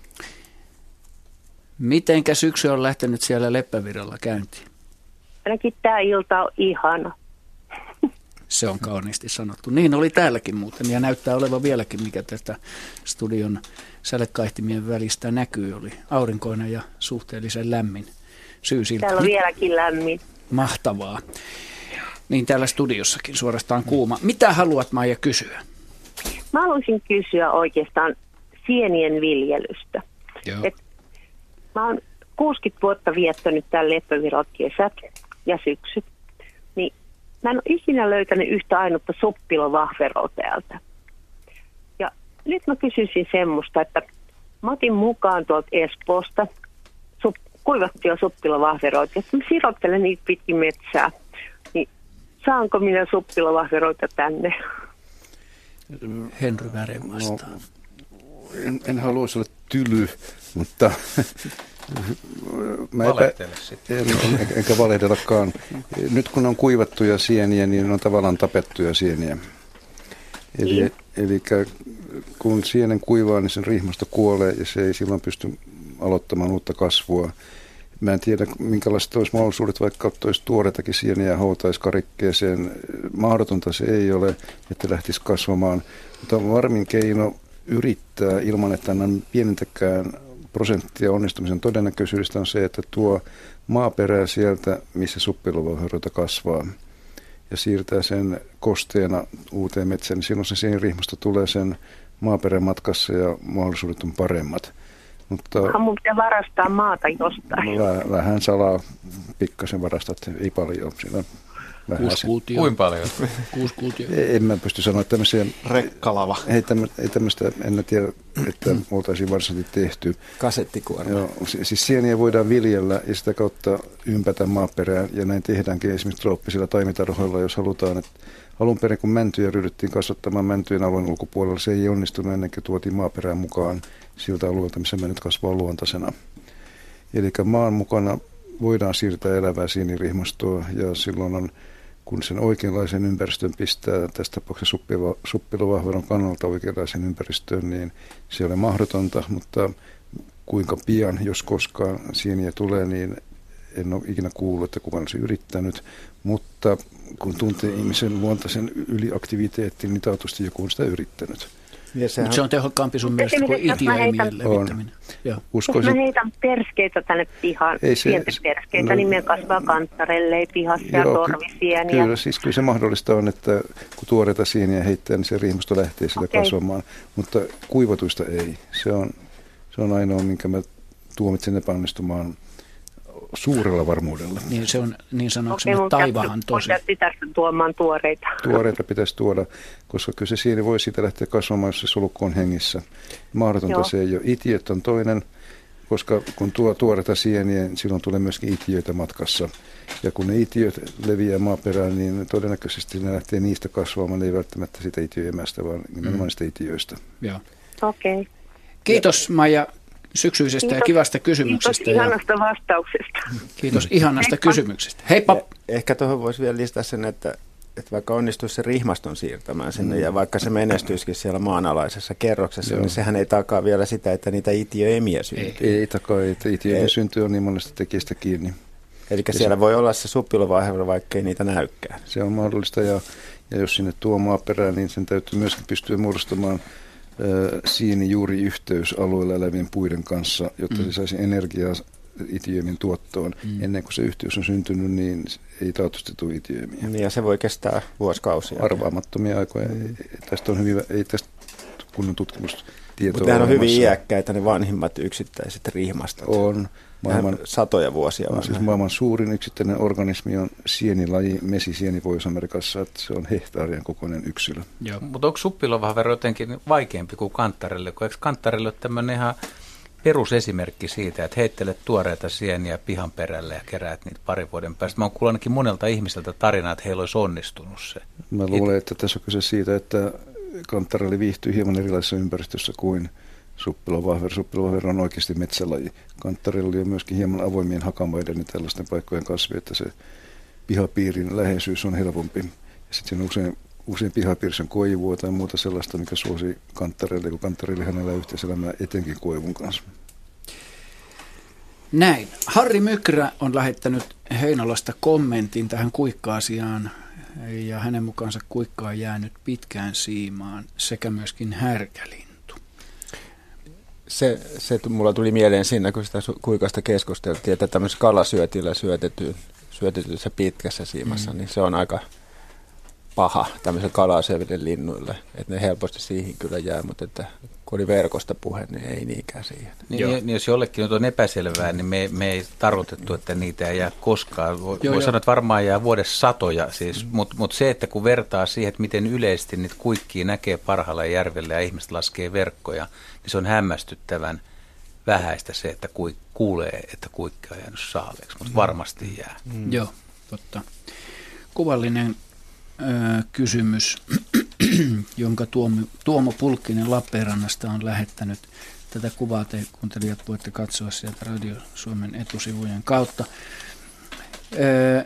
Mitenkä syksy on lähtenyt siellä Leppävirralla käyntiin? Ainakin tämä ilta on ihana. Se on kauniisti sanottu. Niin oli täälläkin muuten ja näyttää olevan vieläkin, mikä tästä studion sälekaihtimien välistä näkyy. Oli aurinkoinen ja suhteellisen lämmin syysilta. Täällä on vieläkin lämmin. Mahtavaa. Niin täällä studiossakin suorastaan kuuma. Mitä haluat Maija kysyä? Mä haluaisin kysyä oikeastaan sienien viljelystä. Et mä oon kuusikymmentä vuotta viettänyt täällä Leppävirralla kesät ja syksyt. Niin mä en ole ikinä löytänyt yhtä ainutta soppilovahveroa täältä. Ja nyt mä kysyisin semmoista, että mä otin mukaan tuolta Espoosta sop, kuivattuja soppilovahveroita. Ja mä sirottelen niitä pitkin metsää. Niin saanko minä soppilovahveroita tänne? Henry Vären vastaan. No, en, en haluaisi olla tyly, mutta mä epä, en, enkä valehdellakaan. Nyt kun on kuivattuja sieniä, niin on tavallaan tapettuja sieniä. Eli, eli kun sienen kuivaa, niin sen rihmasto kuolee ja se ei silloin pysty aloittamaan uutta kasvua. Mä en tiedä, minkälaiset olisi mahdollisuudet, vaikka ottaisi tuoretakin sieniä ja houtaisi karikkeeseen. Mahdotonta se ei ole, että lähtisi kasvamaan. Mutta varmin keino yrittää ilman, että annan pienintäkään prosenttia onnistumisen todennäköisyydestä on se, että tuo maaperää sieltä, missä suppilovahveroita kasvaa, ja siirtää sen kosteena uuteen metsään, niin silloin se siihen rihmasta tulee sen maaperämatkassa ja mahdollisuudet on paremmat. Mutta mun pitää varastaa maata jostain. Vähän, vähän salaa, pikkasen varastat, ei paljon. Siinä Kuusi kuutio. Kuinka paljon? Kuusi kuutio. En mä pysty sanoa tämmöisiä. Rekkalava. Ei, tämmö, ei tämmöistä, en tiedä, että oltaisiin varsinaisesti tehty. Kasettikuorma. Joo, siis sieniä voidaan viljellä ja sitä kautta ympätä maaperään, ja näin tehdäänkin esimerkiksi trooppisilla taimitarhoilla, jos halutaan. Että alun perin, kun mäntyjä ryhdyttiin kasvattamaan mäntyjen alueen ulkopuolella, se ei onnistunut ennen kuin tuotiin maaperään mukaan siltä alueelta, missä männyt kasvaa luontaisena. Eli maan mukana voidaan siirtää elävää sienirihmastoa, ja silloin on, kun sen oikeanlaisen ympäristön pistää, tässä tapauksessa suppilovahveron kannalta oikeanlaisen ympäristöön, niin se ei ole mahdotonta, mutta kuinka pian, jos koskaan sieniä tulee, niin en ole ikinä kuullut, että kukaan olisi yrittänyt, mutta kun tuntee ihmisen luontaisen yliaktiviteettiin, niin taatusti joku on sitä yrittänyt. Mutta se on tehokkaampi sun mielestä kuin itiöimien levittäminen. Jos mä heitän perskeitä tänne pihaan, se, pientä perskeitä, no, niin meidän kasvaa kanttarellei pihassa joo, ja torvisieniä. Kyllä, siis kyllä se mahdollista on, että kun tuoreita sieniä heittää, niin se rihmasto lähtee sillä okay. kasvamaan, mutta kuivatuista ei. Se on, se on ainoa, minkä mä tuomitsen epäonnistumaan suurella varmuudella. Niin se on niin sanoksemme okay, taivahan tosi. Mutta pitäisi tuomaan tuoreita. Tuoreita pitäisi tuoda, koska kyllä se sieni voi siitä lähteä kasvamaan, jos se sulukko on hengissä. Mahdotonta joo. se ei ole. Itiöt on toinen, koska kun tuo tuoreita sieniä, silloin tulee myöskin itiöitä matkassa. Ja kun ne itiöt leviää maaperään, niin todennäköisesti ne lähtee niistä kasvamaan, ei välttämättä sitä itiöemästä, vaan nimenomaan mm. niistä itiöistä. Joo. Okei. Okay. Kiitos Maija syksyisestä kiitos. Ja kivasta kysymyksestä. Kiitos ihanasta vastauksesta. Kiitos ihanasta Heippa. kysymyksestä. Heippa! Ja ehkä tuohon voisi vielä lisätä sen, että, että vaikka onnistuisi se rihmaston siirtämään sinne, mm. ja vaikka se menestyisikin siellä maanalaisessa kerroksessa, Joo. niin sehän ei takaa vielä sitä, että niitä itiöemiä syntyy. Ei, ei takaa, että itiöemiä syntyy on niin monesta tekijästä kiinni. Eli siellä se, voi olla se suppilovahvero, vaikka ei niitä näykään. Se on mahdollista, ja, ja jos sinne tuo maaperään, niin sen täytyy myöskin pystyä muodostamaan sieni juuri yhteys alueella elävien puiden kanssa, jotta mm. se saisi energiaa itiöimin tuottoon. Mm. Ennen kuin se yhteys on syntynyt, niin ei taatusti tule itiöimiä. Niin ja se voi kestää vuosikausia. Arvaamattomia aikoja. Mm. Ei, tästä on hyvin, ei tästä kunnon tutkimustietoa. Mutta nämä on hyvin iäkkäitä, ne vanhimmat yksittäiset rihmastot. On. Maailman, satoja vuosia on siis maailman suurin yksittäinen organismi on sienilaji, mesisieni Pohjois-Amerikassa, että se on hehtaarien kokoinen yksilö. Joo, mutta onko suppilovahvero jotenkin vaikeampi kuin kanttarelle? Kun eikö kanttarelle ole tämmöinen ihan perusesimerkki siitä, että heittelet tuoreita sieniä pihan perälle ja keräät niitä parin vuoden päästä? Mä oon kuullut ainakin monelta ihmiseltä tarinaa, että heillä olisi onnistunut se. Mä luulen, että tässä on kyse siitä, että kanttarelle viihtyy hieman erilaisessa ympäristössä kuin suppilovahvero. Suppilovahvero on oikeasti metsälaji. Kanttarilla oli myöskin hieman avoimien hakamaiden ja tällaisten paikkojen kasvi, että se pihapiirin läheisyys on helpompi. Ja sitten siinä on usein, usein pihapiirissä on koivua tai muuta sellaista, mikä suosi kanttarille, kun kanttarille hänellä on yhteiselämää etenkin koivun kanssa. Näin. Harri Mykrä on lähettänyt Heinolasta kommentin tähän kuikka-asiaan, ja hänen mukaansa kuikka on jäänyt pitkään siimaan sekä myöskin härkäliin. Se, se mulla tuli mieleen siinä, kun sitä kuikasta keskusteltiin, että tämmöisessä kalasyötillä syötetty, syötetyssä pitkässä siimassa, mm. niin se on aika paha tämmöiselle kalaa syöville linnuille. Että ne helposti siihen kyllä jää, mutta että kun oli verkosta puhe, niin ei niinkään siihen. Niin, niin jos jollekin on epäselvää, niin me, me ei tarkoitettu, että niitä ei jää koskaan. Voi joo, sanoa, että varmaan jää vuodessa satoja, siis, mm. mutta mut se, että kun vertaa siihen, että miten yleisesti niitä kuikkia näkee parhaalla järvellä ja ihmiset laskee verkkoja, niin se on hämmästyttävän vähäistä se, että kuik, kuulee, että kuikka on jäänyt saaleeksi, mutta varmasti jää. Mm. Joo, totta. Kuvallinen ö, kysymys, jonka Tuomo, Tuomo Pulkkinen Lappeenrannasta on lähettänyt. Tätä kuvaa te kuuntelijat voitte katsoa sieltä Radio Suomen etusivujen kautta. Ö,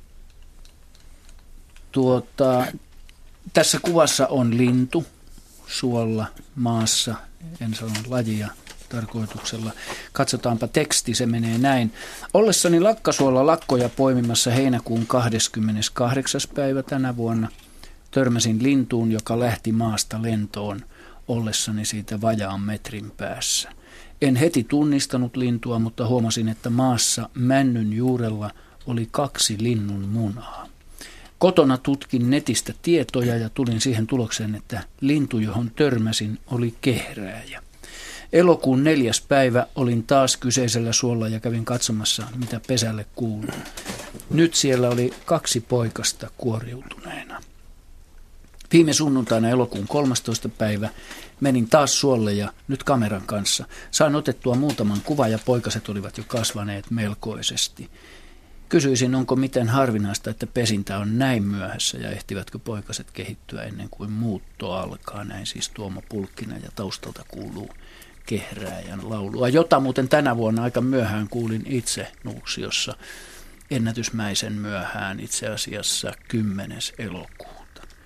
tuota, tässä kuvassa on lintu suolla maassa, en sano lajia tarkoituksella. Katsotaanpa teksti, se menee näin. Ollessani Lakkasuolla lakkoja poimimassa heinäkuun kahdeskymmeneskahdeksas päivä tänä vuonna törmäsin lintuun, joka lähti maasta lentoon ollessani siitä vajaan metrin päässä. En heti tunnistanut lintua, mutta huomasin, että maassa männyn juurella oli kaksi linnun munaa. Kotona tutkin netistä tietoja ja tulin siihen tulokseen, että lintu, johon törmäsin, oli kehrääjä. Elokuun neljäs päivä olin taas kyseisellä suolla ja kävin katsomassa, mitä pesälle kuuluu. Nyt siellä oli kaksi poikasta kuoriutuneena. Viime sunnuntaina elokuun kolmastoista päivä menin taas suolle ja nyt kameran kanssa. Sain otettua muutaman kuvan ja poikaset olivat jo kasvaneet melkoisesti. Kysyisin, onko miten harvinaista, että pesintä on näin myöhässä ja ehtivätkö poikaset kehittyä ennen kuin muutto alkaa. Näin siis Tuomo Pulkkinen ja taustalta kuuluu kehrääjän laulua, jota muuten tänä vuonna aika myöhään kuulin itse Nuuksiossa, ennätysmäisen myöhään, itse asiassa kymmenes elokuuta.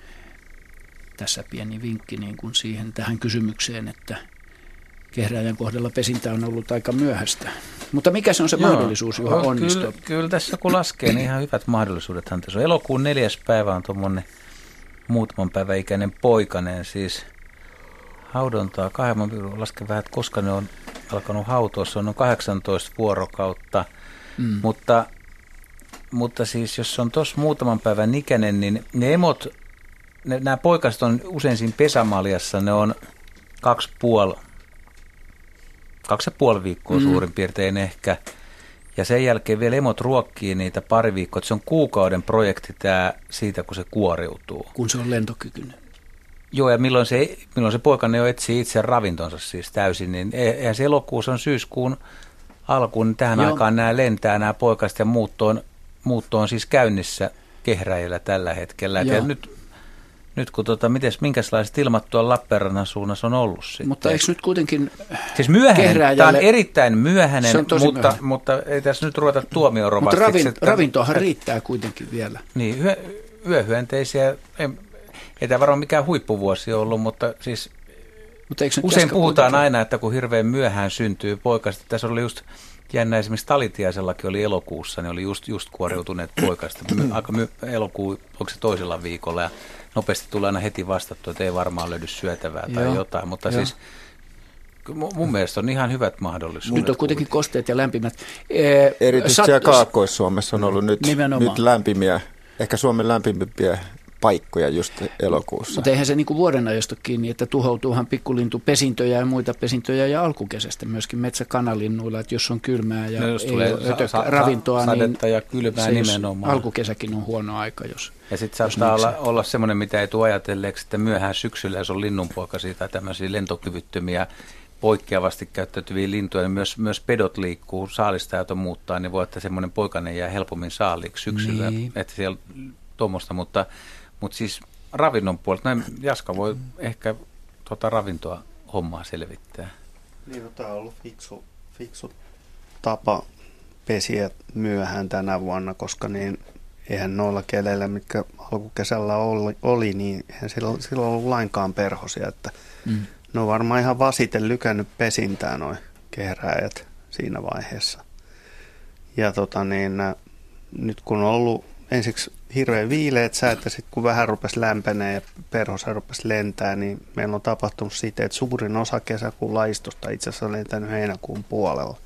Tässä pieni vinkki niin kuin siihen tähän kysymykseen, että kehrääjän kohdalla pesintä on ollut aika myöhäistä. Mutta mikä se on se Joo, mahdollisuus, johon onnistuu? Kyllä, kyllä tässä kun laskee, niin ihan hyvät mahdollisuudethan tässä on. Elokuun neljäs päivä on tuommoinen muutaman päivän ikäinen poikainen, siis haudontaa kahden, lasken vähän, että koska ne on alkanut hautoa, se on noin kahdeksantoista vuorokautta, mm. mutta, mutta siis jos on tuossa muutaman päivän ikäinen, niin ne emot, ne, nämä poikaset on usein siinä pesämaljassa, ne on kaksi puoli, kaksi ja puoli viikkoa mm. suurin piirtein ehkä, ja sen jälkeen vielä emot ruokkii niitä pari viikkoa, että se on kuukauden projekti tämä siitä, kun se kuoriutuu. Kun se on lentokykyinen. Joo, ja milloin se, milloin se poikane jo etsii itse ravintonsa siis täysin, niin eihän se elokuussa on syyskuun alkuun, niin tähän Joo. aikaan nämä lentää, nämä poikaset, ja muutto on, muutto on siis käynnissä kehräjillä tällä hetkellä. Ja nyt, nyt kun tota, mites, minkälaiset ilmat tuolla Lappeenrannan suunnassa on ollut sitten? Mutta eikö nyt kuitenkin siis myöhäinen, tämä on erittäin myöhäinen, on mutta, myöhäinen. mutta ei tässä nyt ruveta tuomiorovastiksi. Mutta ravin, että, ravintoahan että, riittää kuitenkin vielä. Niin, yö, yöhyönteisiä. Ei tämä varmaan mikään huippuvuosi ollut, mutta siis mutta usein puhutaan kuitenkin aina, että kun hirveän myöhään syntyy poikasta. Tässä oli just jännä, esimerkiksi Talitiaisellakin oli elokuussa, niin oli just, just kuoriutuneet poikasta. Aika my, elokuu, onko se toisella viikolla, ja nopeasti tulee aina heti vastattua, että ei varmaan löydy syötävää tai Joo. jotain, mutta Joo. siis mun mielestä on ihan hyvät mahdollisuudet. Nyt on kuitenkin kosteet ja lämpimät. Ee, Erityisesti Sat- siellä Kaakkois-Suomessa on ollut nyt, nyt lämpimiä, ehkä Suomen lämpimpiä paikkoja just elokuussa. Mutta eihän se niinku vuodenajosta kiinni, että tuhoutuuhan pikkulintupesintöjä ja muita pesintöjä ja alkukesästä myöskin metsäkanalinnuilla, että jos on kylmää ja no, ei ole sa- sa- ravintoa, sadetta niin ja kylmää nimenomaan. Alkukesäkin on huono aika, jos ja sitten saattaa olla, olla semmoinen, mitä ei tule ajatelleeksi, että myöhään syksyllä, jos on linnunpoikasia tai tämmöisiä lentokyvyttömiä poikkeavasti käyttäytyviä lintuja, niin myös, myös pedot liikkuu, saalistajat on muuttaa, niin voi olla, että semmoinen poikainen jää helpommin saaliiksi syksyllä, niin. että siellä tuommoista, mutta Mutta siis ravinnon puolelta, näin Jaska voi ehkä tuota ravintoa hommaa selvittää. Niin, no, tämä on ollut fiksu, fiksu tapa pesiä myöhään tänä vuonna, koska niin, eihän noilla keleillä, mitkä alkukesällä oli, oli niin eihän silloin, silloin ollut lainkaan perhosia. Että mm. Ne on varmaan ihan vasiten lykännyt pesintää nuo kehrääjät siinä vaiheessa. Ja tota niin, nyt kun on ollut ensiksi hirveän viileät sää, että sitten kun vähän rupesi lämpenee ja perhosa rupesi lentää, niin meillä on tapahtunut siitä, että suurin osa kesäkuun laistosta itse asiassa on lentänyt heinäkuun puolella.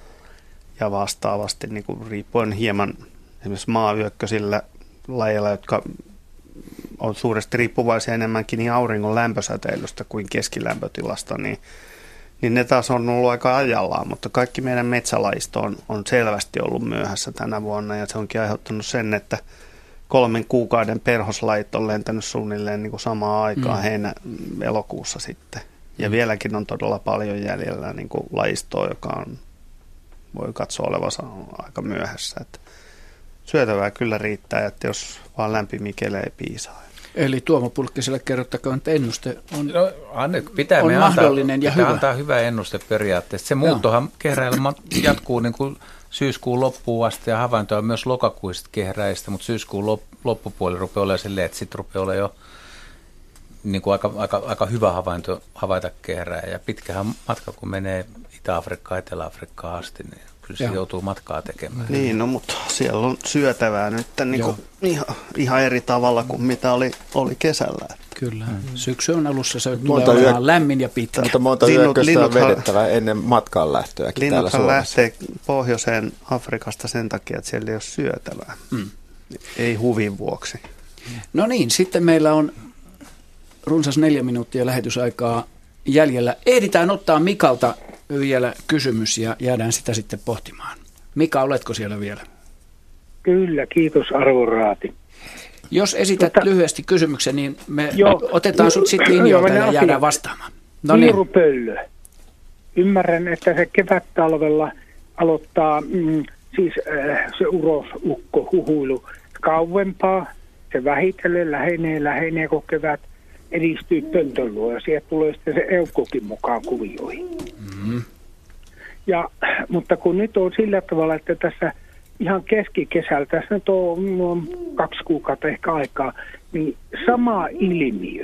Ja vastaavasti niin kuin riippuen hieman esimerkiksi maayökköisillä lajeilla, jotka on suuresti riippuvaisia enemmänkin niin auringon lämpösäteilystä kuin keskilämpötilasta, niin, niin ne taas on ollut aika ajallaan, mutta kaikki meidän metsälaisto on, on selvästi ollut myöhässä tänä vuonna ja se onkin aiheuttanut sen, että kolmen kuukauden perhoslait on lentänyt suunnilleen niin kuin samaan aikaan mm. heinä-elokuussa sitten. Ja mm. vieläkin on todella paljon jäljellä niin kuin laistoa, joka on, voi katsoa olevansa aika myöhässä. Että syötävää kyllä riittää, että jos vaan lämpimiä kelejä piisaa. Eli Tuomo Pulkkiselle kerrottakoon, että ennuste on, no, anne, pitää on mahdollinen antaa, ja pitää hyvä. antaa hyvä ennuste periaatteessa. Se muuttohan kehräillä jatkuu niin kuin syyskuun loppuun asti ja havaintoja myös lokakuisista kehräistä, mutta syyskuun loppupuoli rupeaa olemaan silleen, että sitten rupeaa olemaan jo niin kuin aika, aika, aika hyvä havainto havaita kehrää. Ja pitkähän matka, kun menee Itä-Afrikkaan, Etelä-Afrikkaan asti, niin kyllä se Joo. joutuu matkaa tekemään. Niin, no mutta siellä on syötävää nyt niin kuin ihan, ihan eri tavalla kuin mitä oli, oli kesällä. Kyllä. Mm. Syksy on alussa, se tulee olemaan yö... lämmin ja pitkä. Mutta monta yököstä on vedettävä ennen matkaan lähtöäkin täällä Suomessa. Lähtee pohjoiseen Afrikasta sen takia, että siellä ei ole syötävää. Mm. Ei huvin vuoksi. No niin, sitten meillä on runsas neljä minuuttia lähetysaikaa jäljellä. Ehditään ottaa Mikalta vielä kysymys ja jäädään sitä sitten pohtimaan. Mika, oletko siellä vielä? Kyllä, kiitos arvon Raati. Jos esität Mutta, lyhyesti kysymyksen, niin me jo, otetaan sut sitten linjoilta ja jäädään vastaamaan. No niin. Pöllö. Ymmärrän, että se kevät-talvella aloittaa mm, siis äh, se urosukko huhuilu kauempaa. Se vähitellen lähenee, lähenee, kun kevät edistyy pöntön luo ja sieltä tulee sitten se eukkokin mukaan kuvioihin. Mm-hmm. Ja, mutta kun nyt on sillä tavalla, että tässä ihan keskikesällä, tässä nyt on, on kaksi kuukautta ehkä aikaa, niin sama ilmiö.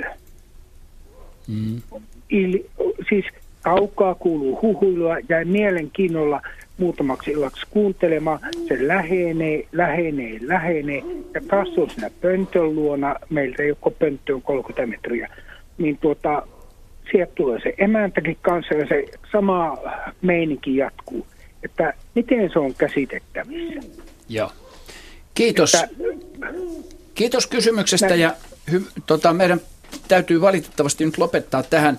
Mm. Il, siis kaukaa kuuluu huhuilua ja mielenkiinnolla muutamaksi illaksi kuuntelemaan. Se lähenee, lähenee, lähenee ja taas on siinä pöntön luona, meiltä ei ole pönttö on kolmekymmentä metriä, niin tuota, sieltä tulee se emäntäkin kanssa ja se sama meininki jatkuu. Että miten se on käsitettävissä? Joo. Kiitos. Että, Kiitos kysymyksestä näin. ja hy, tota, meidän täytyy valitettavasti nyt lopettaa tähän.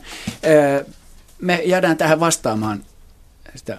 Me jäädään tähän vastaamaan. Sitä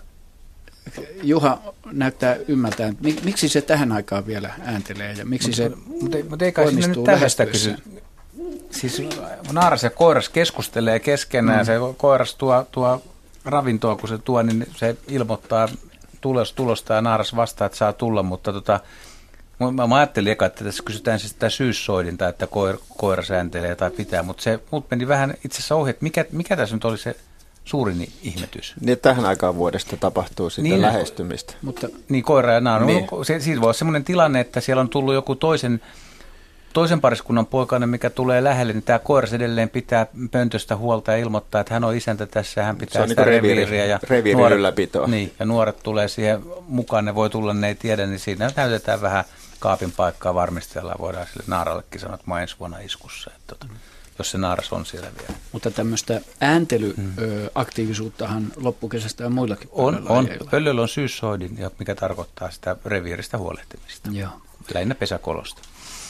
Juha näyttää ymmärtää, miksi se tähän aikaan vielä ääntelee ja miksi se mutta, mutta ei kai sinne nyt tällaista kysy. Siis naaras ja koiras keskustelee keskenään, mm. se koiras tuo, tuo ravintoa, kun se tuo, niin se ilmoittaa tulos, tulosta ja naaras vastaa, että saa tulla, mutta tota, mä, mä ajattelin eka, että tässä kysytään siis sitä syyssoidinta, että koir, koira sääntelee tai pitää, mutta se mut meni vähän itse asiassa ohi, että mikä, mikä tässä nyt oli se suurin ihmetys? Niin, tähän aikaan vuodesta tapahtuu sitä niin, lähestymistä. Mutta, niin, koira ja naara. Niin. Se, siitä voi olla sellainen tilanne, että siellä on tullut joku toisen, toisen pariskunnan poikainen, mikä tulee lähelle, niin tämä koiras edelleen pitää pöntöstä huolta ja ilmoittaa, että hän on isäntä tässä, hän pitää se sitä niin reviiriä. Ja reviirin nuoret, ylläpitoa. Niin, ja nuoret tulee siihen mukaan, ne voi tulla, ne ei tiedä, niin siinä näytetään vähän kaapin paikkaa, varmistellaan, voidaan sille naarallekin sanoa, että mä oon ensi vuonna iskussa, että tota, jos se naaras on siellä vielä. Mutta tämmöistä ääntelyaktiivisuuttahan hmm. loppukesästä ja muillakin on. on. Pöllöllä on syyssoidin, mikä tarkoittaa sitä reviiristä huolehtimista. Joo. Lähinnä pesäkolosta.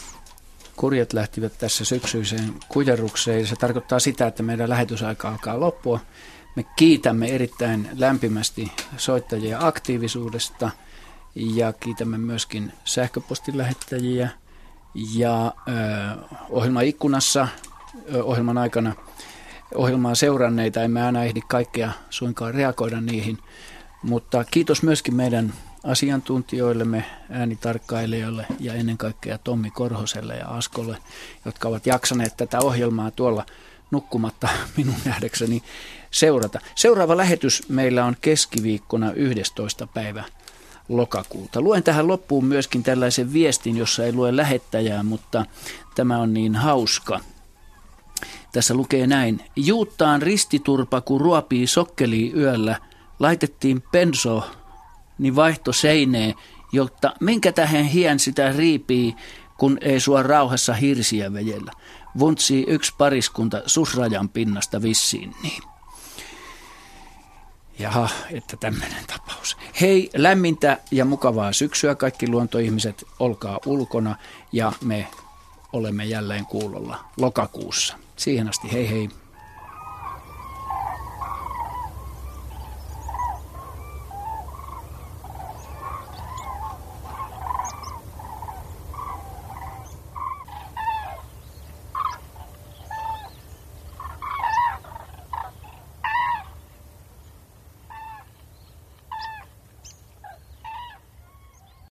Kurjat lähtivät tässä syksyiseen kujerrukseen. Se tarkoittaa sitä, että meidän lähetysaika alkaa loppua. Me kiitämme erittäin lämpimästi soittajia aktiivisuudesta ja kiitämme myöskin sähköpostin lähettäjiä. Ja ö, ohjelman ikkunassa, ö, ohjelman aikana ohjelmaa seuranneita, emme aina ehdi kaikkea suinkaan reagoida niihin. Mutta kiitos myöskin meidän asiantuntijoillemme, äänitarkkailijoille ja ennen kaikkea Tommi Korhoselle ja Askolle, jotka ovat jaksaneet tätä ohjelmaa tuolla nukkumatta minun nähdäkseni seurata. Seuraava lähetys meillä on keskiviikkona yhdestoista päivä lokakuuta. Luen tähän loppuun myöskin tällaisen viestin, jossa ei lue lähettäjää, mutta tämä on niin hauska. Tässä lukee näin. Juuttaan ristiturpa, kun ruopii sokkeli yöllä, laitettiin penso, niin vaihto seinee, jotta minkä tähän hien sitä riipii, kun ei sua rauhassa hirsiä vejellä. Vuntsii yksi pariskunta susrajan pinnasta vissiin niin. Jaha, että tämmöinen tapaus. Hei, lämmintä ja mukavaa syksyä kaikki luontoihmiset, olkaa ulkona ja me olemme jälleen kuulolla lokakuussa. Siihen asti hei hei.